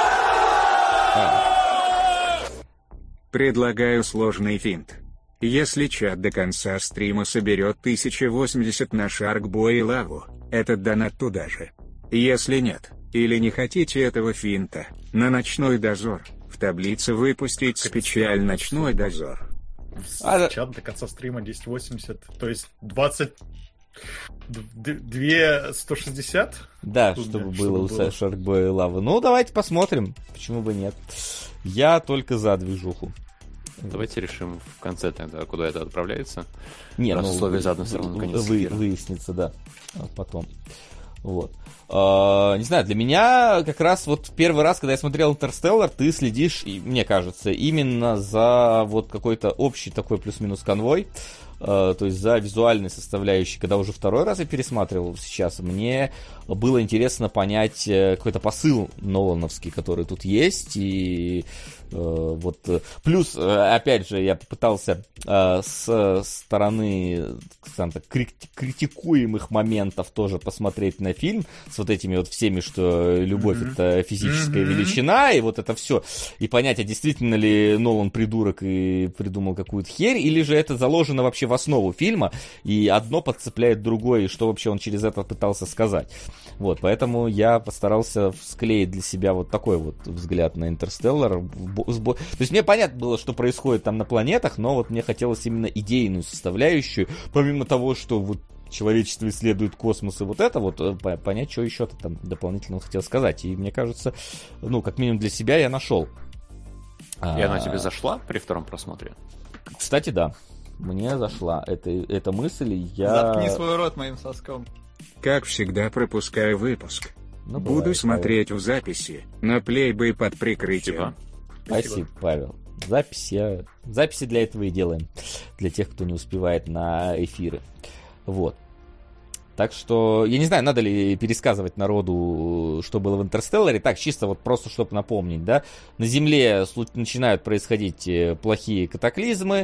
Предлагаю сложный финт. Если чат до конца стрима соберет 1080 на Шаркбой и Лаву, этот донат туда же. Если нет, или не хотите этого финта, на Ночной дозор, в таблице выпустить специаль Ночной дозор. Чат до конца стрима 1080, то есть 20... 2,160? Да, чтобы было у Шаркбоя и Лавы. Ну, давайте посмотрим, почему бы нет. Я только за движуху. Давайте решим в конце тогда, куда это отправляется. Нет, раз ну, условия заодно все равно наконец выяснится, да, потом. Вот. Не знаю, для меня как раз вот первый раз, когда я смотрел «Интерстеллар», ты следишь, мне кажется, именно за вот какой-то общий такой плюс-минус конвой, то есть за визуальной составляющей. Когда уже второй раз я пересматривал сейчас, мне было интересно понять какой-то посыл нолановский, который тут есть, и вот плюс, опять же, я попытался с стороны, скажем так, критикуемых моментов тоже посмотреть на фильм с вот этими вот всеми, что любовь это физическая величина, и вот это все, и понять, а действительно ли Нолан придурок и придумал какую-то херь, или же это заложено вообще в основу фильма, и одно подцепляет другое, и что вообще он через это пытался сказать. Вот, поэтому я постарался склеить для себя вот такой вот взгляд на «Интерстеллар». То есть мне понятно было, что происходит там на планетах, но вот мне хотелось именно идейную составляющую, помимо того, что вот человечество исследует космос и вот это вот, понять, что еще-то там дополнительно хотел сказать. И мне кажется, ну, как минимум для себя я нашел. И она тебе зашла при втором просмотре? Кстати, да. Мне зашла эта мысль, и я... Заткни свой рот моим соском. Как всегда, пропускаю выпуск. Ну, буду бывает, смотреть в записи, на плейбой под прикрытием. Спасибо, Павел. Записи для этого и делаем. Для тех, кто не успевает на эфиры. Вот. Так что, я не знаю, надо ли пересказывать народу, что было в «Интерстелларе». Так, чисто вот просто, чтобы напомнить, да. На Земле начинают происходить плохие катаклизмы.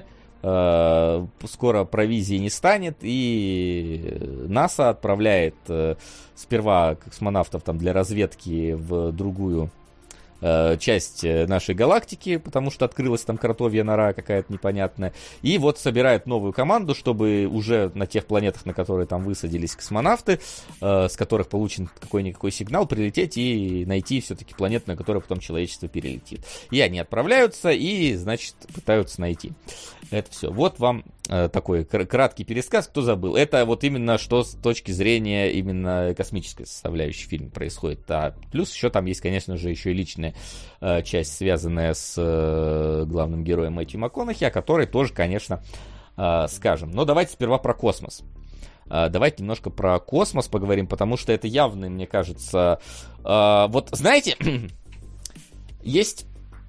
Скоро провизии не станет, и НАСА отправляет сперва космонавтов там для разведки в другую часть нашей галактики, потому что открылась там кротовья нора какая-то непонятная, и вот собирает новую команду, чтобы уже на тех планетах, на которые там высадились космонавты, с которых получен какой-никакой сигнал, прилететь и найти все-таки планету, на которую потом человечество перелетит. И они отправляются и, значит, пытаются найти это все. Вот вам такой краткий пересказ, кто забыл. Это вот именно что с точки зрения именно космической составляющей фильма происходит. А плюс еще там есть, конечно же, еще и личная часть, связанная с главным героем Мэтью МакКонахи, о которой тоже, конечно, скажем. Но давайте сперва про космос. Давайте немножко про космос поговорим, потому что это явно, мне кажется... Вот, знаете, есть...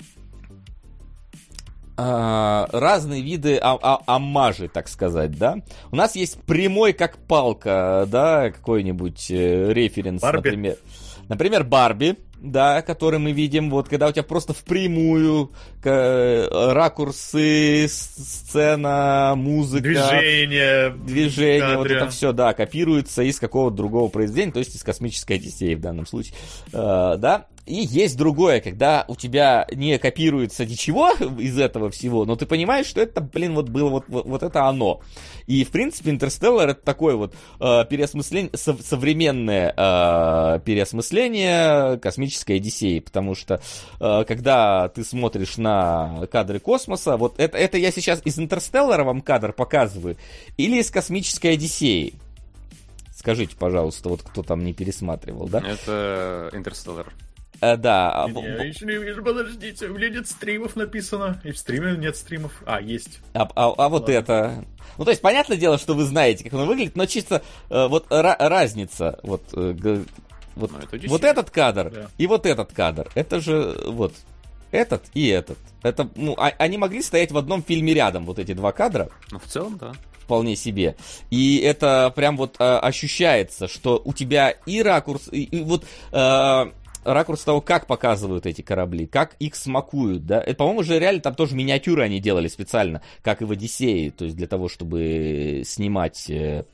разные виды оммажи, так сказать, да. У нас есть прямой как палка, да, какой-нибудь референс, Барби. Например, Барби, да, который мы видим, вот, когда у тебя просто впрямую ракурсы, сцена, музыка, движение, вот это все, да, копируется из какого-то другого произведения, то есть из «Космической Одиссеи» в данном случае, да. И есть другое, когда у тебя не копируется ничего из этого всего, но ты понимаешь, что это, блин, вот было вот это оно. И, в принципе, «Интерстеллар» — это такое вот переосмысление, современное переосмысление «Космической Одиссеи», потому что, когда ты смотришь на кадры космоса, вот это я сейчас из «Интерстеллара» вам кадр показываю, или из «Космической Одиссеи». Скажите, пожалуйста, вот кто там не пересматривал, да? Это «Интерстеллар». Да. Я еще не вижу, подождите, у меня нет стримов написано. И в стриме нет стримов. Есть. А вот это... Ну, то есть, понятное дело, что вы знаете, как оно выглядит, но чисто вот разница. Вот Вот, Ну, это вот этот кадр Да. и вот этот кадр. Это же вот этот и этот. Это, ну, они могли стоять в одном фильме рядом, вот эти два кадра. Ну, в целом, да. Вполне себе. И это прям вот ощущается, что у тебя и ракурс, и вот ракурс того, как показывают эти корабли, как их смакуют, да. Это, по-моему, же реально там тоже миниатюры они делали специально, как и в «Одиссее», то есть для того, чтобы снимать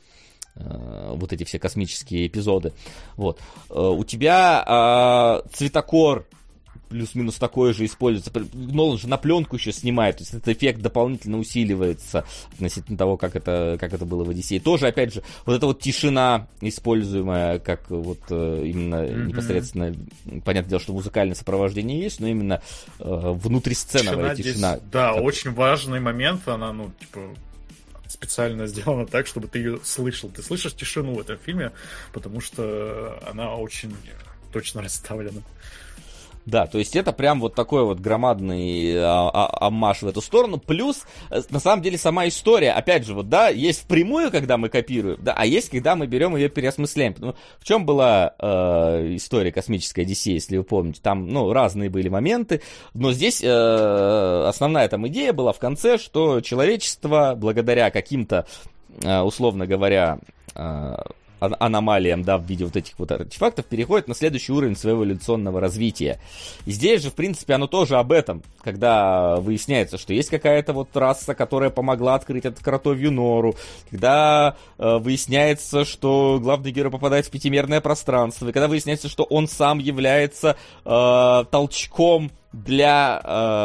вот эти все космические эпизоды. Вот. У тебя цветокор плюс-минус такое же используется. Нолан же на пленку еще снимает, то есть этот эффект дополнительно усиливается относительно того, как это было в «Одиссее». Тоже, опять же, вот эта вот тишина, используемая как вот именно непосредственно, понятное дело, что музыкальное сопровождение есть, но именно внутрисценовая тишина. Здесь, да, очень важный момент, она, ну, типа, специально сделана так, чтобы ты ее слышал. Ты слышишь тишину в этом фильме, потому что она очень точно расставлена. Да, то есть это прям вот такой вот громадный оммаж в эту сторону. Плюс, на самом деле, сама история, опять же, вот, да, есть впрямую, когда мы копируем, да, а есть, когда мы берем ее переосмысляем. Ну, в чем была история «Космической Одиссеи», если вы помните? Там, ну, разные были моменты, но здесь основная там идея была в конце, что человечество, благодаря каким-то, условно говоря, аномалиям, да, в виде вот этих вот артефактов, переходит на следующий уровень своего эволюционного развития. И здесь же, в принципе, оно тоже об этом, когда выясняется, что есть какая-то вот раса, которая помогла открыть эту кротовью нору, когда выясняется, что главный герой попадает в пятимерное пространство, и когда выясняется, что он сам является толчком для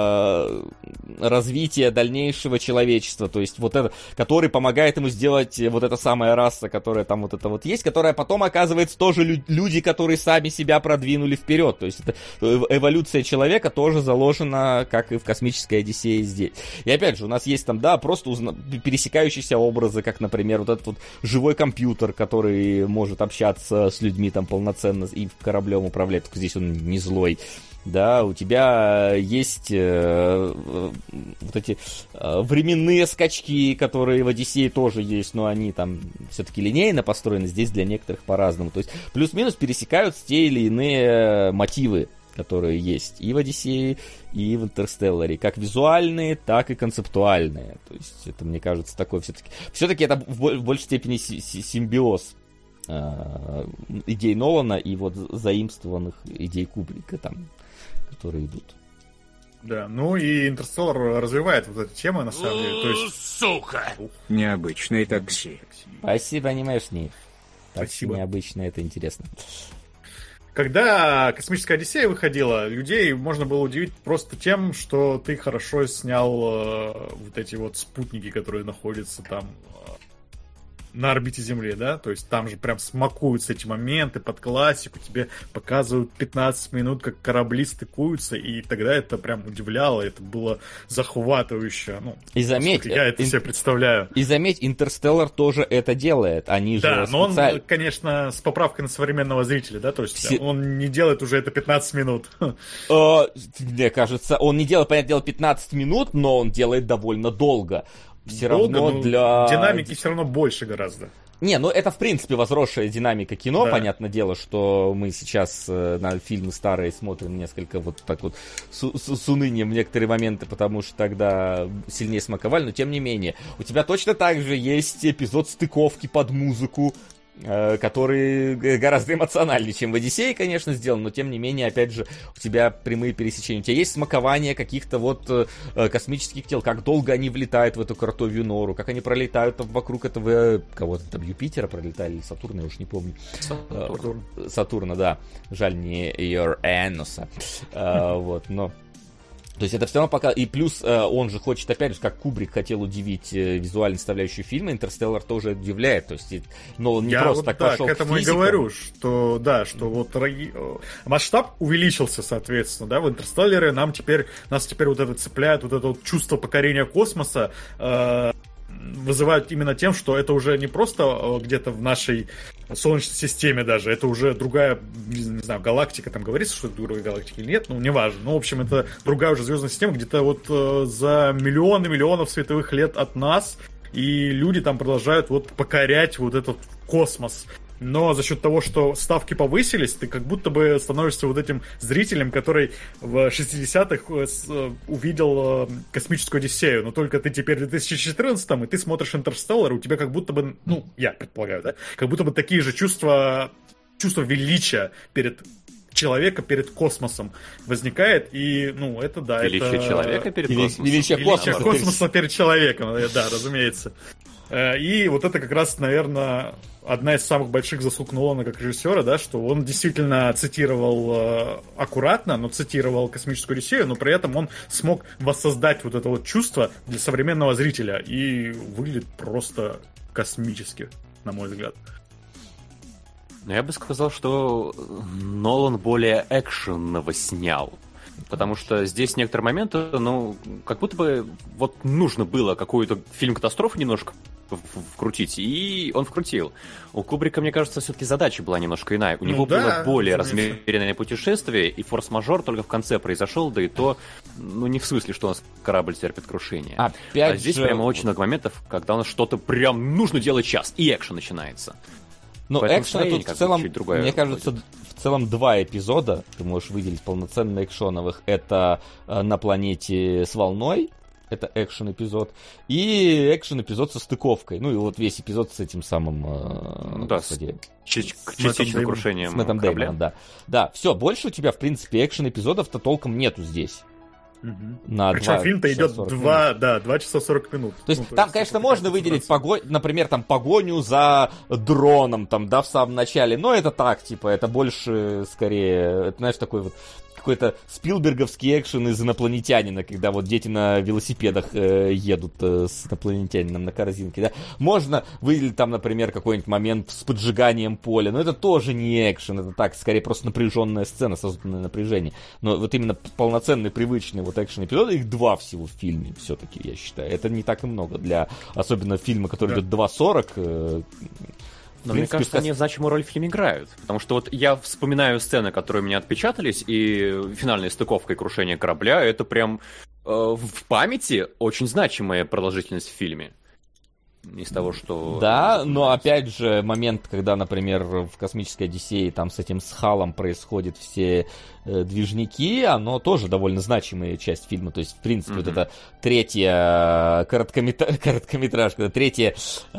развития дальнейшего человечества, то есть вот это, который помогает ему сделать вот эта самая раса, которая там вот это вот есть, которая потом оказывается тоже люди, которые сами себя продвинули вперед, то есть это эволюция человека тоже заложена, как и в «Космической Одиссее» здесь. И опять же, у нас есть там, да, просто пересекающиеся образы, как, например, вот этот вот живой компьютер, который может общаться с людьми там полноценно и кораблем управлять, только здесь он не злой. Да, у тебя есть вот эти временные скачки, которые в «Одиссее» тоже есть, но они там все-таки линейно построены, здесь для некоторых по-разному. То есть плюс-минус пересекаются те или иные мотивы, которые есть и в «Одиссее», и в «Интерстелларе», как визуальные, так и концептуальные. То есть это, мне кажется, такой все-таки это в большей степени симбиоз идей Нолана и вот заимствованных идей Кубрика там, которые идут. Да, ну и «Интерстеллар» развивает вот эту тему, на самом деле. То есть... Сука! Необычное такси. Спасибо, анимешник. Такси Спасибо. необычно, это интересно. Когда «Космическая Одиссея» выходила, людей можно было удивить просто тем, что ты хорошо снял вот эти вот спутники, которые находятся там на орбите Земли, да, то есть там же прям смакуются эти моменты под классику, тебе показывают 15 минут, как корабли стыкуются, и тогда это прям удивляло, это было захватывающе, ну, И заметь, я это себе представляю. И заметь, «Интерстеллар» тоже это делает, они Да, же но он, специально... конечно, с поправкой на современного зрителя, да, то есть он не делает уже это 15 минут. Мне кажется, он не делает, понятное дело, 15 минут, но он делает довольно долго. Все равно для... Динамики все равно больше гораздо. Не, ну это в принципе возросшая динамика кино, Да. Понятное дело, что мы сейчас на фильмы старые смотрим несколько вот так вот с унынием в некоторые моменты, потому что тогда сильнее смаковали, но тем не менее. У тебя точно так же есть эпизод стыковки под музыку, который гораздо эмоциональнее, чем в «Одиссее», конечно, сделан, но тем не менее, опять же, у тебя прямые пересечения. У тебя есть смакование каких-то вот космических тел, как долго они влетают в эту кротовью нору, как они пролетают там вокруг этого, кого-то там, Юпитера пролетали, или Сатурна, я уж не помню. Сатурна, да. Жаль, не Юрануса. Вот, но... То есть это все равно пока... И плюс он же хочет, опять же, как Кубрик хотел удивить визуальной составляющей фильма, «Интерстеллар» тоже удивляет. То есть, но он не Я просто вот, так да, пошел к этому и говорю, что да, что вот масштаб увеличился, соответственно, да, в «Интерстелларе» нас теперь вот это цепляет, вот это вот чувство покорения космоса вызывают именно тем, что это уже не просто где-то в нашей Солнечной системе даже, это уже другая, не знаю, галактика, там говорится, что это другая галактика или нет, ну, неважно. Ну, в общем, это другая уже звездная система, где-то вот за миллионы миллионов световых лет от нас, и люди там продолжают вот покорять вот этот космос. но за счет того, что ставки повысились, ты как будто бы становишься вот этим зрителем, который в 60-х увидел «Космическую Одиссею», но только ты теперь в 2014-м, и ты смотришь «Интерстеллар», у тебя как будто бы, ну, я предполагаю, да, как будто бы такие же чувства величия перед человека перед космосом возникает, и, ну, это да, величие это... человека перед космосом. Величие космоса перед человеком, да, разумеется. И вот это как раз, наверное, одна из самых больших заслуг Нолана как режиссера, да, что он действительно цитировал аккуратно, но цитировал «Космическую Одиссею», но при этом он смог воссоздать вот это вот чувство для современного зрителя, и выглядит просто космически, на мой взгляд. Я бы сказал, что Нолан более экшенного снял. Потому что здесь некоторые моменты, ну, как будто бы вот нужно было какую-то фильм-катастрофу немножко вкрутить, и он вкрутил. У Кубрика, мне кажется, все-таки задача была немножко иная. У него было более размеренное путешествие, и форс-мажор только в конце произошел, да и то, ну, не в смысле, что у нас корабль терпит крушение. А здесь прямо очень много моментов, когда у нас что-то прям нужно делать сейчас, и экшен начинается. Ну, экшена тут в целом, мне кажется, в целом 2 эпизода ты можешь выделить полноценно экшоновых. Это «На планете с волной», это экшен-эпизод, и экшен-эпизод со стыковкой. Ну, и вот весь эпизод с этим самым... да, с частичным крушением с Мэттом Дэймоном, да. Да, все, больше у тебя, в принципе, экшен-эпизодов-то толком нету здесь. Причем фильм-то идет 2 часа 40 минут. То есть там, конечно, можно выделить например, там погоню за дроном, там, да, в самом начале, но это так, типа, это больше, скорее, это, знаешь, такой вот какой-то спилберговский экшен из «Инопланетянина», когда вот дети на велосипедах едут с инопланетянином на корзинке, да. Можно выделить там, например, какой-нибудь момент с поджиганием поля, но это тоже не экшен, это так, скорее просто напряженная сцена, созданное напряжение. Но вот именно полноценный, привычный вот экшен-эпизод, их 2 всего в фильме, все-таки, я считаю. Это не так и много для, особенно фильма, который идет 2:40. Но мне кажется, они значимую роль в фильме играют. Потому что вот я вспоминаю сцены, которые у меня отпечатались, и финальная стыковка и крушение корабля, это прям в памяти очень значимая продолжительность в фильме. Из того, что... Да, но опять же, момент, когда, например, в «Космической Одиссее» там с этим Халом происходят все движники, оно тоже довольно значимая часть фильма. То есть, в принципе, вот это третья короткометражка, третья...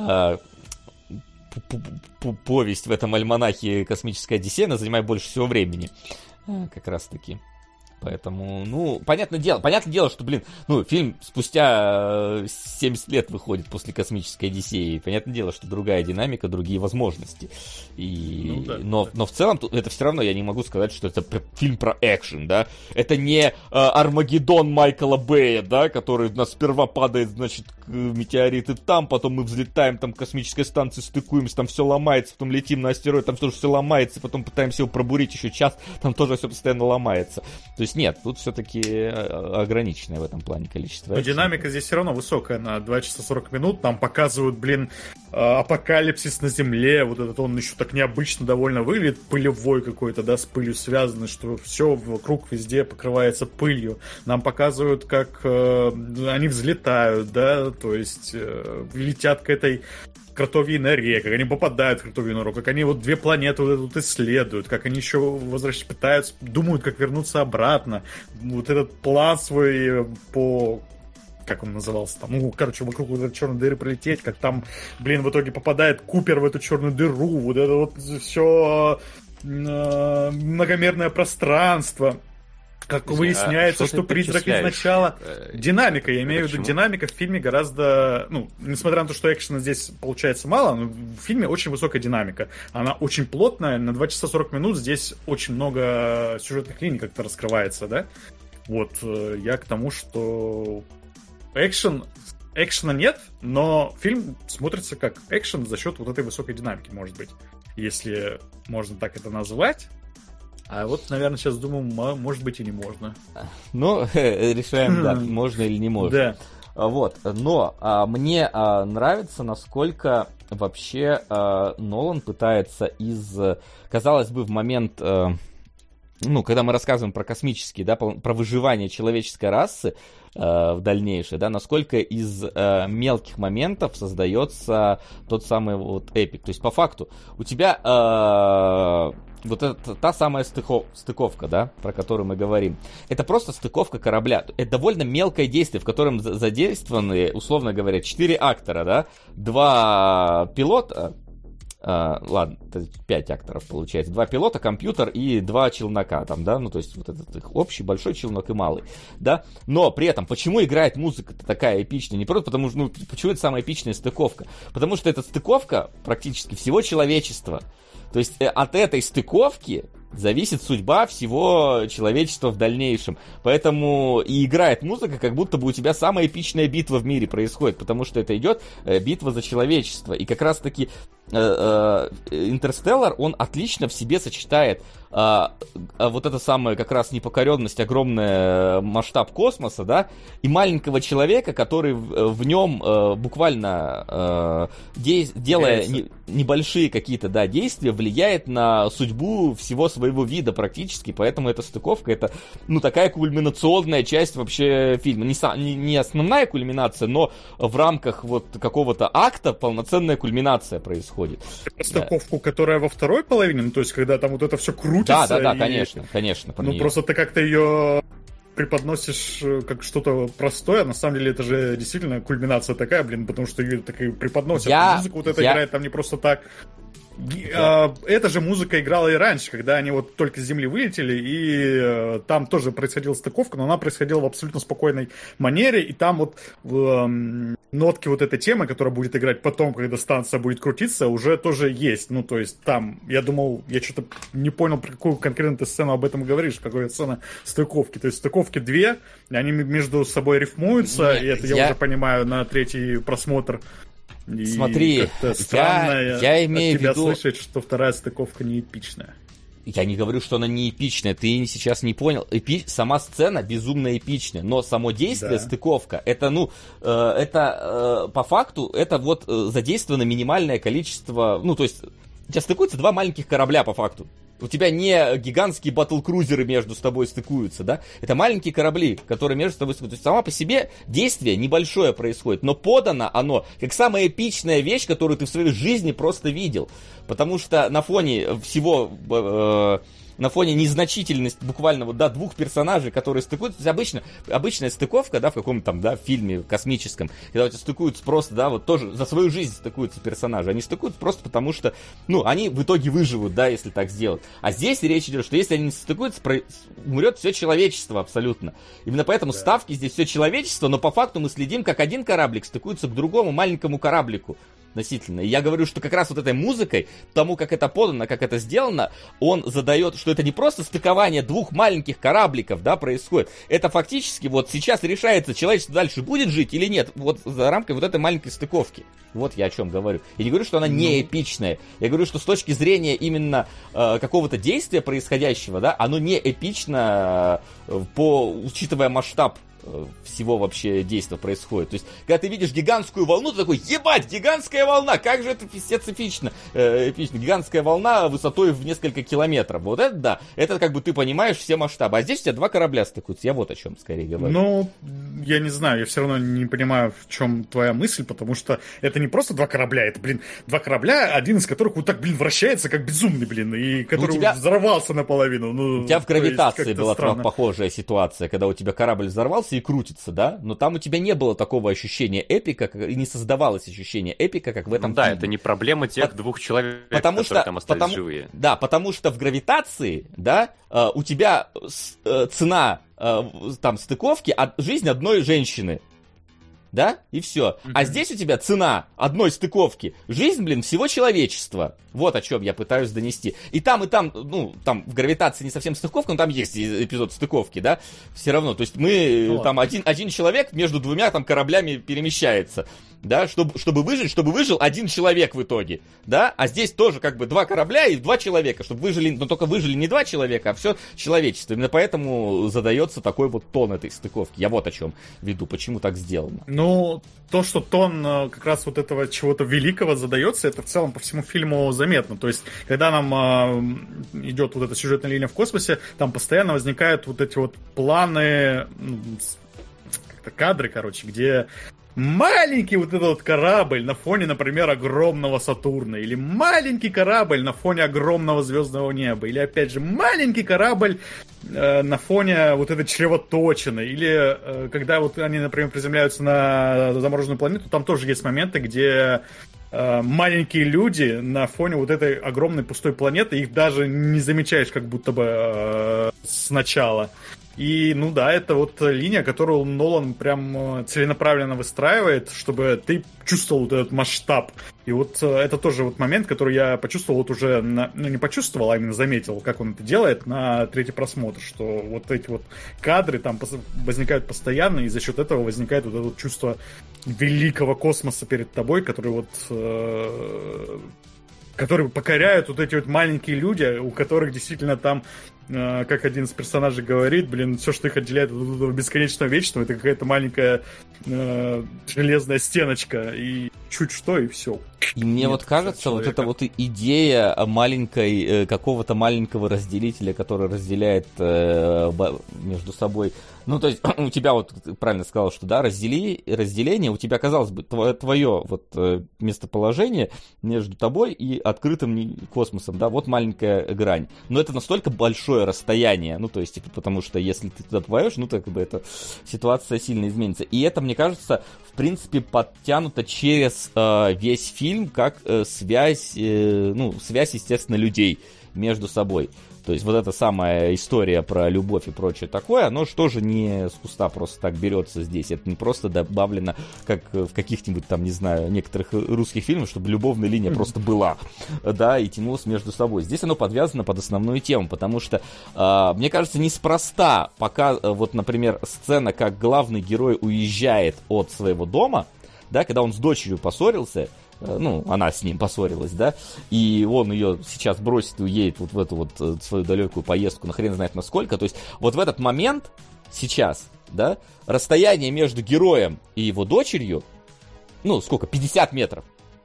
повесть в этом альманахе «Космическая Одиссея», она занимает больше всего времени. Как раз таки. Поэтому, ну, понятное дело, что, блин, ну, фильм спустя 70 лет выходит после «Космической Одиссеи». Понятное дело, что другая динамика, другие возможности. И... Ну, да. Но в целом, это все равно я не могу сказать, что это фильм про экшен, да. Это не «Армагеддон» Майкла Бэя, да, который у нас сперва падает, значит, метеориты там, потом мы взлетаем, там, к космической станции стыкуемся, там все ломается, потом летим на астероид, там тоже все ломается, потом пытаемся его пробурить еще час, там тоже все постоянно ломается. То есть нет, тут все-таки ограниченное в этом плане количество. Но динамика здесь все равно высокая, на 2 часа 40 минут. Нам показывают, апокалипсис на Земле. Вот этот он еще так необычно довольно выглядит. Пылевой какой-то, да, с пылью связанный, что все вокруг везде покрывается пылью. Нам показывают, как они взлетают, да, то есть летят к этой кротовьей норе, как они попадают в кротовью нору, как они вот 2 планеты вот исследуют, как они еще пытаются, думают, как вернуться обратно. Вот этот план свой по... Как он назывался там? Ну, короче, вокруг вот этой черной дыры пролететь, как там, блин, в итоге попадает Купер в эту черную дыру, вот это вот все многомерное пространство. Как выясняется, что призрак изначала... Динамика, я имею в виду, динамика в фильме гораздо... Ну, несмотря на то, что экшена здесь получается мало, но в фильме очень высокая динамика. Она очень плотная, на 2 часа 40 минут здесь очень много сюжетных линий как-то раскрывается, да? Вот, я к тому, что экшена нет, но фильм смотрится как экшен за счет вот этой высокой динамики, может быть. Если можно так это назвать. А вот, наверное, сейчас думаю, может быть и не можно. Ну, решаем, да, можно или не можно. Да. Вот, но мне нравится, насколько вообще Нолан пытается казалось бы, в момент ну, когда мы рассказываем про космические, да, про выживание человеческой расы в дальнейшем, да, насколько из мелких моментов создается тот самый вот эпик. То есть, по факту, у тебя вот это та самая стыковка, да, про которую мы говорим. Это просто стыковка корабля. Это довольно мелкое действие, в котором задействованы, условно говоря, 4 актора, да, 2 пилота, ладно, 5 акторов получается. 2 пилота, компьютер и 2 челнока там, да, ну, то есть вот этот их общий большой челнок и малый, да. Но при этом, почему играет музыка-то такая эпичная? Не просто потому, что, ну, почему это самая эпичная стыковка? Потому что это стыковка практически всего человечества. То есть от этой стыковки зависит судьба всего человечества в дальнейшем. Поэтому и играет музыка, как будто бы у тебя самая эпичная битва в мире происходит, потому что это идет битва за человечество. И как раз-таки Интерстеллар, он отлично в себе сочетает вот это самое как раз непокоренность, огромный масштаб космоса, да, и маленького человека, который в нем буквально делая небольшие какие-то, да, действия, влияет на судьбу всего своего вида практически, поэтому эта стыковка, это, ну, такая кульминационная часть вообще фильма, не основная кульминация, но в рамках вот какого-то акта полноценная кульминация происходит. Стыковку, которая во второй половине, ну, то есть, когда там вот это все крутится. Да, конечно. Ну, просто ты как-то ее преподносишь как что-то простое, а на самом деле это же действительно кульминация такая, блин, потому что ее так и преподносят. Музыка вот эта играет там не просто так. Эта же музыка играла и раньше, когда они вот только с Земли вылетели, и там тоже происходила стыковка, но она происходила в абсолютно спокойной манере, и там вот нотки вот этой темы, которая будет играть потом, когда станция будет крутиться, уже тоже есть. Ну, то есть там, я думал, я что-то не понял, про какую конкретно ты сцену об этом говоришь, какая сцена стыковки. То есть стыковки 2, они между собой рифмуются, и это я уже понимаю на третий просмотр. И смотри, я имею в виду... слышать, что вторая стыковка не эпичная. Я не говорю, что она не эпичная, ты сейчас не понял. Сама сцена безумно эпичная, но само действие, да. Стыковка, это, ну, по факту, это вот задействовано минимальное количество, ну, то есть, у тебя стыкуются 2 маленьких корабля, по факту. У тебя не гигантские батл-крузеры между собой стыкуются, да? Это маленькие корабли, которые между собой стыкуются. То есть сама по себе действие небольшое происходит, но подано оно как самая эпичная вещь, которую ты в своей жизни просто видел. Потому что на фоне всего... на фоне незначительности буквально вот, да, 2 персонажей, которые стыкуются. Обычная стыковка, да, в каком-то там, да, фильме космическом, когда у тебя стыкуются просто, да, вот тоже за свою жизнь стыкуются персонажи. Они стыкуются просто потому, что, ну, они в итоге выживут, да, если так сделать. А здесь речь идет, что если они не стыкуются, умрет все человечество абсолютно. Именно поэтому ставки здесь все человечество, но по факту мы следим, как один кораблик стыкуется к другому маленькому кораблику. Относительно. И я говорю, что как раз вот этой музыкой, тому, как это подано, как это сделано, он задает, что это не просто стыкование 2 маленьких корабликов, да, происходит. Это фактически вот сейчас решается, человечество дальше будет жить или нет, вот за рамкой вот этой маленькой стыковки. Вот я о чем говорю. И не говорю, что она не эпичная. Я говорю, что с точки зрения именно какого-то действия происходящего, да, оно не эпично, учитывая масштаб всего вообще действия происходит. То есть, когда ты видишь гигантскую волну, ты такой, ебать, гигантская волна, как же это пиздец эпично. Гигантская волна высотой в несколько километров. Вот это да, это как бы ты понимаешь все масштабы. А здесь у тебя 2 корабля стыкуются. Я вот о чем скорее говорю. Ну, я не знаю, я все равно не понимаю, в чем твоя мысль, потому что это не просто 2 корабля, это, блин, 2 корабля, один из которых вот так, блин, вращается, как безумный, блин, и который взорвался наполовину. Ну, у тебя в гравитации была похожая ситуация, когда у тебя корабль взорвался и крутится, да? Но там у тебя не было такого ощущения эпика, и не создавалось ощущение эпика, как в этом фильме. Да, это не проблема тех 2 человек, которые там остались живые. Да, потому что в гравитации, да, у тебя цена там стыковки жизнь одной женщины. Да? И все. А здесь у тебя цена одной стыковки. Жизнь, блин, всего человечества. Вот о чем я пытаюсь донести. И там, ну, там в гравитации не совсем стыковка, но там есть эпизод стыковки, да? Все равно. То есть мы, там один человек между 2 там кораблями перемещается. да, чтобы выжил один человек в итоге, да, а здесь тоже как бы 2 корабля и 2 человека, чтобы выжили, но только выжили не 2 человека, а все человечество. Именно поэтому задается такой вот тон этой стыковки. Я вот о чем веду, почему так сделано. Ну, то, что тон как раз вот этого чего-то великого задается, это в целом по всему фильму заметно. То есть, когда нам идет вот эта сюжетная линия в космосе, там постоянно возникают вот эти вот планы, как-то кадры, короче, где маленький вот этот вот корабль на фоне, например, огромного Сатурна, или маленький корабль на фоне огромного звездного неба, или, опять же, маленький корабль на фоне вот этой чревоточины, или когда вот они, например, приземляются на замороженную планету, там тоже есть моменты, где маленькие люди на фоне вот этой огромной пустой планеты, их даже не замечаешь как будто бы сначала. И, ну да, это вот линия, которую Нолан прям целенаправленно выстраивает, чтобы ты чувствовал вот этот масштаб. И вот это тоже вот момент, который я почувствовал вот уже, не почувствовал, а именно заметил, как он это делает на третий просмотр, что вот эти вот кадры там возникают постоянно, и за счет этого возникает вот это вот чувство великого космоса перед тобой, который вот... которые покоряют вот эти вот маленькие люди, у которых действительно там, как один из персонажей говорит, все, что их отделяет от этого бесконечного вечного, это какая-то маленькая железная стеночка, и чуть что, и все. И мне вот кажется, вот эта вот идея маленькой, какого-то маленького разделителя, который разделяет между собой. Ну, то есть, у тебя вот, ты правильно сказал, что, да, разделение, у тебя, казалось бы, твое вот местоположение между тобой и открытым космосом, да, вот маленькая грань. Но это настолько большое расстояние, ну, то есть, типа, потому что если ты туда попадешь, ну, так как бы эта ситуация сильно изменится. И это, мне кажется, в принципе, подтянуто через весь фильм, как связь, естественно, людей между собой. То есть вот эта самая история про любовь и прочее такое, оно же тоже не с куста просто так берется здесь. Это не просто добавлено, как в каких-нибудь там, не знаю, некоторых русских фильмах, чтобы любовная линия просто была, да, и тянулась между собой. Здесь оно подвязано под основную тему, потому что, мне кажется, неспроста, пока вот, например, сцена, как главный герой уезжает от своего дома, да, когда он с дочерью поссорился, ну, она с ним поссорилась, да, и он ее сейчас бросит и уедет вот в эту вот свою далекую поездку, на хрен знает насколько, то есть вот в этот момент, сейчас, да, расстояние между героем и его дочерью, ну, сколько, 50 метров,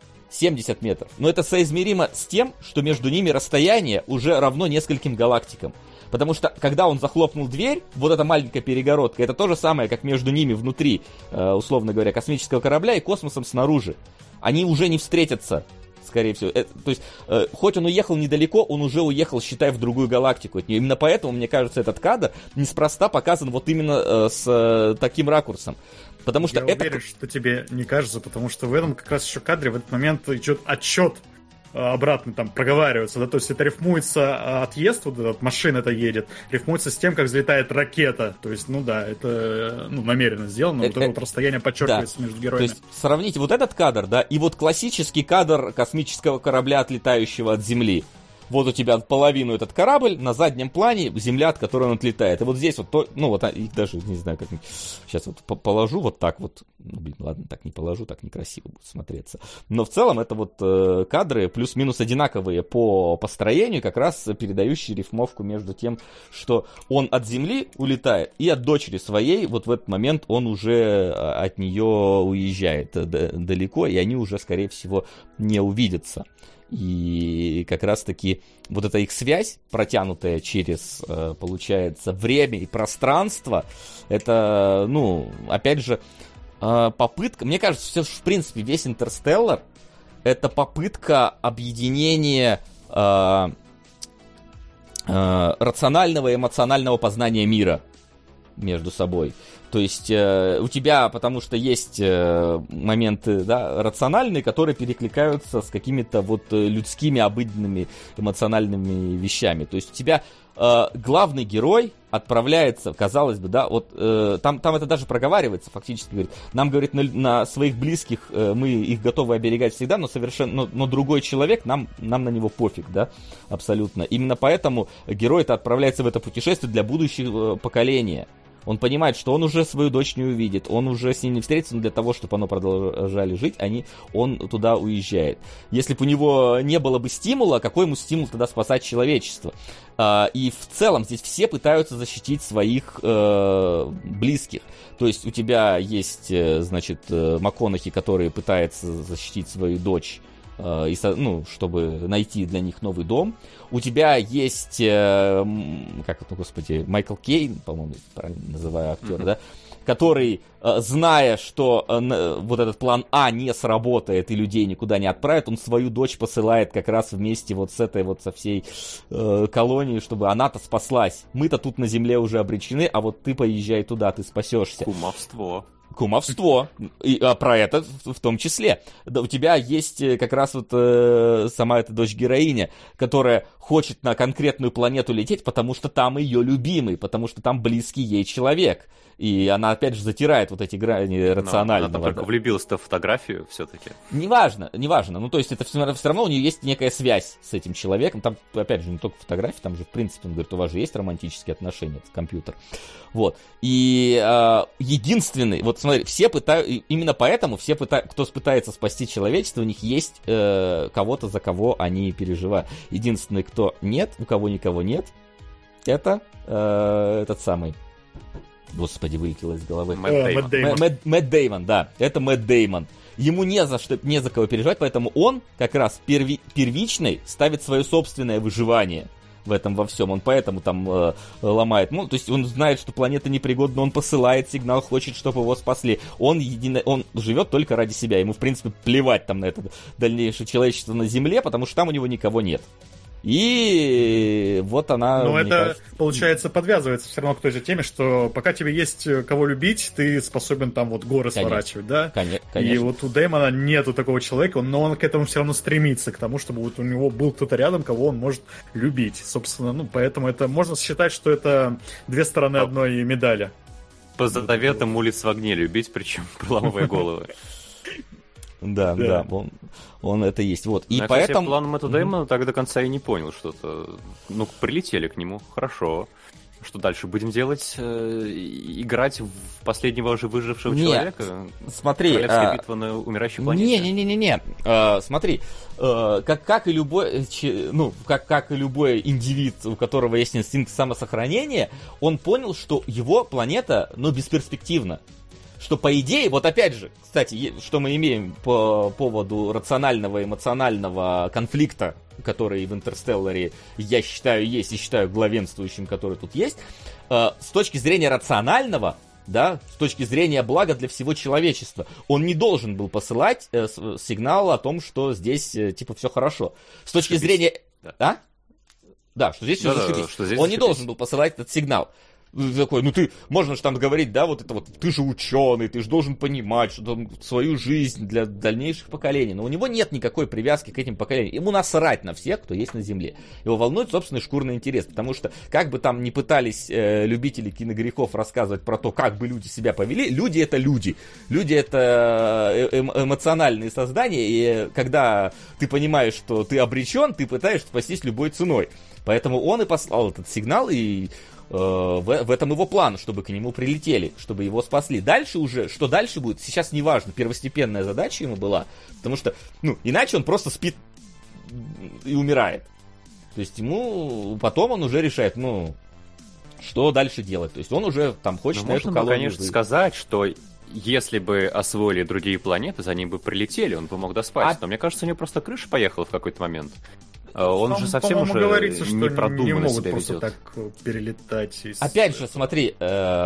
70 метров, но это соизмеримо с тем, что между ними расстояние уже равно нескольким галактикам. Потому что, когда он захлопнул дверь, вот эта маленькая перегородка, это то же самое, как между ними внутри, условно говоря, космического корабля и космосом снаружи. Они уже не встретятся, скорее всего. То есть, хоть он уехал недалеко, он уже уехал, считай, в другую галактику от нее. Именно поэтому, мне кажется, этот кадр неспроста показан вот именно с таким ракурсом. Потому что я уверен, что тебе не кажется, потому что в этом как раз еще кадре в этот момент идет отчет обратно там проговаривается, да, то есть это рифмуется отъезд, вот эта машина это едет, рифмуется с тем, как взлетает ракета, то есть, ну да, это намеренно сделано, вот это вот расстояние подчеркивается, да, между героями. То есть сравните вот этот кадр, да, и вот классический кадр космического корабля, отлетающего от Земли. Вот у тебя половину этот корабль, на заднем плане земля, от которой он отлетает. И вот здесь вот, ну вот, их даже, не знаю, как... Сейчас вот положу вот так вот. Ну, блин, ладно, так не положу, так некрасиво будет смотреться. Но в целом это вот кадры плюс-минус одинаковые по построению, как раз передающие рифмовку между тем, что он от земли улетает, и от дочери своей, вот в этот момент он уже от нее уезжает далеко, и они уже, скорее всего, не увидятся. И как раз-таки вот эта их связь, протянутая через, получается, время и пространство, это, ну, опять же, попытка, мне кажется, все, в принципе, весь «Интерстеллар» это попытка объединения рационального и эмоционального познания мира между собой. То есть у тебя, потому что есть моменты, да, рациональные, которые перекликаются с какими-то вот людскими, обыденными, эмоциональными вещами. То есть у тебя главный герой отправляется, казалось бы, да, вот там это даже проговаривается, фактически говорит, нам, говорит, на своих близких мы их готовы оберегать всегда, но совершенно, но другой человек, нам на него пофиг, да, абсолютно. Именно поэтому герой-то отправляется в это путешествие для будущего поколения. Он понимает, что он уже свою дочь не увидит, он уже с ней не встретится, но для того, чтобы оно продолжали жить, он туда уезжает. Если бы у него не было бы стимула, какой ему стимул тогда спасать человечество? И в целом здесь все пытаются защитить своих близких. То есть у тебя есть, значит, МакКонахи, который пытается защитить свою дочь, чтобы найти для них новый дом. У тебя есть, Майкл Кейн, по-моему, правильно называю актера, да, который, зная, что вот этот план А не сработает и людей никуда не отправит, он свою дочь посылает как раз вместе вот с этой вот со всей колонией, чтобы она-то спаслась. Мы-то тут на земле уже обречены, а вот ты поезжай туда, ты спасешься. Кумовство. И про это в том числе. Да, у тебя есть как раз вот сама эта дочь-героиня, которая хочет на конкретную планету лететь, потому что там ее любимый, потому что там близкий ей человек. И она, опять же, затирает вот эти грани рационального. Она там только влюбилась-то в фотографию все-таки. Неважно. Ну, то есть, это все равно у нее есть некая связь с этим человеком. Там, опять же, не только фотографии, там же, в принципе, он говорит, у вас же есть романтические отношения, это компьютер. Вот. И единственный, вот смотри, все пытаются, именно поэтому все кто пытается спасти человечество, у них есть кого-то, за кого они переживают. Единственный, кто нет, у кого никого нет, это этот самый... Господи, вылетело из головы. Мэтт Дэймон, да. Это Мэтт Дэймон. Ему не за кого переживать, поэтому он как раз первичный ставит свое собственное выживание в этом во всем. Он поэтому там ломает. Ну, то есть он знает, что планета непригодна, он посылает сигнал, хочет, чтобы его спасли. Он живет только ради себя. Ему, в принципе, плевать там на это дальнейшее человечество на Земле, потому что там у него никого нет. И вот она... Но это, кажется, получается, подвязывается все равно к той же теме, что пока тебе есть кого любить, ты способен там вот горы сворачивать, да? Конечно. И вот у Дэймона нету такого человека, но он к этому все равно стремится, к тому, чтобы вот у него был кто-то рядом, кого он может любить. Собственно, поэтому это можно считать, что это две стороны одной медали. По заветам улиц в огне любить, причем проламывая головы. Да, он это есть. Вот. И поэтому... Кстати, план Мэтта Дэймона так до конца и не понял что-то. Ну, прилетели к нему, хорошо. Что дальше будем делать? Играть в последнего же выжившего человека? Смотри. Королевская битва на умирающей планете? Не. Смотри. Как и любой индивид, у которого есть инстинкт самосохранения, он понял, что его планета, бесперспективна. Что, по идее, вот опять же, кстати, что мы имеем по поводу рационального эмоционального конфликта, который в «Интерстелларе», я считаю, есть, и считаю главенствующим, который тут есть, с точки зрения рационального, да, с точки зрения блага для всего человечества, он не должен был посылать сигнал о том, что здесь, типа, все хорошо. С точки зрения... Да? Да, что здесь все зашибись. Он не должен был посылать этот сигнал. Такой, можно же там говорить, да, вот это вот, ты же ученый, ты же должен понимать, что там свою жизнь для дальнейших поколений. Но у него нет никакой привязки к этим поколениям. Ему насрать на всех, кто есть на Земле. Его волнует собственный шкурный интерес, потому что, как бы там ни пытались любители киногрехов рассказывать про то, как бы люди себя повели, люди это люди. Люди это эмоциональные создания, и когда ты понимаешь, что ты обречен, ты пытаешься спастись любой ценой. Поэтому он и послал этот сигнал, и в этом его план, чтобы к нему прилетели, чтобы его спасли. Дальше уже, что дальше будет, сейчас не важно, первостепенная задача ему была, потому что, иначе он просто спит и умирает. То есть ему, потом он уже решает, что дальше делать. То есть он уже там хочет на эту колонию. Можно, конечно, сказать, что если бы освоили другие планеты, за ним бы прилетели, он бы мог доспать. Но мне кажется, у него просто крыша поехала в какой-то момент. Он там, же совсем уже говорится, что не продуманно не могут себя просто ведет. Так перелетать. Опять же, смотри.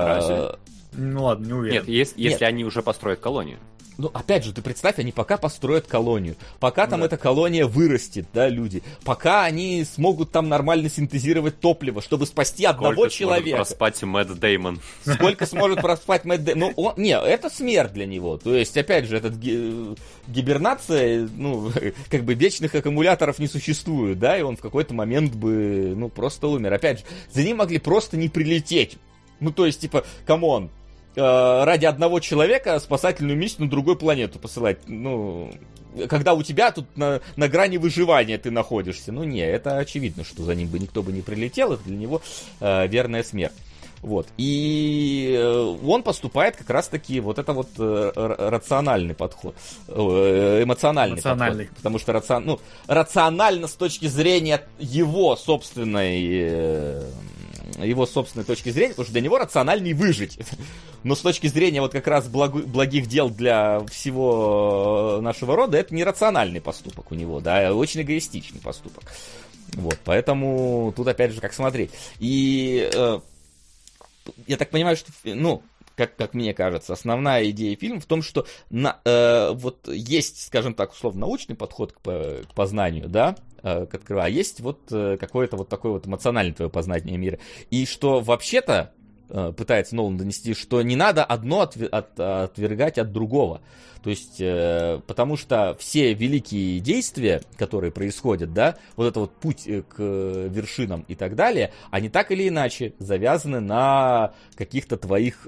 Ну ладно, не уверен. Нет, если они уже построят колонию. Опять же, ты представь, они пока построят колонию, пока там эта колония вырастет, да, люди, пока они смогут там нормально синтезировать топливо, чтобы спасти одного человека. Сколько сможет проспать Мэтт Дэймон? Сколько сможет проспать Мэтт Дэймон? Это смерть для него. То есть, опять же, гибернация, как бы вечных аккумуляторов не существует, да, и он в какой-то момент бы, просто умер. Опять же, за ним могли просто не прилететь. То есть, типа, камон. Ради одного человека спасательную миссию на другую планету посылать. Когда у тебя тут на грани выживания ты находишься. Это очевидно, что за ним бы никто бы не прилетел. Это для него верная смерть. Вот. И он поступает как раз-таки вот это вот рациональный подход. Эмоциональный подход. Потому что рационально с точки зрения его собственной точки зрения, потому что для него рациональней выжить. Но с точки зрения вот как раз благих дел для всего нашего рода, это не рациональный поступок у него, да, очень эгоистичный поступок. Вот, поэтому тут опять же как смотреть. И я так понимаю, что, как мне кажется, основная идея фильма в том, что вот есть, скажем так, условно, научный подход к познанию, да, а есть вот какое-то вот такое вот эмоциональное твое познание мира. И что вообще-то пытается Нолан донести, что не надо одно отвергать от другого. То есть, потому что все великие действия, которые происходят, да, вот это вот путь к вершинам и так далее, они так или иначе завязаны на каких-то твоих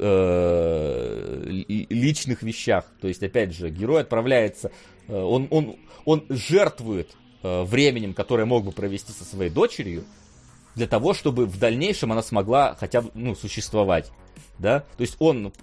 личных вещах. То есть, опять же, герой отправляется, он жертвует временем, которое мог бы провести со своей дочерью, для того, чтобы в дальнейшем она смогла хотя бы существовать. Да? То есть он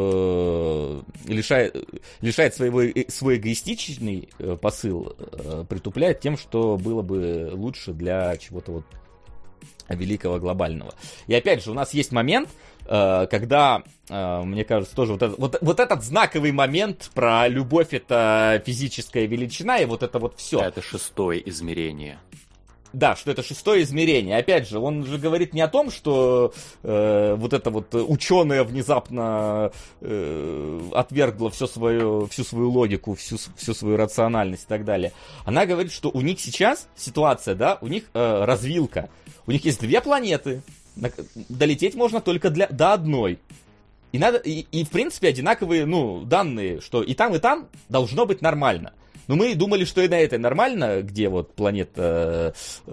лишает свой эгоистичный посыл, притупляет тем, что было бы лучше для чего-то вот великого глобального. И опять же, у нас есть момент, когда, мне кажется, тоже вот этот знаковый момент про любовь — это физическая величина, и вот это вот все. Это 6-е измерение. Да, что это 6-е измерение. Опять же, он же говорит не о том, что вот это вот ученая внезапно отвергла всю свою логику, всю свою рациональность и так далее. Она говорит, что у них сейчас ситуация, да, у них развилка. У них есть 2 планеты. Долететь можно только до одной. И в принципе одинаковые, данные, что и там должно быть нормально. Но мы думали, что и на этой нормально, где вот планета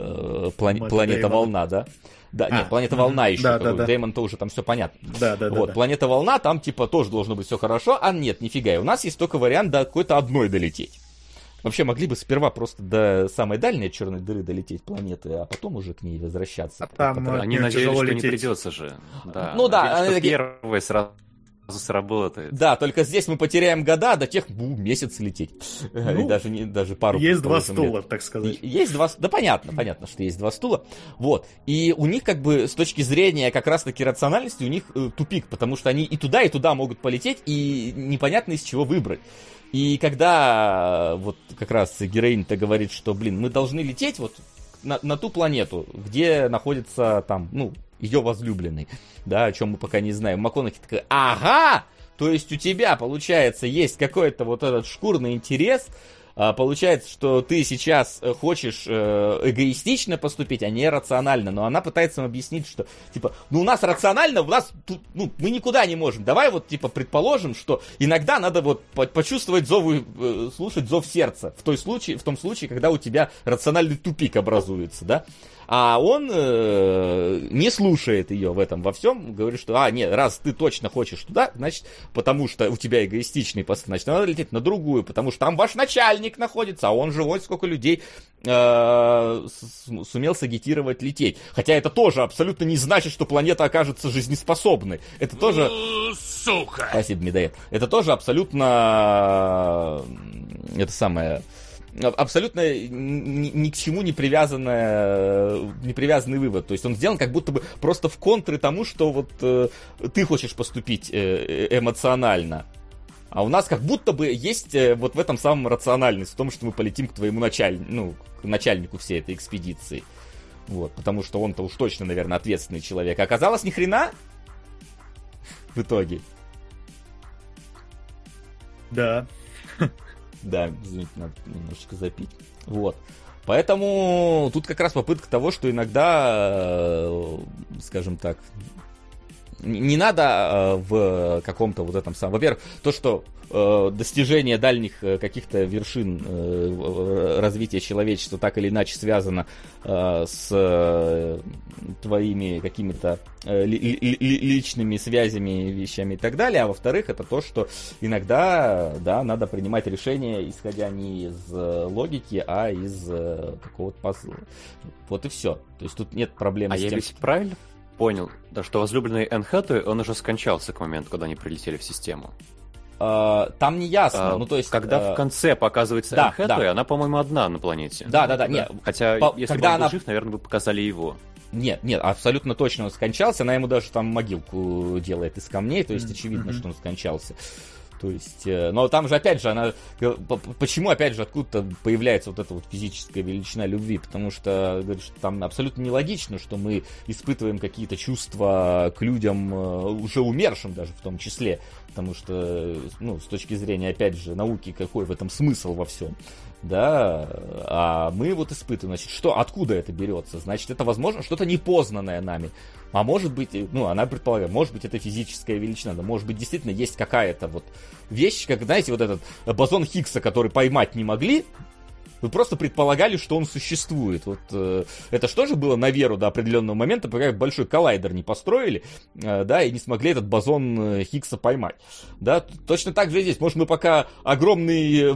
Волна, да? Да, нет, планета Волна еще. Да. Дэймон-то уже там все понятно. Да. Планета Волна, там типа тоже должно быть все хорошо, а нет, нифига. И у нас есть только вариант до какой-то одной долететь. Вообще могли бы сперва просто до самой дальней черной дыры долететь планеты, а потом уже к ней возвращаться. Они надеялись, что не придется же. Да. Они первые сразу сработает. Да, только здесь мы потеряем года, а до тех месяц лететь. И даже пару. Есть 2 стула, так сказать. Есть 2 стула. Да, понятно, что есть 2 стула. Вот. И у них как бы с точки зрения как раз-таки рациональности у них тупик, потому что они и туда могут полететь, и непонятно из чего выбрать. И когда вот как раз героиня-то говорит, что, мы должны лететь вот на ту планету, где находится там, ее возлюбленный, да, о чем мы пока не знаем. МакКонахи такая: ага, то есть у тебя, получается, есть какой-то вот этот шкурный интерес, получается, что ты сейчас хочешь эгоистично поступить, а не рационально, но она пытается им объяснить, что, у нас рационально, у нас тут, мы никуда не можем, давай вот, предположим, что иногда надо вот почувствовать слушать зов сердца, в том случае, когда у тебя рациональный тупик образуется, да. А он не слушает ее в этом во всем, говорит, что, нет, раз ты точно хочешь туда, значит, потому что у тебя эгоистичный посыл, значит, надо лететь на другую, потому что там ваш начальник находится, а он же вот сколько людей сумел сагитировать лететь. Хотя это тоже абсолютно не значит, что планета окажется жизнеспособной. Это тоже... Сука! Спасибо, Медоед. Это тоже абсолютно... абсолютно ни к чему не привязанный вывод. То есть он сделан как будто бы просто в контры тому, что вот ты хочешь поступить эмоционально. А у нас как будто бы есть вот в этом самом рациональность, в том, что мы полетим к твоему к начальнику всей этой экспедиции. Вот, потому что он-то уж точно, наверное, ответственный человек. А оказалось, ни хрена в итоге. Да. Да, извините, надо немножечко запить. Вот. Поэтому тут как раз попытка того, что иногда, скажем так, не надо в каком-то вот этом самом... Во-первых, то, что достижение дальних каких-то вершин развития человечества так или иначе связано с твоими какими-то личными связями, вещами и так далее. А во-вторых, это то, что иногда, да, надо принимать решения, исходя не из логики, а из какого-то посыла. Вот и все. То есть тут нет проблем с тем, я ведь правильно понял, да, что возлюбленный Энн Хэтэуэй, он уже скончался к моменту, когда они прилетели в систему. Там не ясно, ну то есть... Когда в конце показывается Энн Хэтэуэй, она, по-моему, одна на планете. Да, нет. Хотя, если бы он был жив, наверное, бы показали его. Нет, абсолютно точно он скончался, она ему даже там могилку делает из камней, то есть очевидно, что он скончался. То есть, но там же, опять же, она... Почему, опять же, откуда-то появляется вот эта вот физическая величина любви? Потому что, говорит, что там абсолютно нелогично, что мы испытываем какие-то чувства к людям, уже умершим даже в том числе. Потому что, ну, с точки зрения, опять же, науки, какой в этом смысл во всем? Да, а мы вот испытываем, значит, что, откуда это берется? Значит, это, возможно, что-то непознанное нами. А может быть, ну, она предполагает, может быть, это физическая величина, да, может быть, действительно есть какая-то вот вещь, как, знаете, вот этот бозон Хиггса, который поймать не могли, вы просто предполагали, что он существует. Вот это что же было на веру до определенного момента, пока большой коллайдер не построили, да, и не смогли этот бозон Хиггса поймать. Да, точно так же и здесь. Может, мы пока огромный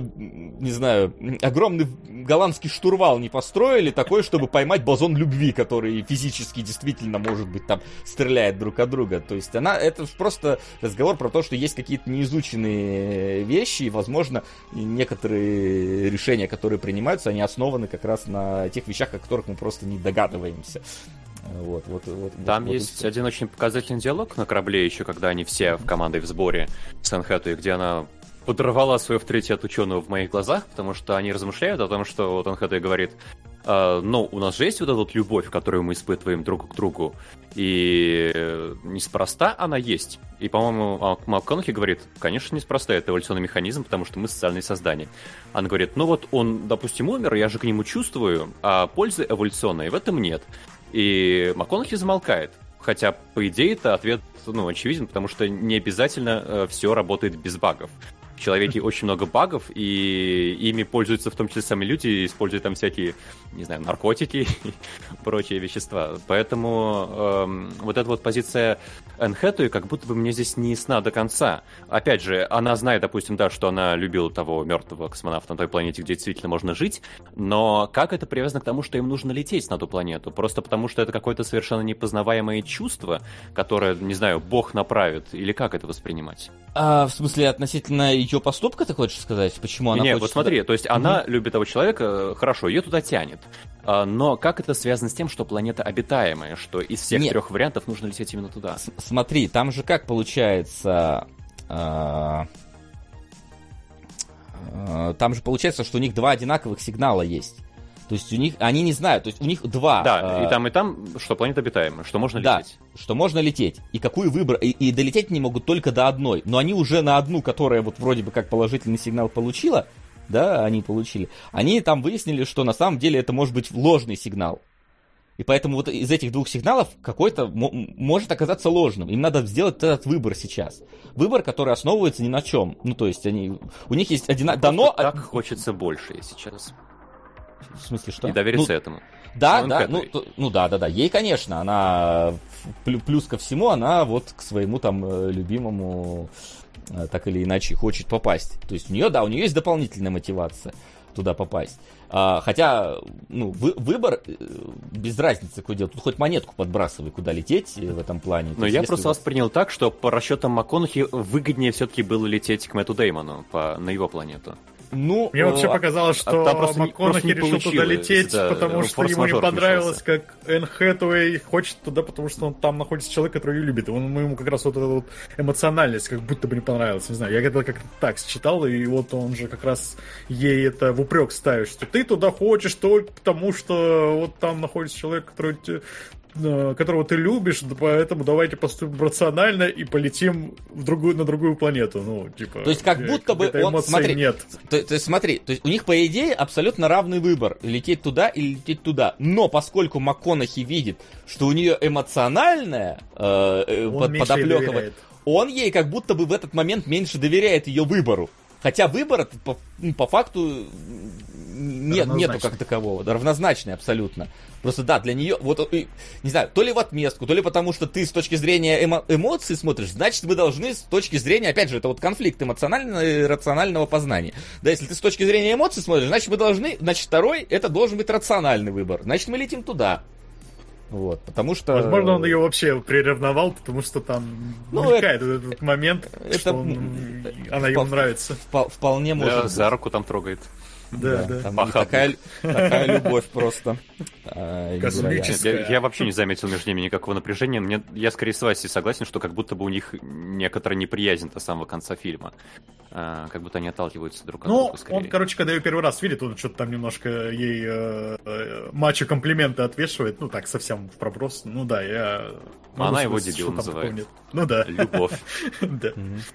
голландский штурвал не построили, такой, чтобы поймать бозон любви, который физически действительно, может быть, там стреляет друг от друга. То есть это просто разговор про то, что есть какие-то неизученные вещи, и, возможно, некоторые решения, которые принимаются, они основаны как раз на тех вещах, о которых мы просто не догадываемся. Там есть один очень показательный диалог на корабле еще, когда они все в команде в сборе с Энн Хэтэуэй, где она подорвала свой авторитет ученого в моих глазах, потому что они размышляют о том, что вот Энн Хэтэуэй говорит: ну, у нас же есть вот эта вот любовь, которую мы испытываем друг к другу, и неспроста она есть. И, по-моему, МакКонахи говорит: конечно, неспроста, это эволюционный механизм, потому что мы социальные создания. Она говорит: ну вот он, допустим, умер, я же к нему чувствую, а пользы эволюционной в этом нет. И МакКонахи замолкает. Хотя, по идее, это ответ, ну, очевиден, потому что не обязательно все работает без багов. В человеке очень много багов, и ими пользуются в том числе сами люди, используют там всякие, не знаю, наркотики и прочие вещества. Поэтому вот эта вот позиция Энн Хэтэуэй как будто бы мне здесь не ясна до конца. Опять же, она знает, допустим, да, что она любила того мертвого космонавта на той планете, где действительно можно жить, но как это привязано к тому, что им нужно лететь на ту планету? Просто потому, что это какое-то совершенно непознаваемое чувство, которое, не знаю, Бог направит, или как это воспринимать? В смысле, относительно ее поступка, ты хочешь сказать? Почему она хочет... вот смотри, то есть она любит того человека, хорошо, ее туда тянет. Но как это связано с тем, что планета обитаемая, что из всех трех вариантов нужно лететь именно туда? Смотри, там же как получается... Там же получается, что у них два одинаковых сигнала есть. То есть у них, они не знают, то есть у них два... Да, и там, что планета обитаемая, что можно лететь. Да, что можно лететь. И какой выбор... И долететь они могут только до одной. Но они уже на одну, которая вот вроде бы как положительный сигнал получила, да, они получили, они там выяснили, что на самом деле это может быть ложный сигнал. И поэтому вот из этих двух сигналов какой-то может оказаться ложным. Им надо сделать этот выбор сейчас. Выбор, который основывается ни на чем. Ну, то есть у них есть дано... Так хочется больше сейчас. В смысле, что? И довериться этому. Да, да, ей, конечно, она плюс ко всему, она вот к своему там любимому так или иначе хочет попасть. То есть у нее есть дополнительная мотивация туда попасть. Хотя, ну, выбор без разницы, какое дело. Тут хоть монетку подбрасывай, куда лететь в этом плане. Но я просто воспринял так, что по расчетам МакКонахи выгоднее все-таки было лететь к Мэтту Дэймону на его планету. Ну, мне вообще показалось, что МакКонахи решил туда лететь, да, потому что ему не понравилось, как Энн Хэтэуэй хочет туда, потому что он там находится человек, который ее любит. Ему как раз вот эта вот эмоциональность как будто бы не понравилась. Не знаю, я это как-то так считал, и вот он же как раз ей это в упрек ставит, что ты туда хочешь только потому, что вот там находится человек, которого ты любишь, поэтому давайте поступим рационально и полетим на другую планету. Ну, типа, то есть как будто бы он... Смотри, нет. То есть у них, по идее, абсолютно равный выбор. Лететь туда или лететь туда. Но поскольку МакКонахи видит, что у нее эмоциональная подоплека, он ей как будто бы в этот момент меньше доверяет ее выбору. Хотя выбора по факту нету как такового. Равнозначный абсолютно. Просто да, для нее, вот, не знаю, то ли в отместку, то ли потому, что ты с точки зрения эмоций смотришь, значит, мы должны с точки зрения, опять же, это вот конфликт эмоционального и рационального познания. Да, если ты с точки зрения эмоций смотришь, значит, второй, это должен быть рациональный выбор. Значит, мы летим туда. Вот, потому что... Возможно, он ее вообще приревновал, потому что там мелькает этот момент, что она ему нравится. Вполне может. За руку там трогает. Да. Там такая любовь просто. Космическая. Я вообще не заметил между ними никакого напряжения. Я скорее с Васей согласен, что как будто бы у них некоторая неприязнь до самого конца фильма. Как будто они отталкиваются друг от друга скорее. Он, когда ее первый раз видит, он что-то там немножко ей мачо комплименты отвешивает. Ну так, совсем в проброс. Ну да, я... Она его дебил называет. Ну да. Любовь. Да.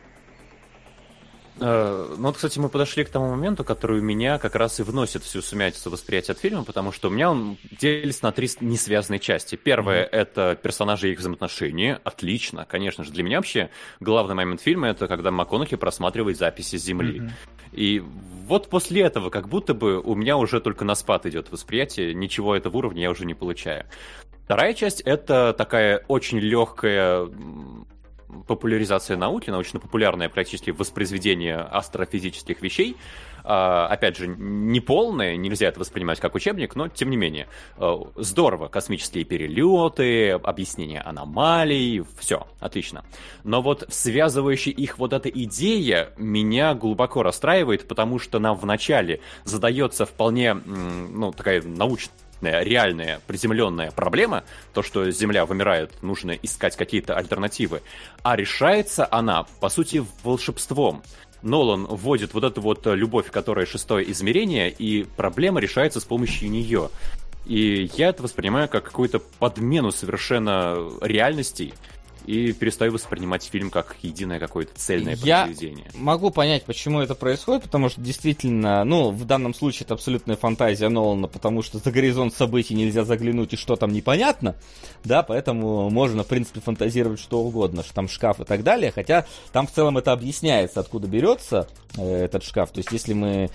Ну вот, кстати, мы подошли к тому моменту, который у меня как раз и вносит всю сумятицу восприятия от фильма, потому что у меня он делится на 3 несвязанные части. Первое — это персонажи и их взаимоотношения. Отлично, конечно же. Для меня вообще главный момент фильма — это когда МакКонахи просматривает записи с Земли. И вот после этого как будто бы у меня уже только на спад идет восприятие, ничего этого уровня я уже не получаю. Вторая часть — это такая очень легкая популяризация науки, научно-популярное практически воспроизведение астрофизических вещей. Опять же, не полное, нельзя это воспринимать как учебник, но тем не менее. Здорово. Космические перелеты, объяснение аномалий, все, отлично. Но вот связывающая их вот эта идея меня глубоко расстраивает, потому что нам вначале задается вполне, такая научная, реальная, приземленная проблема, то, что Земля вымирает, нужно искать какие-то альтернативы, а решается она, по сути, волшебством. Нолан вводит вот эту вот любовь, которая 6-е измерение, и проблема решается с помощью нее. И я это воспринимаю как какую-то подмену совершенно реальностей, и перестаю воспринимать фильм как единое какое-то цельное произведение. Я могу понять, почему это происходит, потому что действительно, в данном случае это абсолютная фантазия Нолана, потому что за горизонт событий нельзя заглянуть, и что там непонятно, да, поэтому можно, в принципе, фантазировать что угодно, что там шкаф и так далее, хотя там в целом это объясняется, откуда берется этот шкаф, то есть если мы...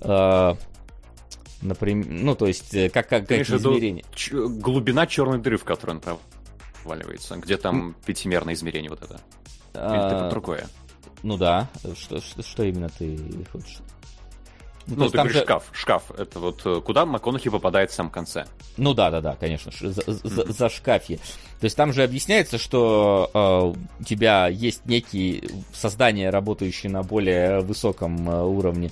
например, то есть, как измерение. Глубина черной дыры, в которой он проваливается, где там 5-мерное измерение вот это. Или это другое? Ну да. Что именно ты хочешь? Ты говоришь шкаф. Это вот куда МакКонахи попадает в самом конце. Ну да, конечно. За шкафье. То есть там же объясняется, что у тебя есть некие создания, работающие на более высоком уровне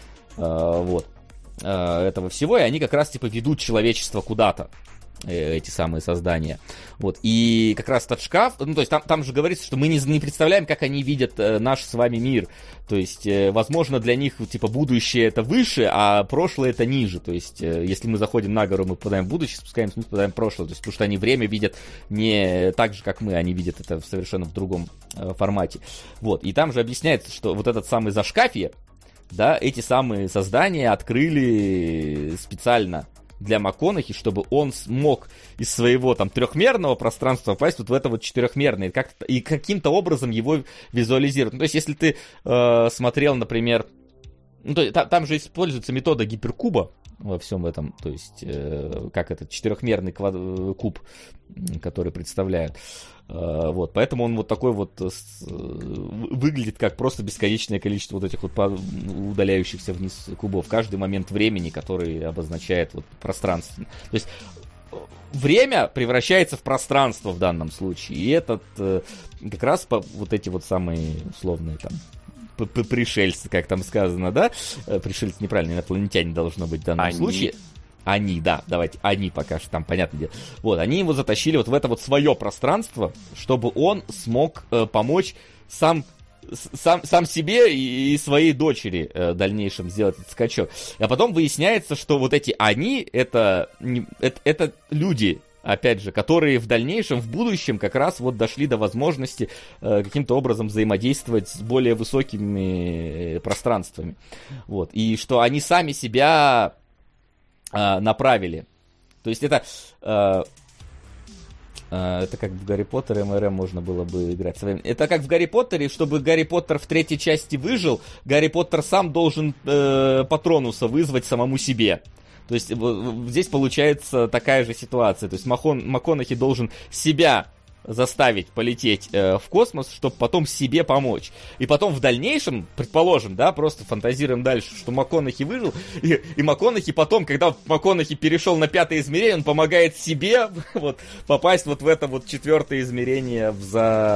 этого всего, и они как раз ведут человечество куда-то, эти самые создания. Вот. И как раз этот шкаф, то есть там же говорится, что мы не представляем, как они видят наш с вами мир. То есть, возможно, для них, будущее это выше, а прошлое это ниже. То есть, если мы заходим на гору, мы попадаем в будущее, спускаемся, мы попадаем в прошлое. То есть, потому что они время видят не так же, как мы, они видят это совершенно в другом формате. Вот. И там же объясняется, что вот этот самый зашкафье, да, эти самые создания открыли специально для МакКонахи, чтобы он смог из своего трехмерного пространства попасть вот в это вот четырехмерное и каким-то образом его визуализировать. То есть, если ты смотрел, например, там же используется метода гиперкуба во всем этом, то есть, как этот четырехмерный куб, который представляют. Вот, поэтому он вот такой вот выглядит как просто бесконечное количество вот этих вот удаляющихся вниз кубов. Каждый момент времени, который обозначает пространство. То есть время превращается в пространство в данном случае. И этот как раз вот эти вот самые условные пришельцы, как там сказано, да? Пришельцы неправильно, инопланетяне должно быть в данном случае. Они, да, давайте, они пока что там, понятное дело. Вот, они его затащили вот в это вот свое пространство, чтобы он смог помочь сам себе и своей дочери в дальнейшем сделать этот скачок. А потом выясняется, что вот эти они, это люди, опять же, которые в дальнейшем, в будущем как раз вот дошли до возможности каким-то образом взаимодействовать с более высокими пространствами. Вот, и что они сами себя направили. То есть это как в Гарри Поттере МРМ можно было бы играть. Это как в Гарри Поттере, чтобы Гарри Поттер в 3-й части выжил, Гарри Поттер сам должен Патронуса вызвать самому себе. То есть здесь получается такая же ситуация. То есть МакКонахи должен себя заставить полететь в космос, чтобы потом себе помочь. И потом в дальнейшем, предположим, да, просто фантазируем дальше, что МакКонахи выжил, и МакКонахи потом, когда МакКонахи перешел на 5-е измерение, он помогает себе вот, попасть вот в это вот 4-е измерение в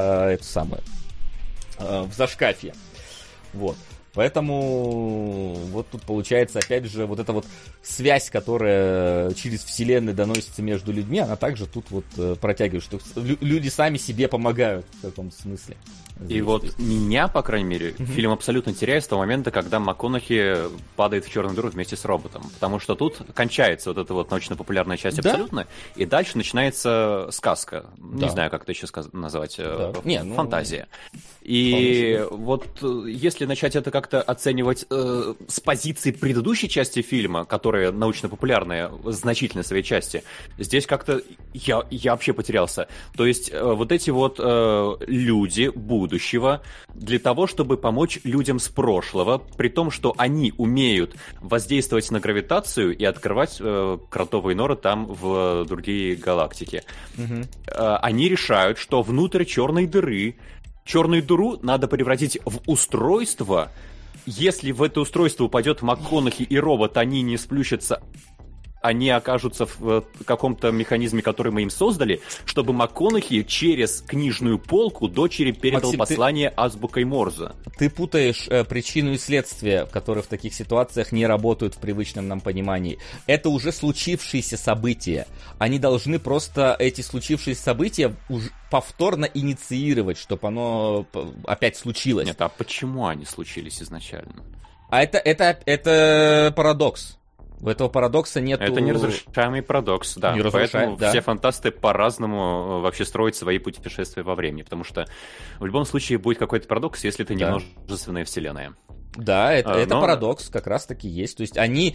зашкафье. Вот. Поэтому вот тут получается, опять же, вот эта вот связь, которая через вселенную доносится между людьми, она также тут вот протягивает, что люди сами себе помогают в каком-то смысле. И вот меня, по крайней мере, фильм абсолютно теряет с того момента, когда МакКонахи падает в черную дыру вместе с роботом. Потому что тут кончается вот эта вот научно-популярная часть абсолютно, и дальше начинается сказка. Да. Не знаю, как это еще назвать. Да. Фантазия. И вот если начать это как-то оценивать с позиции предыдущей части фильма, которая научно-популярная, значительной своей части, здесь как-то я вообще потерялся. То есть вот эти вот люди будущего для того, чтобы помочь людям с прошлого, при том, что они умеют воздействовать на гравитацию и открывать кротовые норы там в другие галактики. Они решают, что внутрь черной дыры черную дыру надо превратить в устройство. Если в это устройство упадет МакКонахи и робот, они не сплющатся, они окажутся в каком-то механизме, который мы им создали, чтобы МакКонахи через книжную полку дочери передал послание азбукой Морзе. Ты путаешь причину и следствие, которые в таких ситуациях не работают в привычном нам понимании. Это уже случившиеся события. Они должны просто эти случившиеся события уже повторно инициировать, чтобы оно опять случилось. Нет, а почему они случились изначально? А это парадокс. У этого парадокса нету... Это неразрешаемый парадокс, да. Поэтому все фантасты по-разному вообще строят свои путешествия во времени, потому что в любом случае будет какой-то парадокс, если это не множественная вселенная. Да, это парадокс как раз-таки есть. То есть они...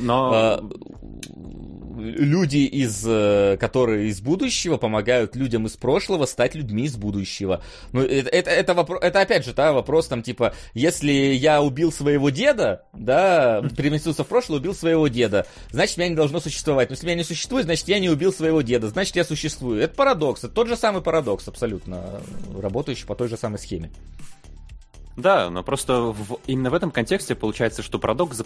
люди, которые из будущего, помогают людям из прошлого стать людьми из будущего. Ну, это опять же, да, вопрос там, типа, если я убил своего деда, да, переместился в прошлое, убил своего деда, значит, меня не должно существовать. Но если меня не существует, значит, я не убил своего деда, значит, я существую. Это парадокс, это тот же самый парадокс, абсолютно, работающий по той же самой схеме. Да, но просто именно в этом контексте получается, что парадокс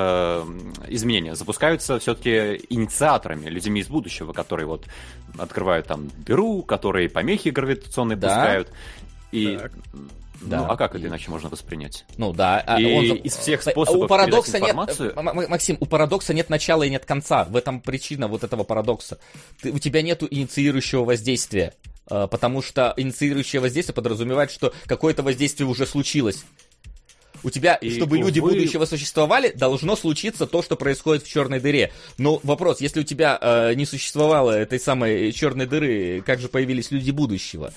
изменения запускаются все-таки инициаторами, людьми из будущего, которые вот открывают там дыру, которые помехи гравитационные пускают. И... Да. Ну, а как это иначе можно воспринять? Ну да. Из всех способов передать информацию... Максим, у парадокса нет начала и нет конца. В этом причина вот этого парадокса. У тебя нету инициирующего воздействия. Потому что инициирующее воздействие подразумевает, что какое-то воздействие уже случилось. У тебя, чтобы люди будущего существовали, должно случиться то, что происходит в черной дыре. Но вопрос, если у тебя не существовало этой самой черной дыры, как же появились люди будущего?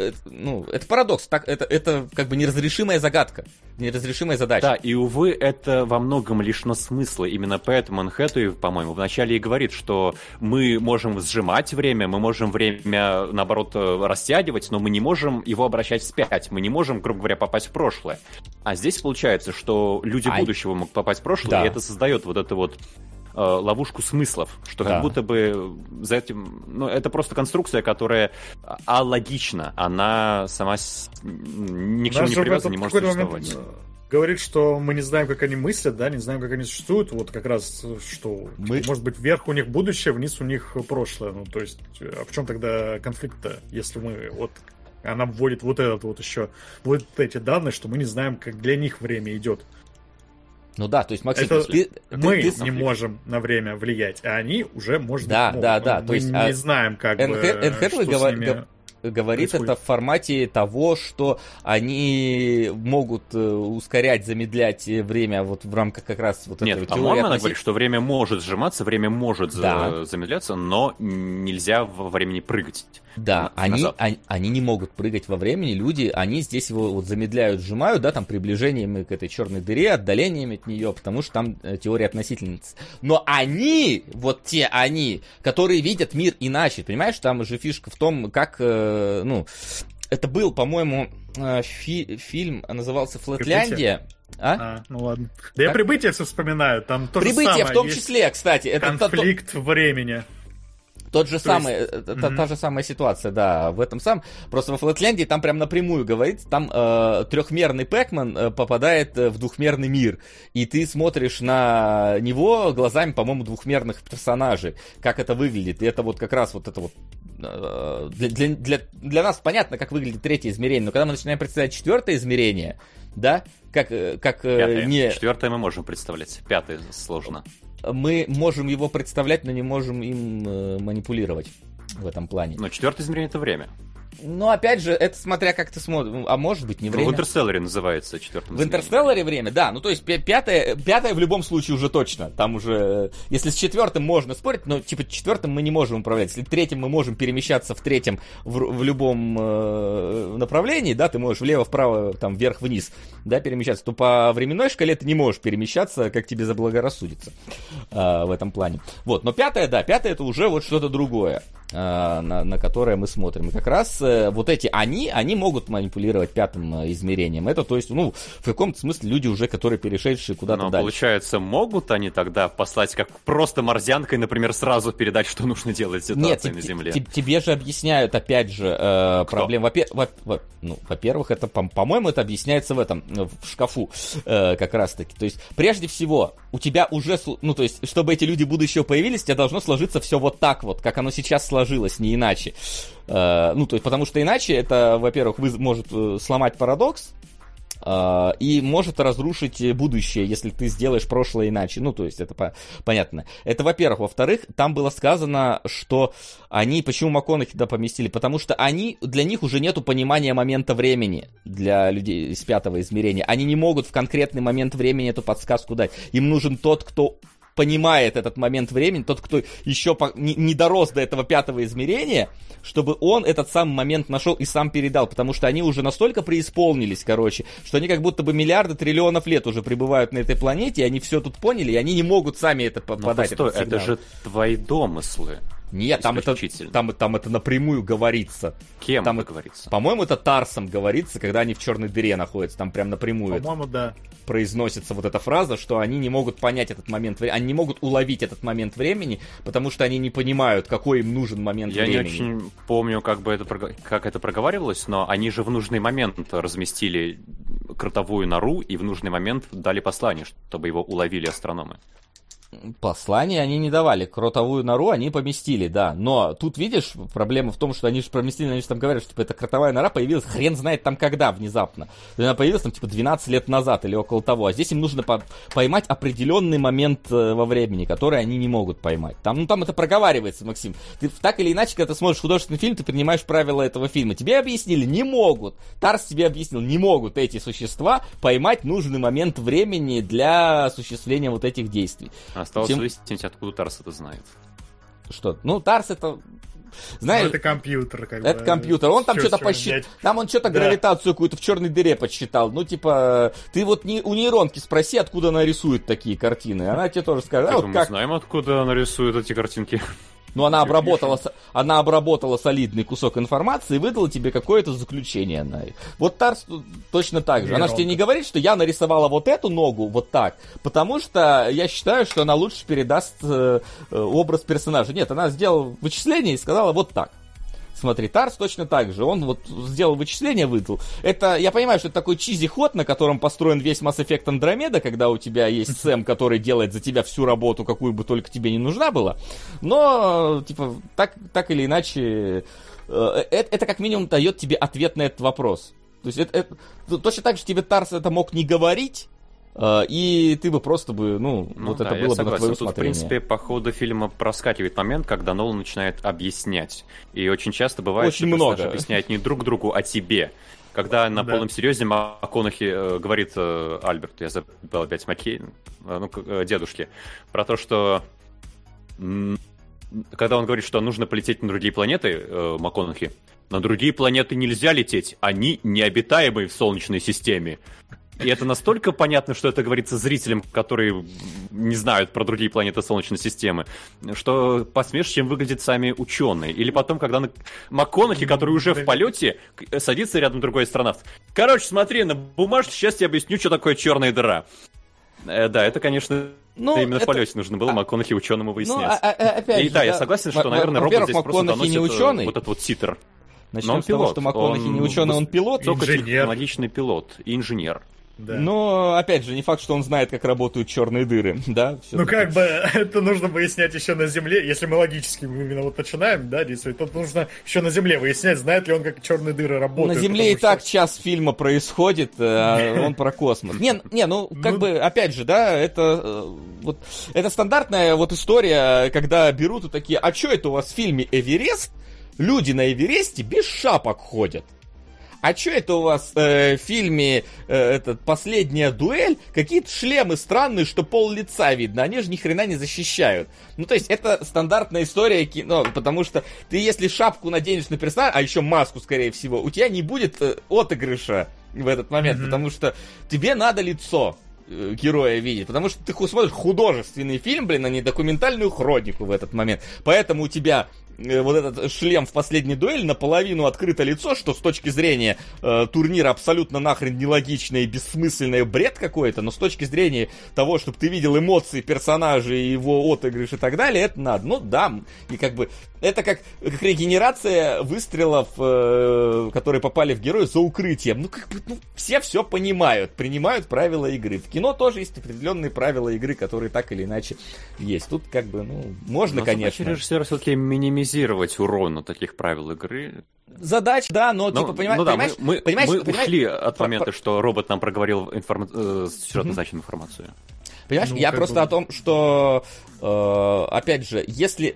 Это парадокс. Это как бы неразрешимая загадка, неразрешимая задача. Да, и, увы, это во многом лишено смысла. Именно поэтому Анхэтуэй, по-моему, вначале и говорит, что мы можем сжимать время, мы можем время, наоборот, растягивать, но мы не можем его обращать вспять. Мы не можем, грубо говоря, попасть в прошлое. А здесь получается, что люди будущего могут попасть в прошлое, и это создает вот эту вот ловушку смыслов, что как будто бы за этим... Ну, это просто конструкция, которая алогична. Она сама ни к чему не привязана, не может существовать. Говорит, что мы не знаем, как они мыслят, да, не знаем, как они существуют. Вот как раз, что может быть, вверх у них будущее, вниз у них прошлое. Ну, то есть, а в чем тогда конфликт-то, если мы вот... Она вводит вот этот вот еще, вот эти данные, что мы не знаем, как для них время идет. Ну да, то есть, Максим, мы не можем на время влиять, а они уже, может быть, могут. Да. Мы не знаем, как бы, что с ними... Говорит это в формате того, что они могут ускорять, замедлять время вот в рамках как раз вот этого теории. По-моему, она говорит, что время может сжиматься, время может замедляться, но нельзя во времени прыгать. Да, они не могут прыгать во времени, люди, они здесь его вот замедляют, сжимают, да, там приближением к этой черной дыре, отдалением от нее, потому что там теория относительности. Но они, вот те они, которые видят мир иначе, понимаешь, там же фишка в том, как, это был, по-моему, фильм, назывался «Флетляндия». Ну ладно. Да я «Прибытие» все вспоминаю, там то же самое. «Прибытие» в том числе, кстати. Конфликт времени. Та же самая ситуация, да, в этом самом. Просто во Флэтлендии там прям напрямую говорится, там трехмерный Пэкман попадает в двухмерный мир, и ты смотришь на него глазами, по-моему, двухмерных персонажей, как это выглядит, и это вот как раз вот это вот для нас понятно, как выглядит третье измерение, но когда мы начинаем представлять четвертое измерение, да, как не... Четвертое мы можем представлять, пятое сложно. Мы можем его представлять, но не можем им манипулировать в этом плане. Но четвертое измерение — это время. Но опять же, это смотря как ты смотришь, а может быть не время. В «Интерстелларе» называется четвертым измерением. В «Интерстелларе» время, да, ну то есть пятое в любом случае уже точно. Там уже, если с четвертым можно спорить, но типа четвертым мы не можем управлять. Если третьим мы можем перемещаться в третьем в любом направлении, да, ты можешь влево, вправо, там, вверх-вниз, да, перемещаться, то по временной шкале ты не можешь перемещаться, как тебе заблагорассудится в этом плане. Вот, но пятое это уже вот что-то другое, на которое мы смотрим. И как раз вот эти они могут манипулировать пятым измерением. Это, то есть, ну, в каком-то смысле люди уже, которые перешедшие куда-то дальше. Но, получается, могут они тогда послать как просто морзянкой, например, сразу передать, что нужно делать в ситуации на Земле? Нет, тебе же объясняют, опять же, проблему. Во-первых, это, по-моему, это объясняется в шкафу как раз-таки. То есть, прежде всего, у тебя уже, ну, то есть, чтобы эти люди будущего появились, у тебя должно сложиться все вот так вот, как оно сейчас сложилось, не иначе. Ну, то есть, потому что иначе это, во-первых, может сломать парадокс, и может разрушить будущее, если ты сделаешь прошлое иначе. Ну, то есть, это понятно. Это, во-первых. Во-вторых, там было сказано, что почему МакКонахи туда поместили? Потому что для них уже нету понимания момента времени для людей из пятого измерения. Они не могут в конкретный момент времени эту подсказку дать. Им нужен тот, кто понимает этот момент времени, тот, кто еще не дорос до этого пятого измерения, чтобы он этот самый момент нашел и сам передал, потому что они уже настолько преисполнились, что они как будто бы миллиарды, триллионов лет уже пребывают на этой планете, и они все тут поняли, и они не могут сами это подать. Но постой, это же твои домыслы. Нет, там это напрямую говорится. Кем это говорится? По-моему, это Тарсом говорится, когда они в черной дыре находятся. Там прям напрямую произносится вот эта фраза, что они не могут понять этот момент времени, они не могут уловить этот момент времени, потому что они не понимают, какой им нужен момент времени. Я не очень помню, как это проговаривалось, но они же в нужный момент разместили кротовую нору и в нужный момент дали послание, чтобы его уловили астрономы. Послание они не давали, кротовую нору они поместили, да, но тут, видишь, проблема в том, что они же поместили, они же там говорят, что типа, эта кротовая нора появилась хрен знает там когда внезапно, она появилась там типа 12 лет назад или около того, а здесь им нужно поймать определенный момент во времени, который они не могут поймать. Там это проговаривается, Максим, ты так или иначе, когда ты смотришь художественный фильм, ты принимаешь правила этого фильма, тебе объяснили, не могут, Тарс тебе объяснил, не могут эти существа поймать нужный момент времени для осуществления вот этих действий. Осталось выяснить, откуда Тарс это знает. Что? Ну, Тарс это... Знаешь, это компьютер, Это компьютер. Он там что-то посчитал. Там он что-то гравитацию какую-то в черной дыре подсчитал. Ну, типа, ты вот у нейронки спроси, откуда она рисует такие картины. Она тебе тоже скажет. Мы знаем, откуда она рисует эти картинки. Ну, она обработала солидный кусок информации и выдала тебе какое-то заключение на их. Вот Тарс точно так же. Она же тебе не говорит, что я нарисовала вот эту ногу вот так, потому что я считаю, что она лучше передаст образ персонажа. Нет, она сделала вычисление и сказала вот так. Смотри, Тарс точно так же. Он вот сделал вычисление, выдал. Это, я понимаю, что это такой чизи ход, на котором построен весь Mass Effect Andromeda, когда у тебя есть Сэм, который делает за тебя всю работу, какую бы только тебе не нужна была. Но, типа, так или иначе, это как минимум дает тебе ответ на этот вопрос. То есть, это точно так же тебе Тарс это мог не говорить, и ты бы просто бы, вот это было бы на твое усмотрение. Тут, в принципе, по ходу фильма проскакивает момент, когда Нолан начинает объяснять. И очень часто бывает, что персонаж объясняет не друг другу, а тебе. Когда на полном серьезе МакКонахи говорит Альберту, я забыл опять Маккейн, дедушке, про то, что... Когда он говорит, что нужно полететь на другие планеты, МакКонахи, на другие планеты нельзя лететь, они необитаемые в Солнечной системе. И это настолько понятно, что это говорится зрителям, которые не знают про другие планеты Солнечной системы, что посмешище, чем выглядят сами ученые. Или потом, когда МакКонахи, который уже в полете, садится рядом другой астронавт. Короче, смотри, на бумажке сейчас я объясню, что такое черная дыра. Да, это, конечно, именно в полете нужно было МакКонахи ученому выяснять. Опять и же, да, я согласен, что, наверное, робот здесь просто МакКонахи не доносит ученый. вот этот вот титр. Начнем с того, что МакКонахи не ученый, он пилот. Высокотехнологичный пилот и инженер. Да. Но, опять же, не факт, что он знает, как работают черные дыры, да? Ну, как бы, это нужно выяснять еще на Земле, если мы логически именно вот начинаем, да, действовать, то нужно еще на Земле выяснять, знает ли он, как черные дыры работают. На Земле и так час фильма происходит, а он про космос. Опять же, да, это стандартная вот история, когда берут и такие, а что это у вас в фильме «Эверест»? Люди на Эвересте без шапок ходят. А что это у вас в фильме «Последняя дуэль»? Какие-то шлемы странные, что пол лица видно. Они же ни хрена не защищают. Ну, то есть, это стандартная история кино, потому что ты, если шапку наденешь на персонажа, а еще маску, скорее всего, у тебя не будет отыгрыша в этот момент, потому что тебе надо лицо героя видеть, потому что ты смотришь художественный фильм, а не документальную хронику в этот момент. Поэтому у тебя вот этот шлем в «Последней дуэли» наполовину открыто лицо, что с точки зрения турнира абсолютно нахрен нелогичное и бессмысленное бред какой-то, но с точки зрения того, чтобы ты видел эмоции персонажа и его отыгрыш и так далее, это надо. Ну да, и как бы это как регенерация выстрелов, которые попали в героя за укрытием. Все понимают, принимают правила игры. В кино тоже есть определенные правила игры, которые так или иначе есть. Тут как бы, можно, конечно. Режиссер все-таки минимизировать урон таких правил игры. Задач, да, но понимаешь... Мы ушли от момента, что робот нам проговорил сюжетно значимую информацию. Понимаешь, я просто о том, что, опять же, если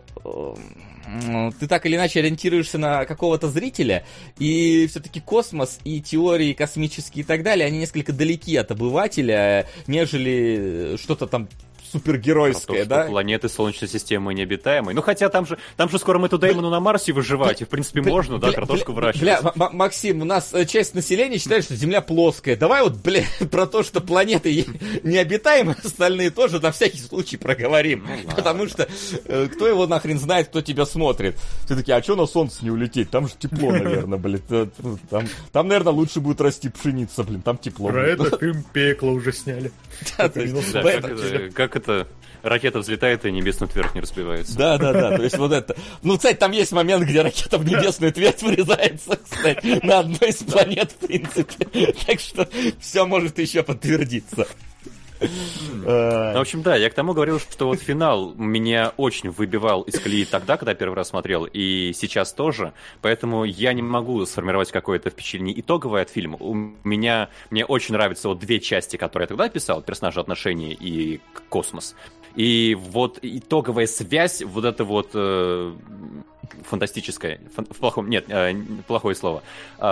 ты так или иначе ориентируешься на какого-то зрителя, и все-таки космос и теории космические и так далее, они несколько далеки от обывателя, нежели что-то там супергеройское, да? Планеты Солнечной системы необитаемые. Ну, хотя там же скоро Мэтту Дэймону на Марсе выживать, и, в принципе, можно, да, картошку выращивать. Максим, у нас часть населения считает, что Земля плоская. Давай про то, что планеты необитаемые, остальные тоже на всякий случай проговорим. Потому что кто его нахрен знает, кто тебя смотрит. Все такие, а что на Солнце не улететь? Там же тепло, наверное, блин. Там, наверное, лучше будет расти пшеница, блин, там тепло. Про это фильм «Пекло» уже сняли. Как это ракета взлетает и небесную твердь не разбивается. Да. То есть вот это. Ну, кстати, там есть момент, где ракета в небесную твердь врезается, кстати, на одной из планет, в принципе. Так что все может еще подтвердиться. В общем, да, я к тому говорил, что вот финал меня очень выбивал из колеи тогда, когда первый раз смотрел, и сейчас тоже, поэтому я не могу сформировать какое-то впечатление итоговое от фильма. Мне очень нравятся вот две части, которые я тогда писал, персонажи, отношения и космос. И вот итоговая связь, вот это вот фантастическая, плохое слово,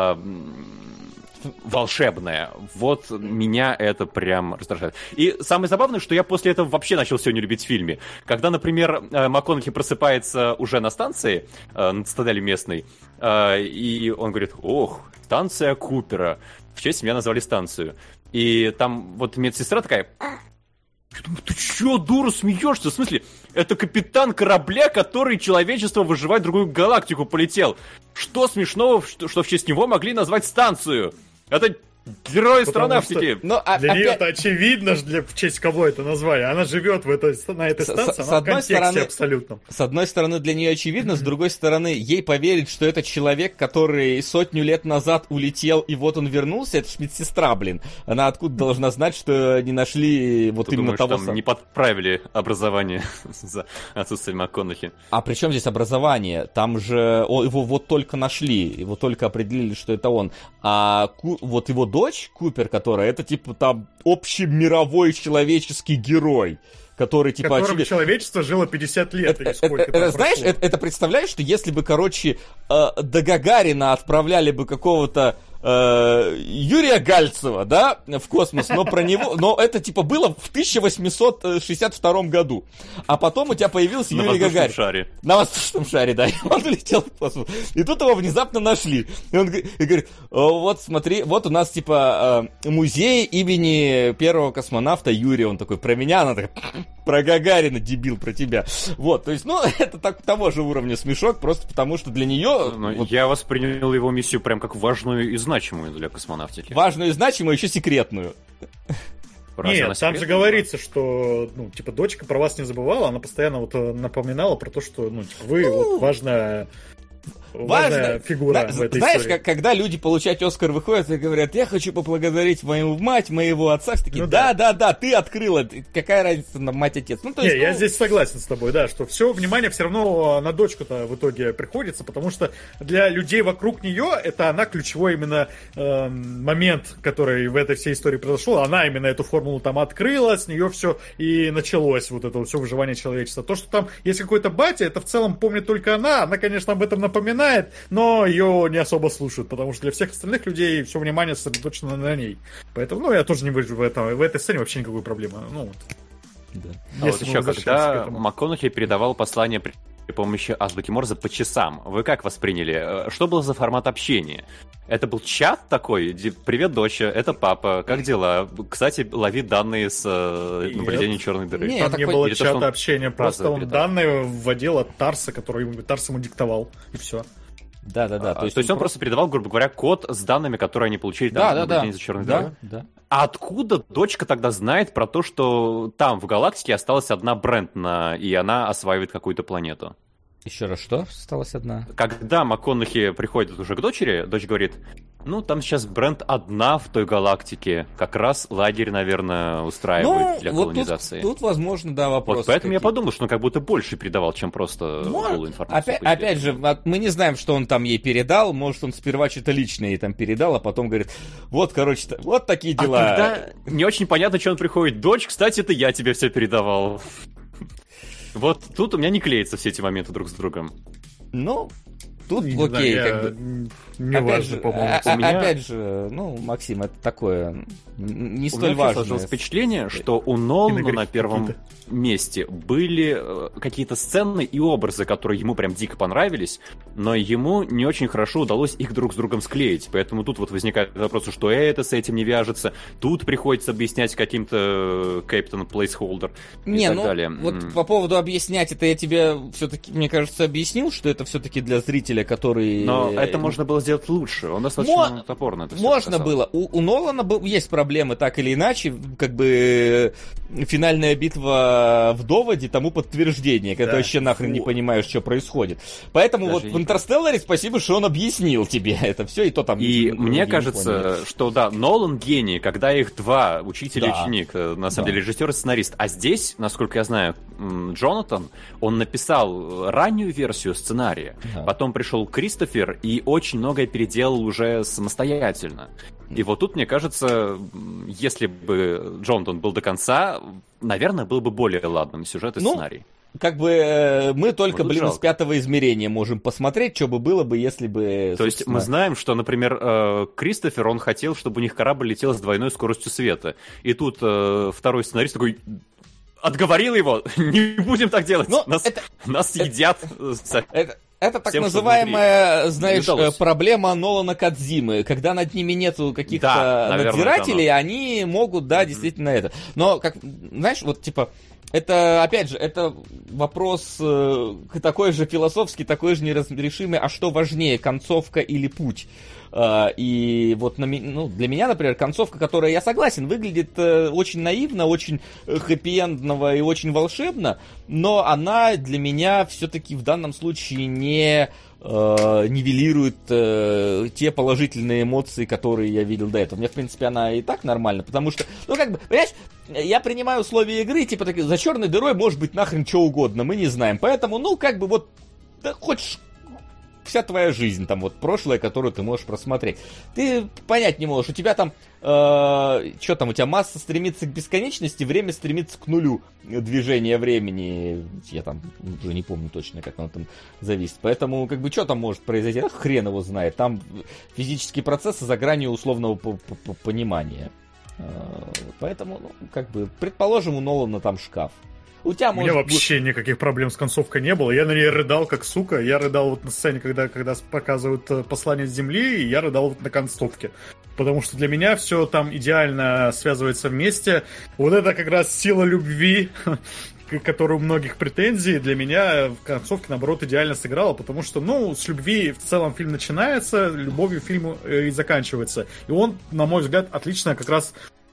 волшебная. Вот меня это прям раздражает. И самое забавное, что я после этого вообще начал все не любить в фильме. Когда, например, МакКонахи просыпается уже на станции, на цитадели местной, и он говорит: ох, станция Купера. В честь меня назвали станцию. И там вот медсестра такая: ты чё, дура, смеешься? В смысле, это капитан корабля, который человечество выживает в другую галактику полетел. Что смешного, что в честь него могли назвать станцию? Это герой астронавтики. Для нее это очевидно, в честь кого это назвали. Она живет на этой станции, она в контексте абсолютном. С одной стороны, для нее очевидно, с другой стороны, ей поверить, что это человек, который 100 лет назад улетел, и вот он вернулся, это ж медсестра, блин. Она откуда должна знать, что не нашли вот именно того самого? Не подправили образование за отсутствие МакКонахи. А при чем здесь образование? Там же его вот только нашли, его только определили, что это он. А вот его дочь, Купер, которая, это типа там общемировой человеческий герой, который типа... Которым человечество жило 50 лет или сколько там знаешь, это представляешь, что если бы, короче, до Гагарина отправляли бы какого-то Юрия Гальцева, да, в космос, но про него, но это типа было в 1862 году, а потом у тебя появился Юрий Гагарин. На воздушном шаре, да, и он летел в космос, и тут его внезапно нашли, и он говорит: вот смотри, вот у нас типа музей имени первого космонавта Юрия, он такой: про меня, она такая: про Гагарина, дебил, про тебя. Вот, то есть, это того же уровня смешок, просто потому что для нее... Я воспринял его миссию прям как важную и значимую для космонавтики. Важную и значимую, еще секретную. Разве она Нет, там же секретная говорится, что, ну, типа, дочка про вас не забывала, она постоянно вот напоминала про то, что, ну, типа, вы вот важная фигура в этой знаешь, истории. когда люди получать Оскар выходят и говорят, я хочу поблагодарить мою мать, моего отца, все такие, да, ты открыла, какая разница на мать-отец. Ну, то есть, я здесь согласен с тобой, да, что все внимание все равно на дочку-то в итоге приходится, потому что для людей вокруг нее это она ключевой именно момент, который в этой всей истории произошел, она именно эту формулу там открыла, с нее все и началось, вот это вот все выживание человечества. То, что там есть какой-то батя, это в целом помнит только она, конечно, об этом напоминает, но ее не особо слушают, потому что для всех остальных людей все внимание сосредоточено на ней. Поэтому, ну, я тоже не вижу в этой сцене вообще никакой проблемы. Ну, вот. Да. А вот еще, когда МакКонахи передавал послание при помощи азбуки Морзе по часам, вы как восприняли? Что был за формат общения? Это был чат такой? Привет, доча, это папа, как дела? Кстати, лови данные с наблюдения черной дыры. Нет, там не было Или то, чата общения, просто он передал. данные вводил от Тарса, который Тарс ему диктовал, и все. Да. То есть он просто передавал, грубо говоря, код с данными, которые они получили там в наблюдении за черной дырой? Да. А откуда дочка тогда знает про то, что там в галактике осталась одна Брентна, и она осваивает какую-то планету? Еще раз, что? Осталась одна. Когда МакКонахи приходит уже к дочери, дочь говорит, ну, там сейчас Брент одна в той галактике. Как раз лагерь, наверное, устраивает для колонизации. Тут, возможно, да, вопрос. Вот поэтому я подумал, что он как будто больше передавал, чем просто голую информацию. Опять же, мы не знаем, что он там ей передал. Может, он сперва что-то личное ей там передал, а потом говорит, вот, короче, вот такие дела. А тогда не очень понятно, что он приходит. Дочь, кстати, это я тебе все передавал. Вот тут у меня не клеятся все эти моменты друг с другом. Ну, тут Не окей, знаю, как бы. Не Опять важно, же, по-моему. опять же, ну, Максим, это такое не У столь меня важное. сложилось впечатление, что у Нолана Кинографики на первом какие-то. месте были какие-то сцены и образы, которые ему прям дико понравились, но ему не очень хорошо удалось их друг с другом склеить. Поэтому тут вот возникает вопрос, что это с этим не вяжется, тут приходится объяснять каким-то Captain Placeholder и так далее. Вот по поводу объяснять, это я тебе все-таки, мне кажется, объяснил, что это все-таки для зрителя, который... Но это можно было сделать лучше, он достаточно топорно это всё Можно показал. было. У Нолана есть проблемы так или иначе, как бы финальная битва в доводе тому подтверждение, когда ты вообще нахрен не понимаешь, что происходит. Поэтому Даже вот не в Интерстелларе спасибо, что он объяснил тебе это все, и то там... И мне не кажется, поняли. что да, Нолан гений, когда их два, учитель и Да. ученик, на самом деле режиссер и сценарист. А здесь, насколько я знаю, Джонатан, он написал раннюю версию сценария, потом пришел Кристофер и очень многое переделал уже самостоятельно. И вот тут, мне кажется, если бы Джонатан был до конца, наверное, был бы более ладным сюжет и сценарий. Как бы мы только, Вот из пятого измерения можем посмотреть, что бы было бы, если бы... То есть мы знаем, что, например, Кристофер, он хотел, чтобы у них корабль летел с двойной скоростью света. И тут второй сценарист такой... Отговорил его, не будем так делать, нас едят. Это так Тем, что называемая, внутри. знаешь, Не удалось. проблема Нолана Кодзимы. Когда над ними нету каких-то наверное, надзирателей, это они могут, да, действительно это. Но, как, знаешь, вот, типа, это, опять же, это вопрос такой же философский, такой же неразрешимый, а что важнее, концовка или путь? И вот для меня, например, концовка, которая, я согласен, выглядит очень наивно, очень хэппи-эндово и очень волшебно, но она для меня все-таки в данном случае не нивелирует те положительные эмоции, которые я видел до этого. Мне, в принципе, она и так нормально, потому что, понимаешь, я принимаю условия игры, типа, за черной дырой может быть нахрен что угодно, мы не знаем. Поэтому, да, хочешь вся твоя жизнь, там вот прошлое, которую ты можешь просмотреть. Ты понять не можешь, у тебя там, что там, у тебя масса стремится к бесконечности, время стремится к нулю движения времени. Я там уже не помню точно, как оно там зависит. Поэтому, как бы, что там может произойти? Хрен его знает. Там физические процессы за гранью условного понимания. Поэтому, предположим, у Нолана там шкаф. У тебя меня вообще никаких проблем с концовкой не было. Я на ней рыдал как сука. Я рыдал вот на сцене, когда показывают послание с Земли, и я рыдал вот на концовке. Потому что для меня все там идеально связывается вместе. Вот это как раз сила любви, которой у многих претензий, для меня в концовке, наоборот, идеально сыграла. Потому что, с любви в целом фильм начинается, любовью фильм и заканчивается. И он, на мой взгляд, отлично как раз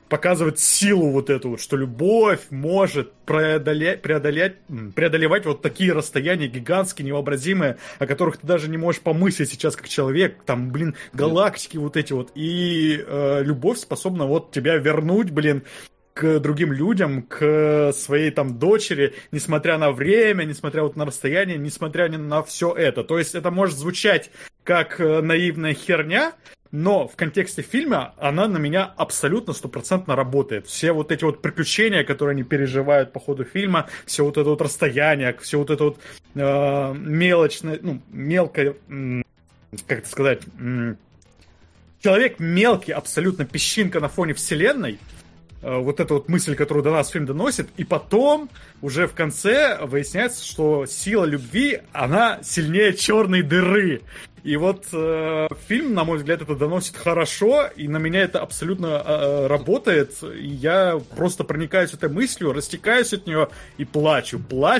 показывает силу вот эту вот, что любовь может преодолевать вот такие расстояния гигантские, невообразимые, о которых ты даже не можешь помыслить сейчас как человек, там, галактики вот эти вот, и любовь способна вот тебя вернуть, к другим людям, к своей там дочери, несмотря на время, несмотря вот на расстояние, несмотря на все это. То есть это может звучать как наивная херня, но в контексте фильма она на меня абсолютно 100% работает. Все вот эти вот приключения, которые они переживают по ходу фильма, все вот это вот расстояние, все вот это вот мелочное, мелкое, как это сказать, человек мелкий, абсолютно песчинка на фоне вселенной. Вот эта вот мысль, которую до нас фильм доносит, и потом уже в конце выясняется, что сила любви, она сильнее черной дыры. И вот фильм, на мой взгляд, это доносит хорошо, и на меня это абсолютно работает. И я просто проникаюсь этой мыслью, растекаюсь от нее и плачу.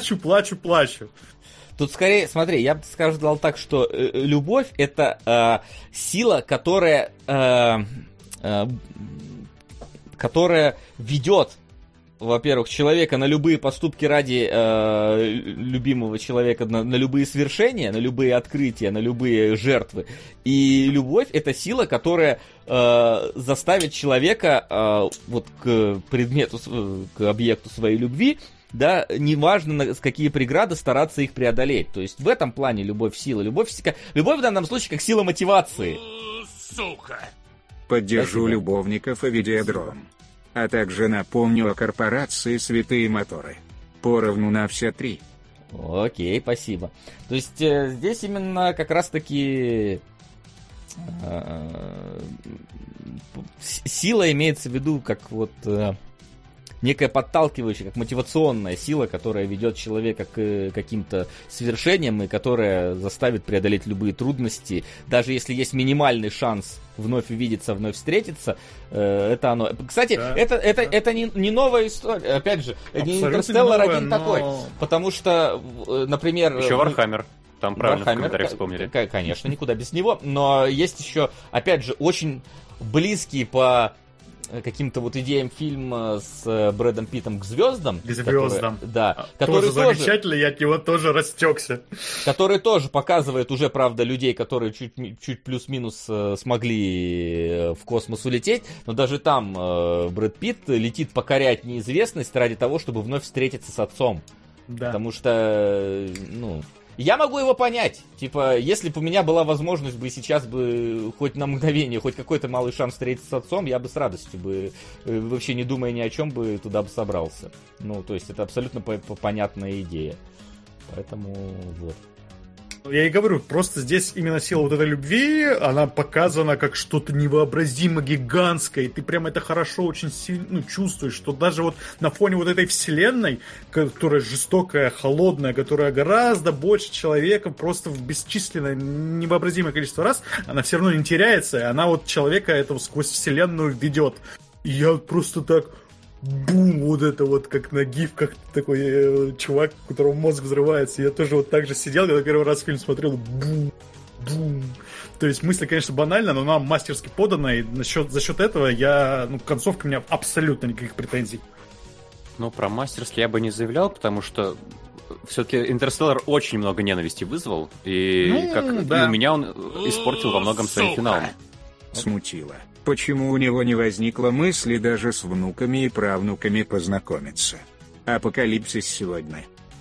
Тут скорее, смотри, я бы сказал так, что любовь — это сила, которая ведет, во-первых, человека на любые поступки ради любимого человека, на любые свершения, на любые открытия, на любые жертвы. И любовь — это сила, которая заставит человека вот к предмету, к объекту своей любви, да, неважно, с какие преграды, стараться их преодолеть. То есть в этом плане любовь — сила. Любовь в данном случае как сила мотивации. Сука! Поддержу Спасибо. любовников и видеодром. А также напомню о корпорации «Святые моторы». Поровну на все 3. Окей, спасибо. То есть здесь именно как раз-таки сила имеется в виду как вот некая подталкивающая, как мотивационная сила, которая ведет человека к каким-то свершениям и которая заставит преодолеть любые трудности. Даже если есть минимальный шанс вновь увидеться, вновь встретиться, это оно. Кстати, да, это не новая история. Опять же, не Интерстеллар один такой. Потому что, например... Еще Вархаммер. Там правильно в комментариях вспомнили. Конечно, никуда без него. Но есть еще, опять же, очень близкий по каким-то вот идеям фильм с Брэдом Питтом «К звездам». К звездам. Да. Который тоже замечательно, я от него тоже растекся. Который тоже показывает уже, правда, людей, которые чуть плюс-минус смогли в космос улететь. Но даже там Брэд Питт летит покорять неизвестность ради того, чтобы вновь встретиться с отцом. Да. Потому что, я могу его понять. Типа, если бы у меня была возможность бы сейчас бы хоть на мгновение, хоть какой-то малый шанс встретиться с отцом, я бы с радостью бы, вообще не думая ни о чем, бы туда бы собрался. То есть это абсолютно понятная идея. Поэтому вот. Я и говорю, просто здесь именно сила вот этой любви, она показана как что-то невообразимо гигантское, и ты прям это хорошо очень сильно чувствуешь, что даже вот на фоне вот этой вселенной, которая жестокая, холодная, которая гораздо больше человека, просто в бесчисленное, невообразимое количество раз, она все равно не теряется, и она вот человека этого сквозь вселенную ведет. И я просто так... Бум, вот это вот, как на гифках, такой чувак, у которого мозг взрывается. Я тоже вот так же сидел, когда первый раз фильм смотрел, бум, бум. То есть мысль, конечно, банальна, но она мастерски подана, и за счет этого концовка у меня абсолютно никаких претензий. Про мастерски я бы не заявлял, потому что все-таки «Интерстеллар» очень много ненависти вызвал, и у меня он испортил во многом своим финалом. Смутило. Почему у него не возникло мысли даже с внуками и правнуками познакомиться? Апокалипсис сегодня.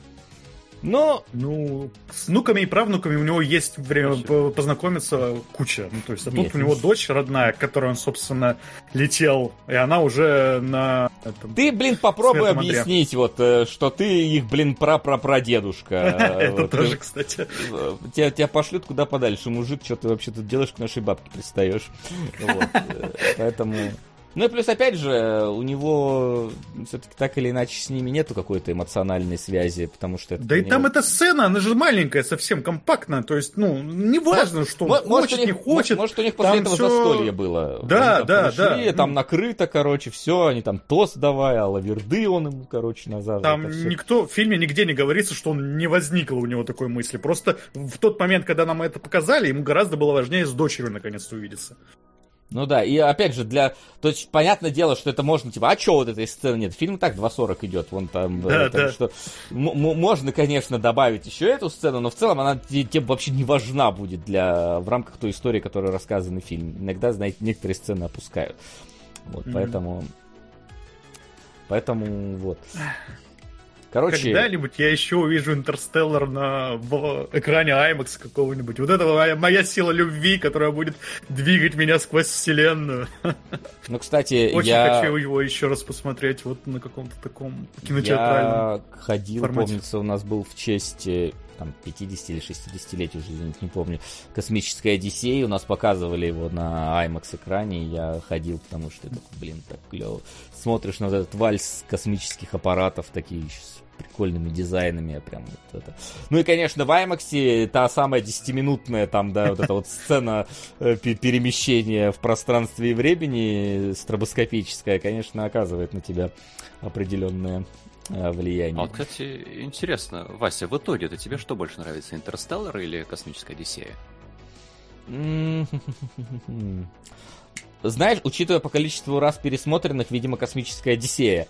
С внуками и правнуками у него есть время познакомиться куча. Тут у него дочь родная, к которой он, собственно, летел, и она уже на... Ты, попробуй объяснить, что ты их, прапрапрадедушка. Это тоже, кстати. Тебя пошлют куда подальше, мужик, что ты вообще тут делаешь, к нашей бабке пристаешь. Поэтому... и плюс, опять же, у него все-таки так или иначе с ними нету какой-то эмоциональной связи, потому что... Да и там эта сцена, она же маленькая, совсем компактная, то есть, не важно, что он хочет, не хочет. Может, у них после этого застолье было. Да. Там накрыто, все, они там тост давай, а лаверды он ему, назад. Там никто в фильме нигде не говорится, что он не возникло у него такой мысли. Просто в тот момент, когда нам это показали, ему гораздо было важнее с дочерью наконец-то увидеться. Ну да, и опять же, то есть, понятное дело, что это можно, типа, а чё вот этой сцены нет? Фильм и так 2.40 идет, вон там. Да. Что можно, конечно, добавить еще эту сцену, но в целом она тебе вообще не важна будет в рамках той истории, которая рассказана в фильме. Иногда, знаете, некоторые сцены опускают. Вот, поэтому вот. Короче... Когда-нибудь я еще увижу «Интерстеллар» в экране IMAX какого-нибудь. Вот это моя сила любви, которая будет двигать меня сквозь вселенную. Ну, кстати, Очень хочу его еще раз посмотреть вот на каком-то таком кинотеатральном Я ходил, формате. Помнится, у нас был в честь 50 или 60-летия, уже не помню, «Космическая Одиссея». У нас показывали его на IMAX-экране, и я ходил, потому что это, так клево. Смотришь на вот этот вальс космических аппаратов, такие с прикольными дизайнами, прям вот это. Ну и, конечно, в IMAX та самая 10-минутная там, да, вот эта вот сцена перемещения в пространстве и времени стробоскопическая, конечно, оказывает на тебя определенное влияние. Вот, кстати, интересно, Вася, в итоге-то тебе что больше нравится, «Интерстеллар» или «Космическая Одиссея»? Знаешь, учитывая по количеству раз пересмотренных, видимо, «Космическая Одиссея».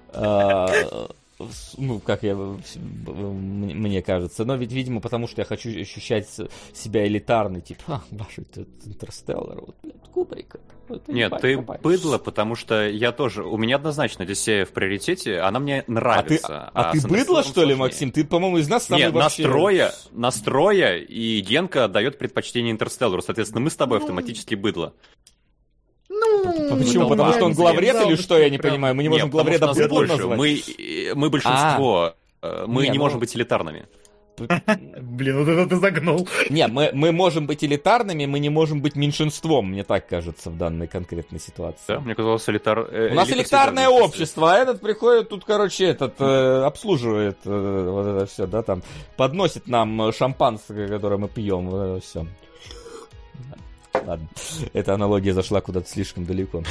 Ну, как мне кажется. Но ведь, видимо, потому что я хочу ощущать себя элитарной, типа, ваш «Интерстеллар», вот, блядь, Кубрик. Нет, ты быдло, потому что у меня однозначно «Одиссея» в приоритете, она мне нравится. А ты быдло, что ли, Максим? Ты, по-моему, из нас самый Нет, вообще... настроя, и Генка дает предпочтение «Интерстеллару», соответственно, мы с тобой автоматически быдло. Почему? Потому что он главред или что, я не понимаю? Мы не можем главреда быдлом назвать? Мы большинство. Мы не можем быть элитарными. Блин, вот это ты загнул. Не, мы можем быть элитарными, мы не можем быть меньшинством, мне так кажется, в данной конкретной ситуации. Да, мне казалось, у нас элитарное общество, а этот приходит тут, короче, обслуживает вот это все, да, там, подносит нам шампанское, которое мы пьем, вот это все. Ладно, эта аналогия зашла куда-то слишком далеко.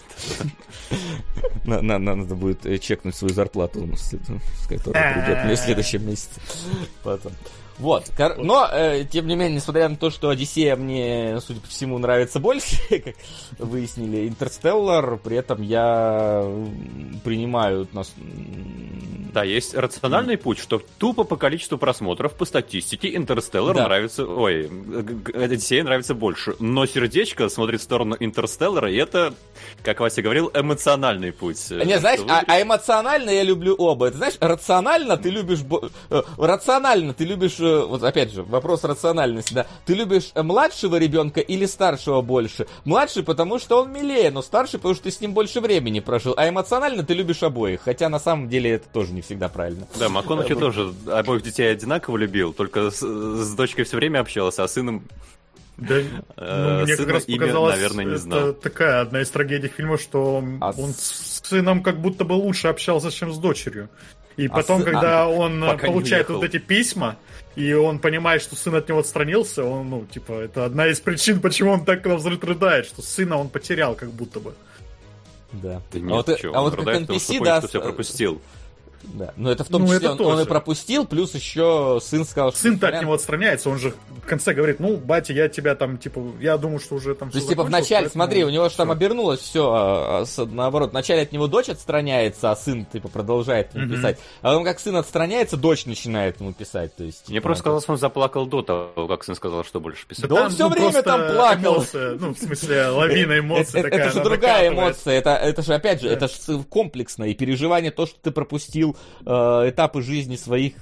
Надо будет чекнуть свою зарплату, с которой придет мне в следующем месяце. Потом. Вот, но, тем не менее, несмотря на то, что «Одиссея» мне, судя по всему, нравится больше, как выяснили, «Интерстеллар», при этом я принимаю... Да, есть рациональный путь, что тупо по количеству просмотров, по статистике, «Интерстеллар» нравится... Ой, «Одиссея» нравится больше. Но сердечко смотрит в сторону «Интерстеллара», и это, как Вася говорил, эмоциональный путь. Не, знаешь, эмоционально я люблю оба. Это, знаешь, рационально ты любишь... Рационально ты любишь... Вот опять же, вопрос рациональности, да. Ты любишь младшего ребенка или старшего больше? Младший, потому что он милее, но старший, потому что ты с ним больше времени прожил. А эмоционально ты любишь обоих. Хотя на самом деле это тоже не всегда правильно. Да, МакКонахи тоже обоих детей одинаково любил, только с дочкой все время общался, а сыном... Да, мне как раз показалось, наверное, не знал. Это такая одна из трагедий фильма, что он с сыном как будто бы лучше общался, чем с дочерью. И потом, когда он получает вот эти письма, и он понимает, что сын от него отстранился, он, это одна из причин, почему он так рыдает, что сына он потерял как будто бы. Да. Нет, а вот как NPC, да, что все пропустил. Да, но это в том числе он и пропустил, плюс еще сын сказал, что... Сын-то от него отстраняется, он же в конце говорит, батя, я тебя там, я думаю, что уже там... То есть, вначале, поэтому... смотри, у него же там обернулось все, наоборот, вначале от него дочь отстраняется, а сын, продолжает ему писать. А потом, как сын отстраняется, дочь начинает ему писать, то есть... Мне просто казалось, он заплакал до того, как сын сказал, что больше писать. Да он все время там плакал. Эмоция, в смысле, лавина эмоций такая. Это же другая эмоция, это же, опять же, это же комплексно, и переживание, то, что ты пропустил этапы жизни своих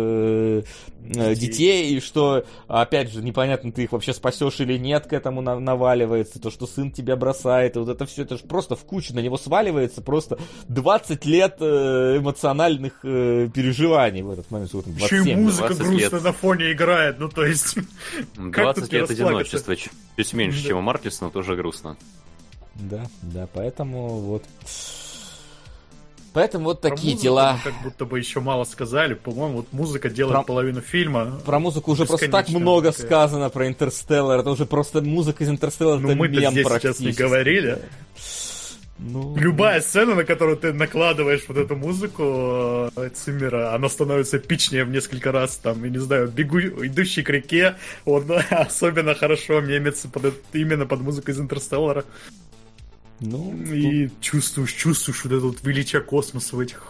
детей, и что, опять же, непонятно, ты их вообще спасешь или нет, к этому наваливается, то, что сын тебя бросает, и вот это все, это же просто в кучу на него сваливается, просто 20 лет эмоциональных переживаний в этот момент. 27, еще и музыка грустно на фоне играет, то есть... 20 лет одиночества, чуть меньше, чем у Мартисона, тоже грустно. Да, поэтому вот... Поэтому вот такие дела. Как будто бы еще мало сказали. По-моему, вот музыка делает половину фильма. Про музыку уже просто так много сказано про «Интерстеллар». Это уже просто музыка из «Интерстеллара». Мы-то здесь сейчас не говорили. Ну, Любая сцена, на которую ты накладываешь вот эту музыку Циммера, она становится эпичнее в несколько раз. Там, я не знаю, идущий к реке, он особенно хорошо мемится именно под музыку из «Интерстеллара». ну, И чувствуешь вот это вот величие космоса в этих...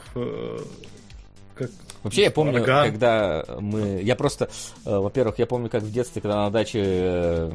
Вообще, я помню, орган. когда мы... Я просто, во-первых, я помню, как в детстве, когда на даче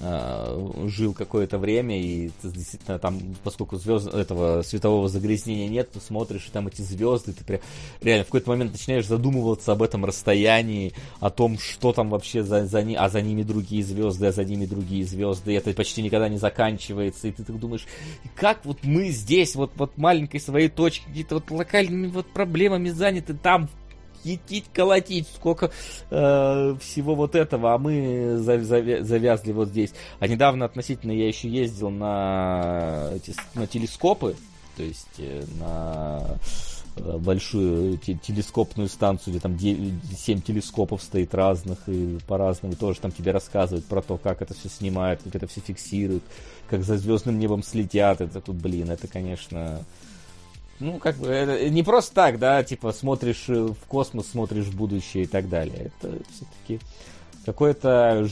жил какое-то время, и действительно там, поскольку этого светового загрязнения нет, ты смотришь, и там эти звезды, ты прям реально в какой-то момент начинаешь задумываться об этом расстоянии, о том, что там вообще за ними другие звезды, а за ними другие звезды, и это почти никогда не заканчивается, и ты так думаешь, как вот мы здесь, вот маленькой своей точке, какие-то вот локальными вот проблемами заняты, там етить, колотить, сколько всего вот этого, а мы завязли вот здесь. А недавно относительно я еще ездил на телескопы, то есть на большую телескопную станцию, где там 7 телескопов стоит разных, и по-разному тоже там тебе рассказывают про то, как это все снимают, как это все фиксируют, как за звездным небом следят. Это тут, блин, это, конечно... Ну, как бы, это не просто так, да, типа, смотришь в космос, смотришь в будущее и так далее. Это все-таки какое-то...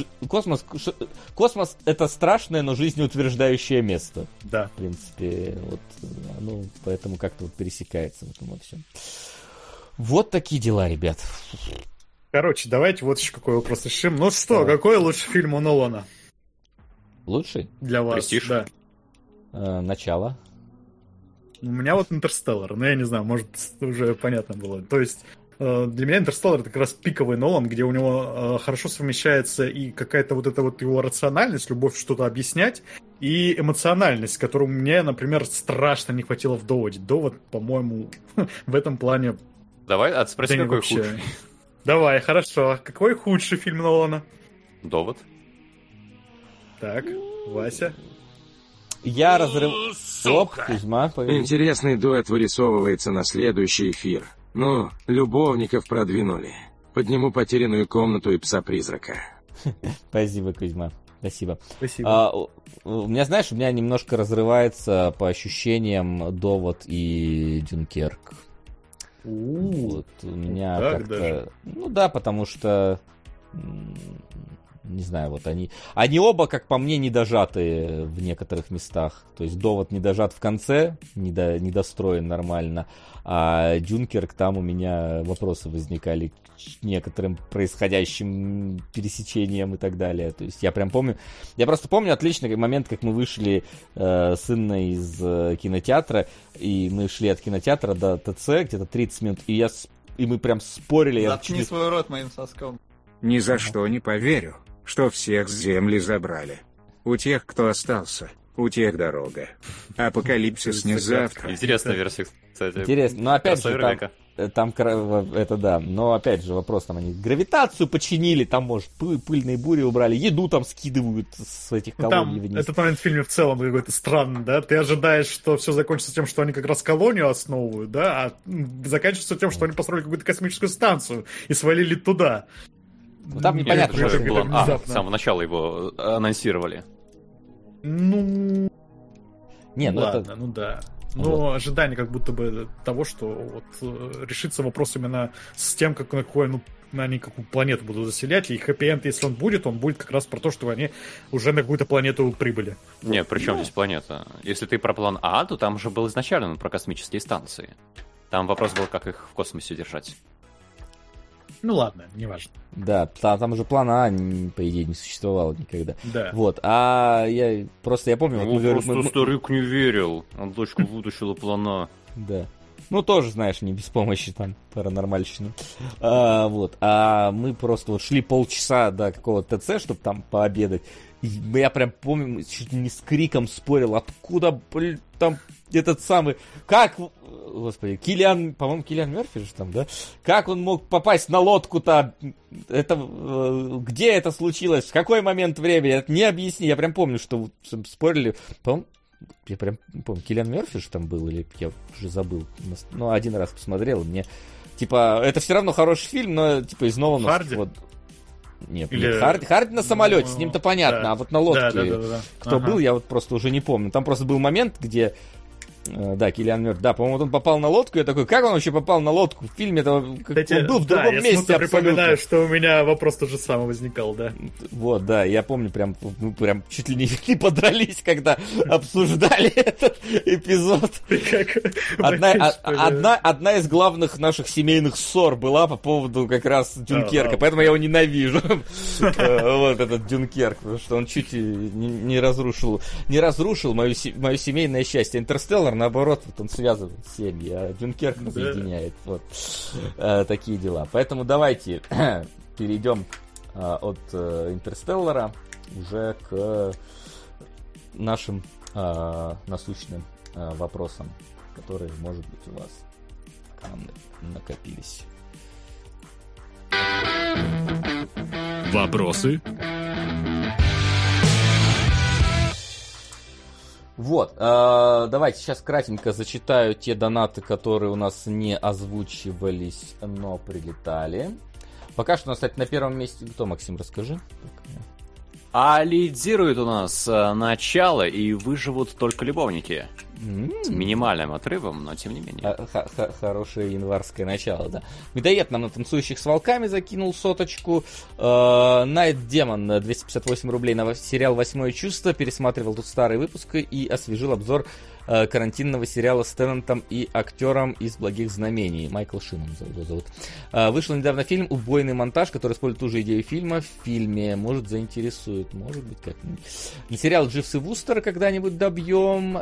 Космос — это страшное, но жизнеутверждающее место. Да. В принципе, вот, ну, поэтому как-то вот пересекается в этом во всем. Вот такие дела, ребят. Короче, давайте вот еще какой вопрос решим. Ну что, Давай. какой лучший фильм у Нолана Лучший? для вас? «Престиж»? Да. Начало. У меня вот «Интерстеллар», но я не знаю, может, уже понятно было. То есть, для меня «Интерстеллар» — это как раз пиковый Нолан, где у него хорошо совмещается и какая-то вот эта вот его рациональность, любовь что-то объяснять, и эмоциональность, которую мне, например, страшно не хватило в «Доводе». «Довод», по-моему, в этом плане... Давай, спроси, да какой вообще. худший. Давай, хорошо. Какой худший фильм Нолана? «Довод». Так, Вася. Я разрыв... Оп, Кузьма, погоди. Интересный дуэт вырисовывается на следующий эфир. Ну, любовников продвинули. Подниму потерянную комнату и пса-призрака. Спасибо, Кузьма. Спасибо. Спасибо. У меня, знаешь, у меня немножко разрывается по ощущениям «Довод» и «Дюнкерк». Вот у меня так как-то... даже? Ну да, потому что... Не знаю, вот они оба, как по мне, недожатые в некоторых местах. То есть «Довод» недожат в конце, недостроен нормально, а «Дюнкерк» там у меня вопросы возникали к некоторым происходящим пересечениям и так далее. То есть я просто помню отличный момент, как мы вышли с Инной из кинотеатра, и мы шли от кинотеатра до ТЦ, где-то 30 минут, и мы прям спорили. Заткни свой рот моим соском. Ни за что не поверю, что всех с земли забрали. У тех, кто остался, у тех дорога. Апокалипсис не завтра. Интересная версия, кстати. Интересно, но опять же, Кроссовер века. там это да, но опять же вопрос, там они гравитацию починили, там, может, пыльные бури убрали, еду там скидывают с этих колоний Там вниз. этот момент в фильме в целом какой-то странный, да? Ты ожидаешь, что все закончится тем, что они как раз колонию основывают, да? А заканчивается тем, что они построили какую-то космическую станцию и свалили туда. Ну, там Нет, непонятно, это же что план А, внезапно. с самого начала его анонсировали. Ну, Не, ну ладно, это... ну да. Но ожидание как будто бы того, что вот решится вопрос именно с тем, как, на какую планету будут заселять, и хэппи-энд, если он будет как раз про то, что они уже на какую-то планету прибыли. Не, при чем здесь планета? Если ты про план А, то там же был изначально про космические станции. Там вопрос был, как их в космосе держать. Ну ладно, неважно. Да, там уже плана А, по идее, не существовало никогда. Да. Вот, я помню... вот Ну, мы говорим, просто старик не верил. Он дочку вытащила плана. Да. Ну, тоже, знаешь, не без помощи там паранормальщины. Вот. А мы просто вот шли полчаса до какого-то ТЦ, чтобы там пообедать. И я прям помню, чуть ли не с криком спорил, откуда, блин, там этот самый... Как... Господи, по-моему, Киллиан Мерфи же там, да? Как он мог попасть на лодку-то? Где это случилось? В какой момент времени? Это не объясни. Я прям помню, что спорили. По-моему, я прям помню, Киллиан Мерфи же там был, или я уже забыл. Ну, один раз посмотрел, мне... Типа, это все равно хороший фильм, но, типа, из Нолана... Харди? Вот, Нет, Харди на самолете, с ним-то понятно, да. а вот на лодке Да. кто был, я вот просто уже не помню. Там просто был момент, где... Да, Киллиан Мёрфи. Да, по-моему, он попал на лодку. Я такой, как он вообще попал на лодку? В фильме-то он был в другом месте я абсолютно. припоминаю, что у меня вопрос тот же самый возникал, да. Вот, да, я помню, мы прям чуть ли не подрались, когда обсуждали этот эпизод. Одна из главных наших семейных ссор была по поводу как раз Дюнкерка, поэтому я его ненавижу. Вот этот Дюнкерк, потому что он чуть не разрушил мое семейное счастье. Интерстеллар, наоборот, вот он связывает семьи, а Дюнкерк разъединяет. Вот. Такие дела. Поэтому давайте перейдем от Интерстеллара уже к нашим насущным вопросам, которые, может быть, у вас к нам накопились. Вопросы? Вот, давайте сейчас кратенько зачитаю те донаты, которые у нас не озвучивались, но прилетали. Пока что у нас, кстати, на первом месте... Кто, Максим, расскажи. А лидирует у нас начало, и выживут только любовники. С минимальным отрывом, но тем не менее. Хорошее январское начало, да. Медоед нам на танцующих с волками закинул 100. Найт Демон 258 рублей на сериал «Восьмое чувство». Пересматривал тут старый выпуск и освежил обзор карантинного сериала с Теннантом и актером из «Благих знамений». Майкл Шиннон его зовут. Вышел недавно фильм «Убойный монтаж», который использует ту же идею фильма в фильме. Может, заинтересует. Может быть, как-нибудь. На сериал «Дживс и Вустер» когда-нибудь добьем.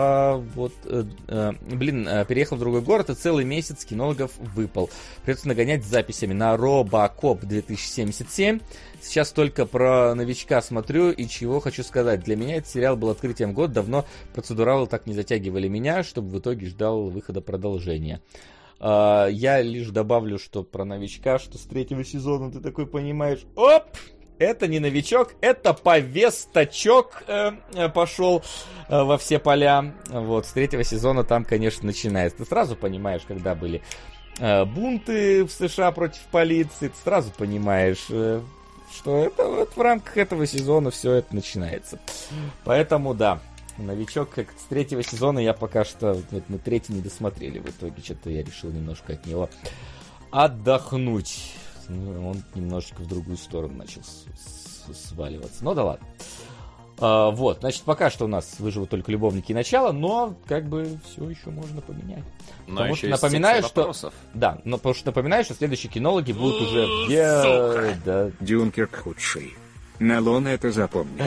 Переехал в другой город, и целый месяц кинологов выпал. Придется нагонять с записями на Робокоп 2077. Сейчас только про новичка смотрю, и чего хочу сказать. Для меня этот сериал был открытием года. Давно процедуралы так не затягивали меня, чтобы в итоге ждал выхода продолжения. Я лишь добавлю, что про новичка, что с 3-го сезона ты такой понимаешь, оп! Это не новичок, это повесточок пошел во все поля. Вот, с 3-го сезона там, конечно, начинается. Ты сразу понимаешь, когда были бунты в США против полиции, ты сразу понимаешь, что это вот в рамках этого сезона все это начинается. Поэтому, да, новичок как с 3-го сезона я пока что... Мы 3-й не досмотрели в итоге, что-то я решил немножко от него отдохнуть. Он немножечко в другую сторону начал сваливаться. Ну да ладно. Вот, значит, пока что у нас выживут только любовники и начало, но как бы все еще можно поменять. Но потому еще что напоминаю, что напоминаю, что следующие кинологи будут уже Да. Дюнкерк худший. Налон это запомни.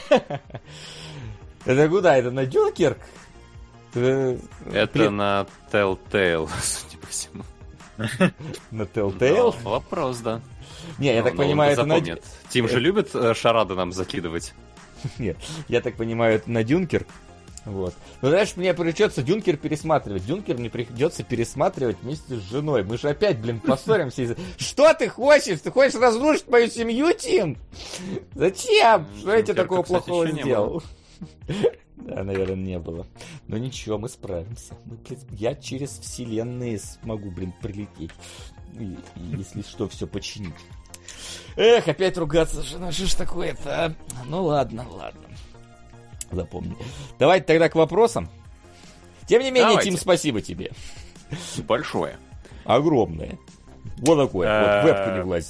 Это куда? Это на Дюнкерк? Это на Telltale, судя по всему. На Telltale? Вопрос, да. Не, я так понимаю, это на... Тим же любит шарады нам закидывать. Нет, я так понимаю, это на Дюнкерк. Вот. Но знаешь, мне придется Дюнкер пересматривать. Дюнкер мне придется пересматривать вместе с женой. Мы же опять, поссоримся из-за... Что ты хочешь? Ты хочешь разрушить мою семью, Тим? Зачем? Что я тебе такого плохого сделал? Да, наверное, не было. Но ничего, мы справимся. Я через вселенные смогу, прилететь. И если что, все починить. Эх, опять ругаться, жена, что ж такое-то, а? Ну ладно. Запомни. Давайте тогда к вопросам. Тем не менее, Тим, спасибо тебе. Большое. Огромное. Вот такое. Вот вебка не влазит.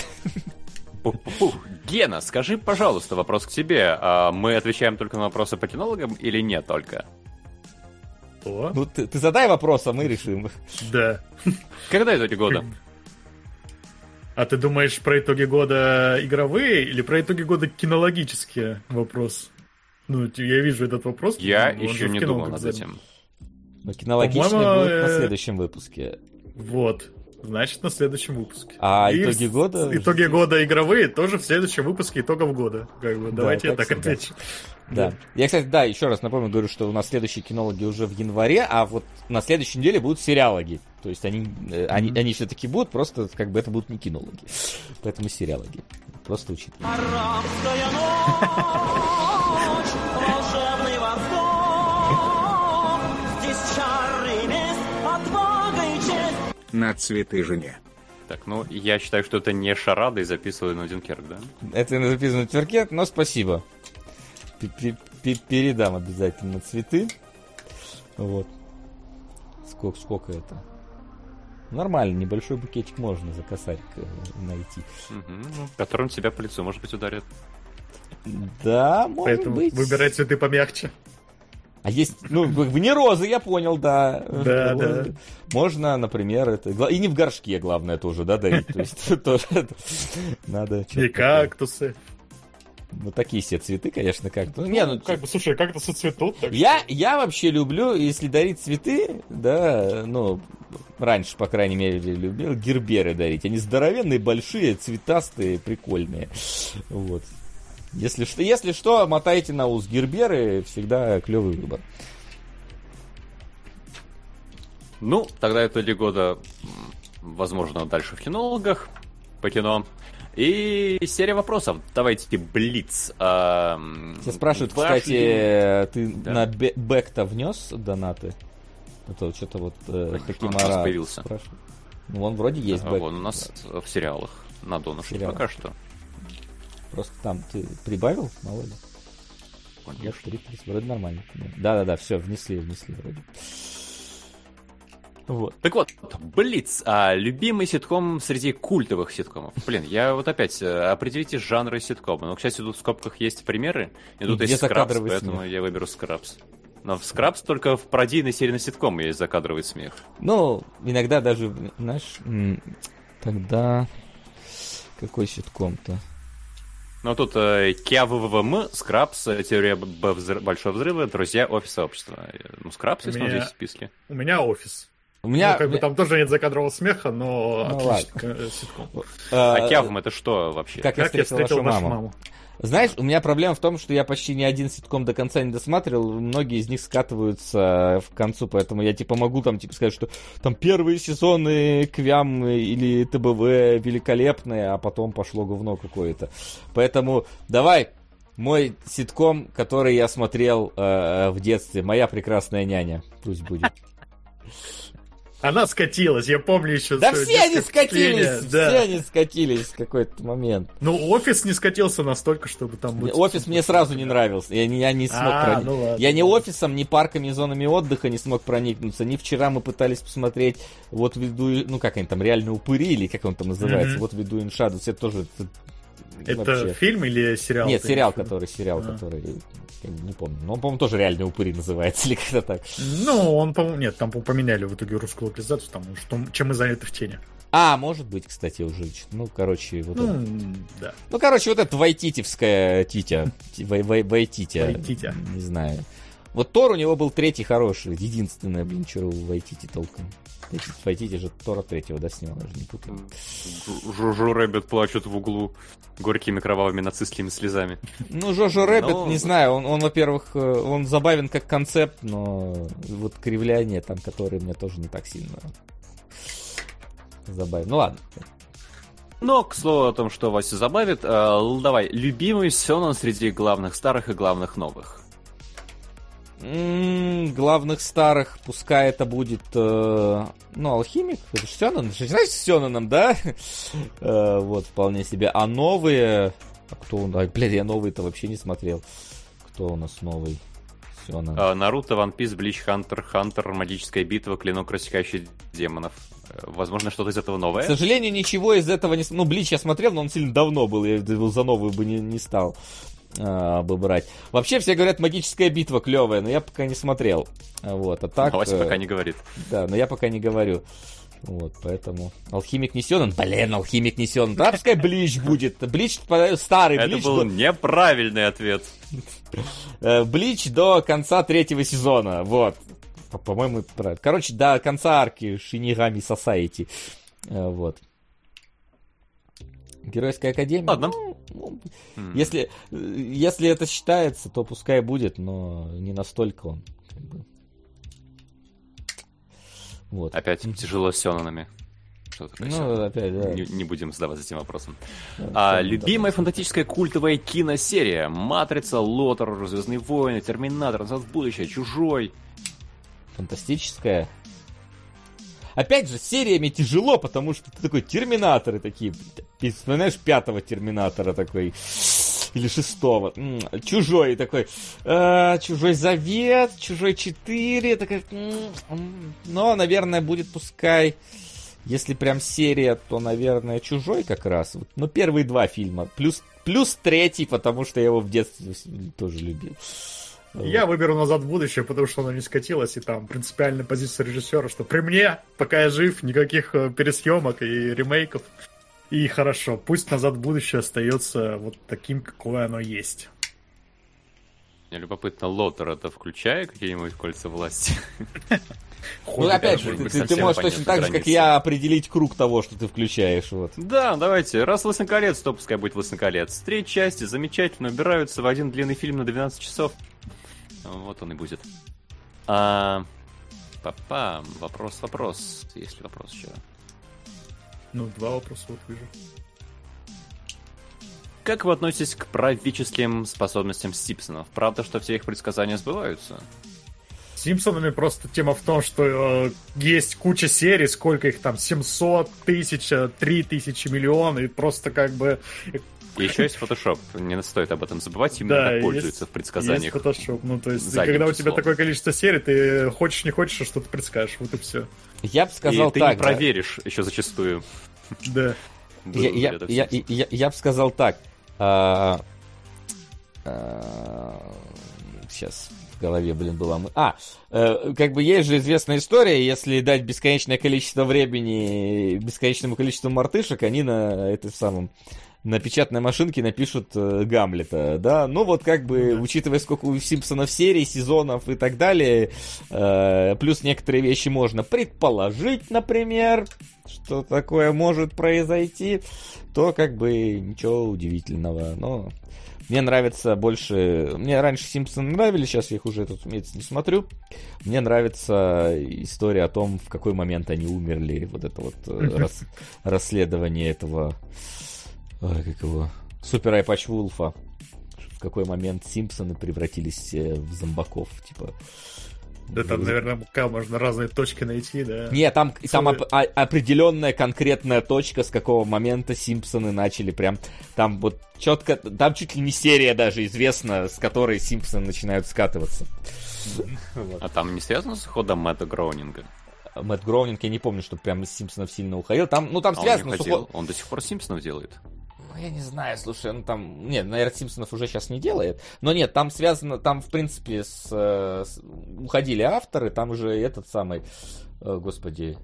Гена, скажи, пожалуйста, вопрос к тебе. Мы отвечаем только на вопросы по кинологам или нет только? Ну, ты задай вопрос, а мы решим. Да. Когда итоги года? А ты думаешь про итоги года игровые или про итоги года кинологические? Вопрос. Ну, я вижу этот вопрос. Я еще не думал над этим. Но кинологичные будут на следующем выпуске. Вот. Значит, на следующем выпуске. А и итоги года? Итоги года игровые тоже в следующем выпуске итогов года. Как бы, давайте я так отвечу. Да. Я, кстати, еще раз напомню, говорю, что у нас следующие кинологи уже в январе, а вот на следующей неделе будут сериалоги. То есть они все-таки будут, просто как бы это будут не кинологи. Поэтому сериалоги. Просто учитывайте. Арабская ночь, волшебный восток, здесь чары, месть, отвага и честь. На цветы жене. Так, ну, я считаю, что это не шарада и записываю на Дюнкерк, да? Это записано на Дюнкерк, но спасибо. Передам обязательно цветы. Вот. Сколько это? Нормально, небольшой букетик можно за косарь найти. Которым тебя по лицу, может быть, ударят. Да, может Поэтому быть. выбирай цветы помягче. А есть, ну, не розы, я понял, да. Да. Можно, например, это... И не в горшке, главное, тоже, да, дарить. То есть, тоже надо... И кактусы. Ну, такие все цветы, конечно, как-то. Слушай, кактусы цветут. Я вообще люблю, если дарить цветы, да, ну, раньше, по крайней мере, любил герберы дарить. Они здоровенные, большие, цветастые, прикольные. Вот. Если что, мотайте на ус. Герберы всегда клевый выбор. Ну, тогда итоги года, возможно, дальше в кинологах, по кино. И серия вопросов. Давайте блиц. Тебя спрашивают, кстати, ты на бэк-то внес донаты? Это что-то вот Хакимара появился. Спрашивает. Ну, он вроде есть бэк. Вон у нас в сериалах на донышке пока что. Просто там ты прибавил, мало ли? Я 3, вроде нормально. Да, все, внесли вроде. Вот. Так вот, блиц. Любимый ситком среди культовых ситкомов. Блин, я вот опять, определите жанры ситкома. Ну, к счастью, тут в скобках есть примеры, и тут есть скрабс, поэтому я выберу скрабс. Но в скрабс только в пародийной серии на ситком есть закадровый смех. Ну, иногда даже, знаешь, тогда... Какой ситком-то? Ну, тут КЯВВМ, Скрабс, Теория Большого Взрыва, Друзья, Офис, Сообщество. Ну, Скрабс, если он здесь в списке. У меня Офис. У меня... Ну, там тоже нет закадрового смеха, но отличный ситком. А КЯВМ это что вообще? Как я встретил вашу маму. Знаешь, у меня проблема в том, что я почти ни один ситком до конца не досматривал, многие из них скатываются в концу, поэтому я могу сказать, что там первые сезоны Квям или ТБВ великолепные, а потом пошло говно какое-то. Поэтому давай мой ситком, который я смотрел в детстве, «Моя прекрасная няня», пусть будет. Она скатилась, я помню еще. Да все они скатились, все они скатились в какой-то момент. Ну, Офис не скатился настолько, чтобы там быть... Офис мне сразу не нравился, я не смог проникнуться. Я ни Офисом, ни парками, зонами отдыха не смог проникнуться. Ни вчера мы пытались посмотреть, вот ввиду, ну как они там, реальные упыри, или как он там называется, вот ввиду In Shadows, это тоже... Это вообще... фильм или сериал? Нет, сериал, который, я не помню. Но он, по-моему, тоже «Реальные упыри» называется, или как-то так. Ну, он, по-моему, нет, там поменяли в итоге русскую локализацию, там, чем мы заняты в тени. Может быть, кстати, уже. Ну, короче, вот это. Да. Ну, короче, вот это вайтитевская Титя. Вайтитя. Не знаю. Вот Тор у него был третий хороший. Единственное, чего у Вайтити толком. Вайтити же Тора третьего, да, снял, я же не путаю. Жожо Рэббит плачет в углу горькими кровавыми нацистскими слезами. Ну, Жожо Рэббит, не знаю, он, во-первых, он забавен как концепт, но вот кривляние там, которые мне тоже не так сильно забавен. Ну, ладно. Но, к слову о том, что Вася забавит, давай, любимый сёнэн среди главных старых и главных новых. Главных старых, пускай это будет, Алхимик, это же Сёнэн, знаете, с Сёнэном, да? Вот, вполне себе. А новые, кто у нас? Я новые-то вообще не смотрел. Кто у нас новый Сёнэн? Наруто, Ван Пис, Блич, Хантер, Магическая битва, Клинок, рассекающий демонов. Возможно, что-то из этого новое? К сожалению, ничего из этого не... Ну, Блич я смотрел, но он сильно давно был, я за новую бы не стал бы брать. Вообще все говорят, Магическая битва клевая, но я пока не смотрел. Вот, а так... Вася пока не говорит. Да, но я пока не говорю. Вот, поэтому... Алхимик не Сёнэн? Блин, Алхимик не Сёнэн. Да, пускай Блич будет. Блич старый. Это был неправильный ответ. Блич до конца третьего сезона. Вот. По-моему, это правильно. Короче, до конца арки Шинигами Society. Вот. Геройская академия. Ладно. Если это считается, то пускай будет, но не настолько он. Вот. Опять тяжело с сёнэнами. Опять, да. Не будем задаваться этим вопросом. Любимая фантастическая культовая киносерия: Матрица, Лотер, Звездные войны, Терминатор, Назад в будущее, Чужой. Фантастическая? опять же, с сериями тяжело, потому что ты такой, Терминаторы такие, ты вспоминаешь 5-го Терминатора такой, или 6-го, Чужой такой, Чужой Завет, Чужой 4, такой, но, наверное, будет пускай, если прям серия, то, наверное, Чужой как раз, но первые 2 фильма, плюс 3-й, потому что я его в детстве тоже любил. Я выберу «Назад в будущее», потому что оно не скатилось, и там принципиальная позиция режиссера, что при мне, пока я жив, никаких пересъемок и ремейков. И хорошо, пусть «Назад в будущее» остается вот таким, какое оно есть. Мне любопытно, Лотер-то включая какие-нибудь «Кольца власти»? Ну, опять же, ты можешь точно так же, как я, определить круг того, что ты включаешь. Вот. Да, давайте. Раз «Властелин колец», то пускай будет «Властелин колец». 3 части замечательно убираются в один длинный фильм на 12 часов. Вот он и будет. Вопрос. Есть ли вопрос еще? Ну, 2 вопроса вот вижу. Как вы относитесь к правительским способностям Симпсонов? Правда, что все их предсказания сбываются? С «Симпсонами» просто тема в том, что есть куча серий, сколько их там, 700, 1000, 3000, миллион, и просто как бы... И еще есть Photoshop, не стоит об этом забывать, им иногда пользуются в предсказаниях. Есть Photoshop, ну то есть, когда у тебя такое количество серий, ты хочешь не хочешь, а что-то предскажешь, вот и все. Я бы сказал так. И ты не проверишь еще зачастую. Да. Я бы сказал так. Сейчас в голове, была мы. Как бы есть же известная история, если дать бесконечное количество времени бесконечному количеству мартышек, они на печатной машинке напишут Гамлета, да, ну вот как бы, учитывая, сколько у Симпсонов серий, сезонов и так далее, плюс некоторые вещи можно предположить, например, что такое может произойти, то как бы ничего удивительного, но мне нравится больше, мне раньше Симпсоны нравились, сейчас я их уже, разумеется, не смотрю, мне нравится история о том, в какой момент они умерли, вот это вот расследование этого... как его? Супер Айпач Вулфа. В какой момент Симпсоны превратились в зомбаков, типа. Да там, наверное, можно разные точки найти, да? Не, там определенная конкретная точка, с какого момента Симпсоны начали прям. Там вот четко, там чуть ли не серия даже известна, с которой Симпсоны начинают скатываться. А там не связано с уходом Мэтта Гроунинга? Мэтт Гроунинг, я не помню, что прям из Симпсонов сильно уходил. Там, связано с уходом. Он до сих пор Симпсонов делает. Я не знаю, слушай, нет, наверное, Симпсонов уже сейчас не делает, но нет, там связано, там, в принципе, уходили авторы, там же этот самый, господи,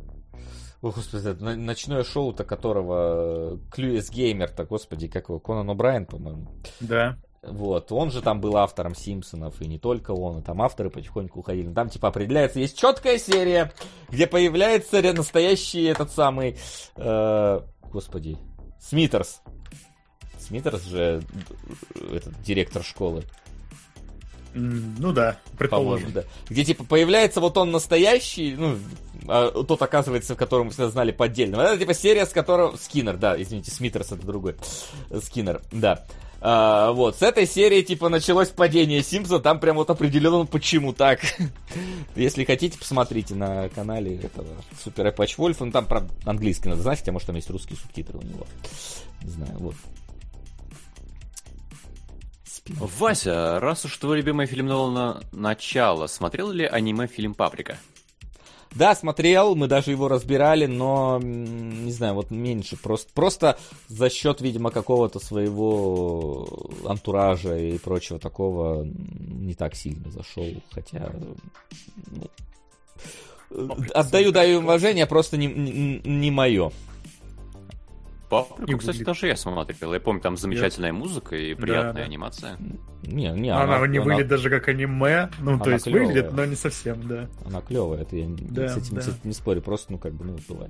ночное шоу-то, которого Clueless Gamer-то, господи, как его, Конан О'Брайен, по-моему. Да. Вот, он же там был автором Симпсонов, и не только он, и там авторы потихоньку уходили. Там, типа, определяется, есть четкая серия, где появляется настоящий этот самый, господи, Смитерс. Смитерс же этот директор школы. Ну да, предположим. Да. Где типа появляется вот он настоящий, тот, оказывается, в котором мы всегда знали поддельного. Это типа серия, с которого... Скиннер, да, извините, Смитерс это другой. Скиннер, да. Вот, с этой серии, типа, началось падение Симпсона, там прям вот определенно почему так. Если хотите, посмотрите на канале этого Супер Айпач Вольфа, там, правда, английский надо знать, хотя, может, там есть русские субтитры у него. Не знаю, вот. Вася, раз уж твой любимый фильм Нолана «Начало», смотрел ли аниме-фильм «Паприка»? Да, смотрел, мы даже его разбирали, но, не знаю, вот меньше. Просто за счет, видимо, какого-то своего антуража и прочего такого не так сильно зашел. Хотя, даю уважение, просто не мое. Паприку, кстати, даже я смотрел. Я помню, там замечательная музыка и приятная анимация. Она не выглядит даже как аниме. Ну, то есть клёвая. выглядит, но не совсем, да. Она клевая, это я с этим не спорю, просто, бывает.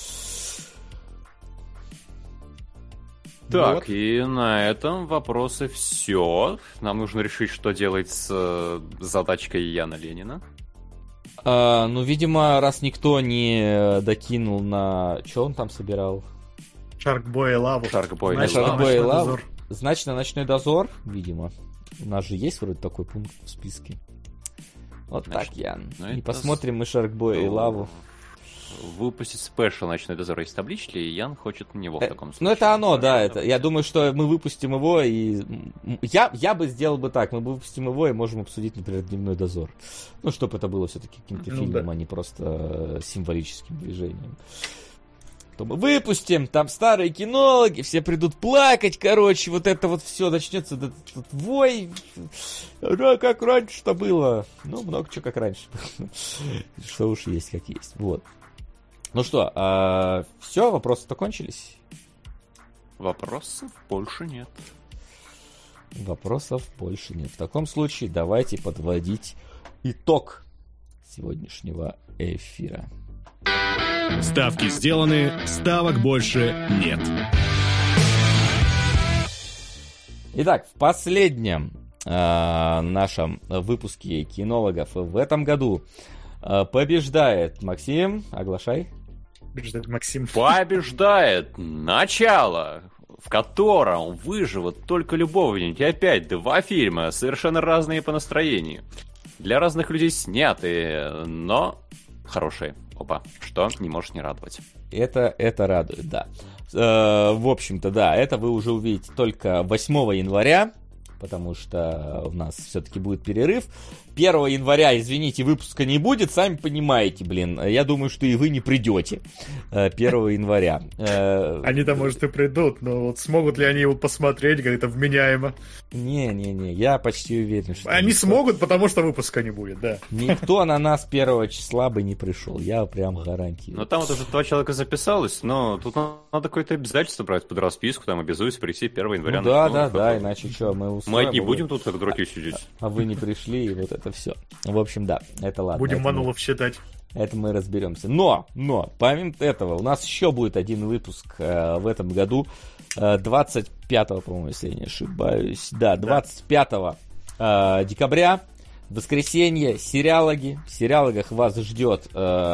Так, вот. И на этом вопросы все. Нам нужно решить, что делать с задачкой Яна Ленина. Видимо, раз никто не докинул на... Что он там собирал? Шаркбой и лаву. Шаркбой и лаву. Значит, на ночной дозор, видимо. У нас же есть вроде такой пункт в списке. Вот значит, так, Ян. И посмотрим мы Шаркбой и лаву. выпустить спешл «Ночной дозор» из таблички, и Ян хочет на него в таком случае. Ну, это оно, да. Это, я думаю, что мы выпустим его, и... Я бы сделал бы так. Мы выпустим его, и можем обсудить, например, «Дневной дозор». Ну, чтобы это было все-таки каким-то фильмом, а не просто символическим движением. То мы выпустим, там старые кинологи, все придут плакать, короче, вот это вот все, начнется этот вой. Да, как раньше-то было. Ну, много чего как раньше. Что уж есть, как есть. Вот. Ну что, все, вопросы-то кончились? Вопросов больше нет. Вопросов больше нет. В таком случае давайте подводить итог сегодняшнего эфира. Ставки сделаны, ставок больше нет. Итак, в последнем нашем выпуске кинологов в этом году побеждает Максим. Оглашай. Побеждает Максим. Побеждает начало, в котором выживут только любовники. Опять 2 фильма, совершенно разные по настроению. Для разных людей снятые, но хорошие. Опа, что не может не радовать. Это радует, да. В общем-то, да, это вы уже увидите только 8 января, потому что у нас все-таки будет перерыв. 1 января, извините, выпуска не будет, сами понимаете, блин. Я думаю, что и вы не придете 1 января. Они-то, может, и придут, но вот смогут ли они его посмотреть, говорит, вменяемо. Не-не-не, я почти уверен, что... Они смогут, потому что выпуска не будет, да. Никто на нас 1 числа бы не пришел, я прям гарантирую. Ну там вот уже 2 человека записалось, но тут надо какое-то обязательство брать под расписку, там обязуюсь прийти 1 января. Ну, да, иначе что, мы устроим... Мы не будем тут как дураки сидеть. А вы не пришли, и вот это все. В общем, да, это ладно. Будем манулов считать. Это мы разберемся. Но, помимо этого, у нас еще будет один выпуск в этом году. 25-го, по-моему, если я не ошибаюсь. Да, 25 декабря. Воскресенье, сериалоги. В сериалогах вас ждет...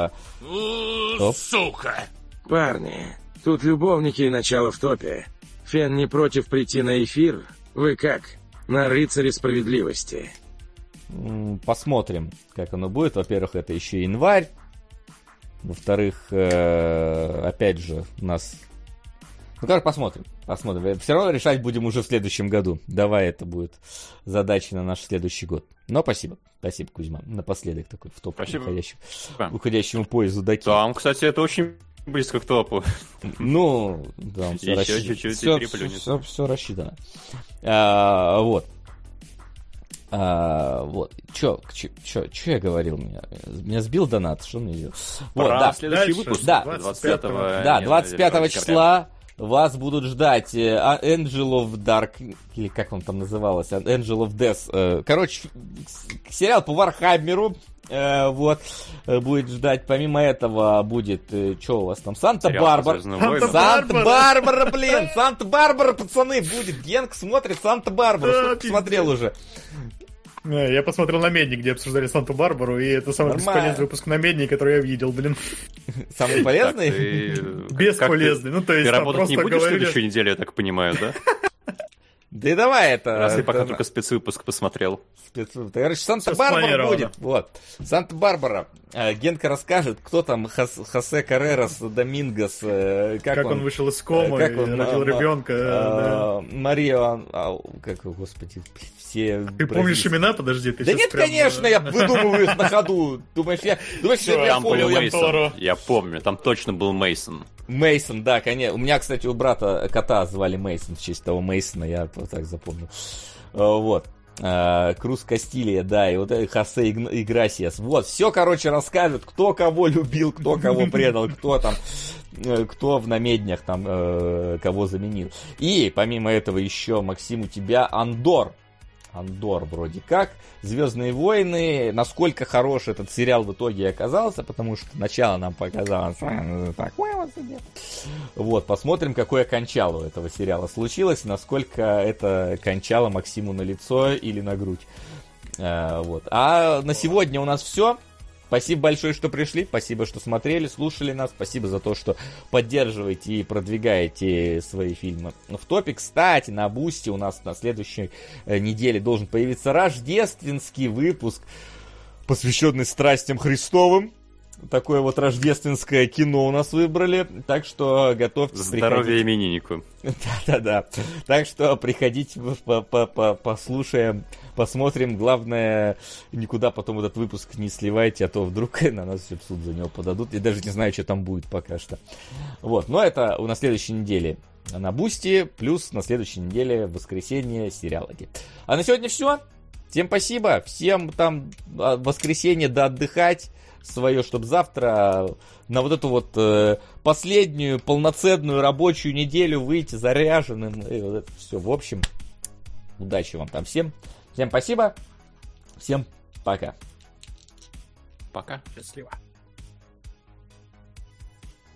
Сука! Парни, тут любовники и начало в топе. Фен не против прийти на эфир? Вы как? На рыцаре справедливости. Посмотрим, как оно будет. Во-первых, это еще январь. Во-вторых, опять же, у нас... Ну, короче, посмотрим. Все равно решать будем уже в следующем году. Давай, это будет задача на наш следующий год. Но спасибо. Спасибо, Кузьма. Напоследок такой в топ уходящему поезду докинь. Там, кстати, это очень близко к топу. Ну, да, все рассчитано. Все рассчитано. Вот. Вот. Чё я говорил? Меня сбил донат, что мне делать? Вот, да. Следующий выпуск. Да, 25 числа вас будут ждать Angel of Dark, или как он там назывался, Angel of Death. Короче, сериал по Вархаммеру. Вот, будет ждать. Помимо этого будет, что у вас там, Санта-Барбара. Санта-Барбара, блин, Санта-Барбара, пацаны, будет. Генк смотрит Санта-Барбару. Сколько посмотрел уже? Я посмотрел на Медни, где обсуждали Санту-Барбару, и это самый бесполезный выпуск на Медни, который я видел, блин. Самый полезный? Бесполезный, ну то есть ты там работать просто не будешь в говорили... следующую неделю, я так понимаю, да? Да и давай это... Раз ты пока только спецвыпуск посмотрел. Короче, Санта-Барбара будет. Вот. Санта-Барбара. Генка расскажет, кто там Хосе Каррерас Домингос. Как он вышел из комы и родил ребенка. Мария... Как, господи, все... Ты помнишь имена? Подожди, ты да нет, прям... конечно, я выдумываю их на ходу. Думаешь, я понял? Я помню, там точно был Мейсон. Мейсон, да, конечно. У меня, кстати, у брата кота звали Мейсон в честь того Мейсона, я вот так запомнил. Вот. Круз Кастилия, да, и вот Хосе Играсиас. Вот, все, короче, расскажут, кто кого любил, кто кого предал, кто в намеднях там кого заменил. И помимо этого еще, Максим, у тебя Андор вроде как. «Звездные войны». Насколько хорош этот сериал в итоге оказался, потому что начало нам показалось такое вот себе. Вот, посмотрим, какое кончало у этого сериала случилось, насколько это кончало Максиму на лицо или на грудь. Вот. А на сегодня у нас все. Спасибо большое, что пришли, спасибо, что смотрели, слушали нас, спасибо за то, что поддерживаете и продвигаете свои фильмы в топе. Кстати, на Бусти у нас на следующей неделе должен появиться рождественский выпуск, посвященный страстям Христовым. такое вот рождественское кино у нас выбрали. Так что готовьтесь. Здоровья имениннику. Да-да-да. Так что приходите, послушаем, посмотрим. Главное, никуда потом этот выпуск не сливайте, а то вдруг на нас все в суд за него подадут. Я даже не знаю, что там будет пока что. Вот, но это на следующей неделе на Бусти, плюс на следующей неделе в воскресенье сериалоги. А на сегодня все. Всем спасибо. Всем там воскресенье отдыхать свое, чтобы завтра на вот эту вот последнюю полноценную рабочую неделю выйти заряженным. И вот это все. В общем, удачи вам там всем. Всем спасибо. Всем пока. Пока. Счастливо.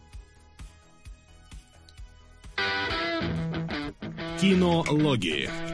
Кинологии.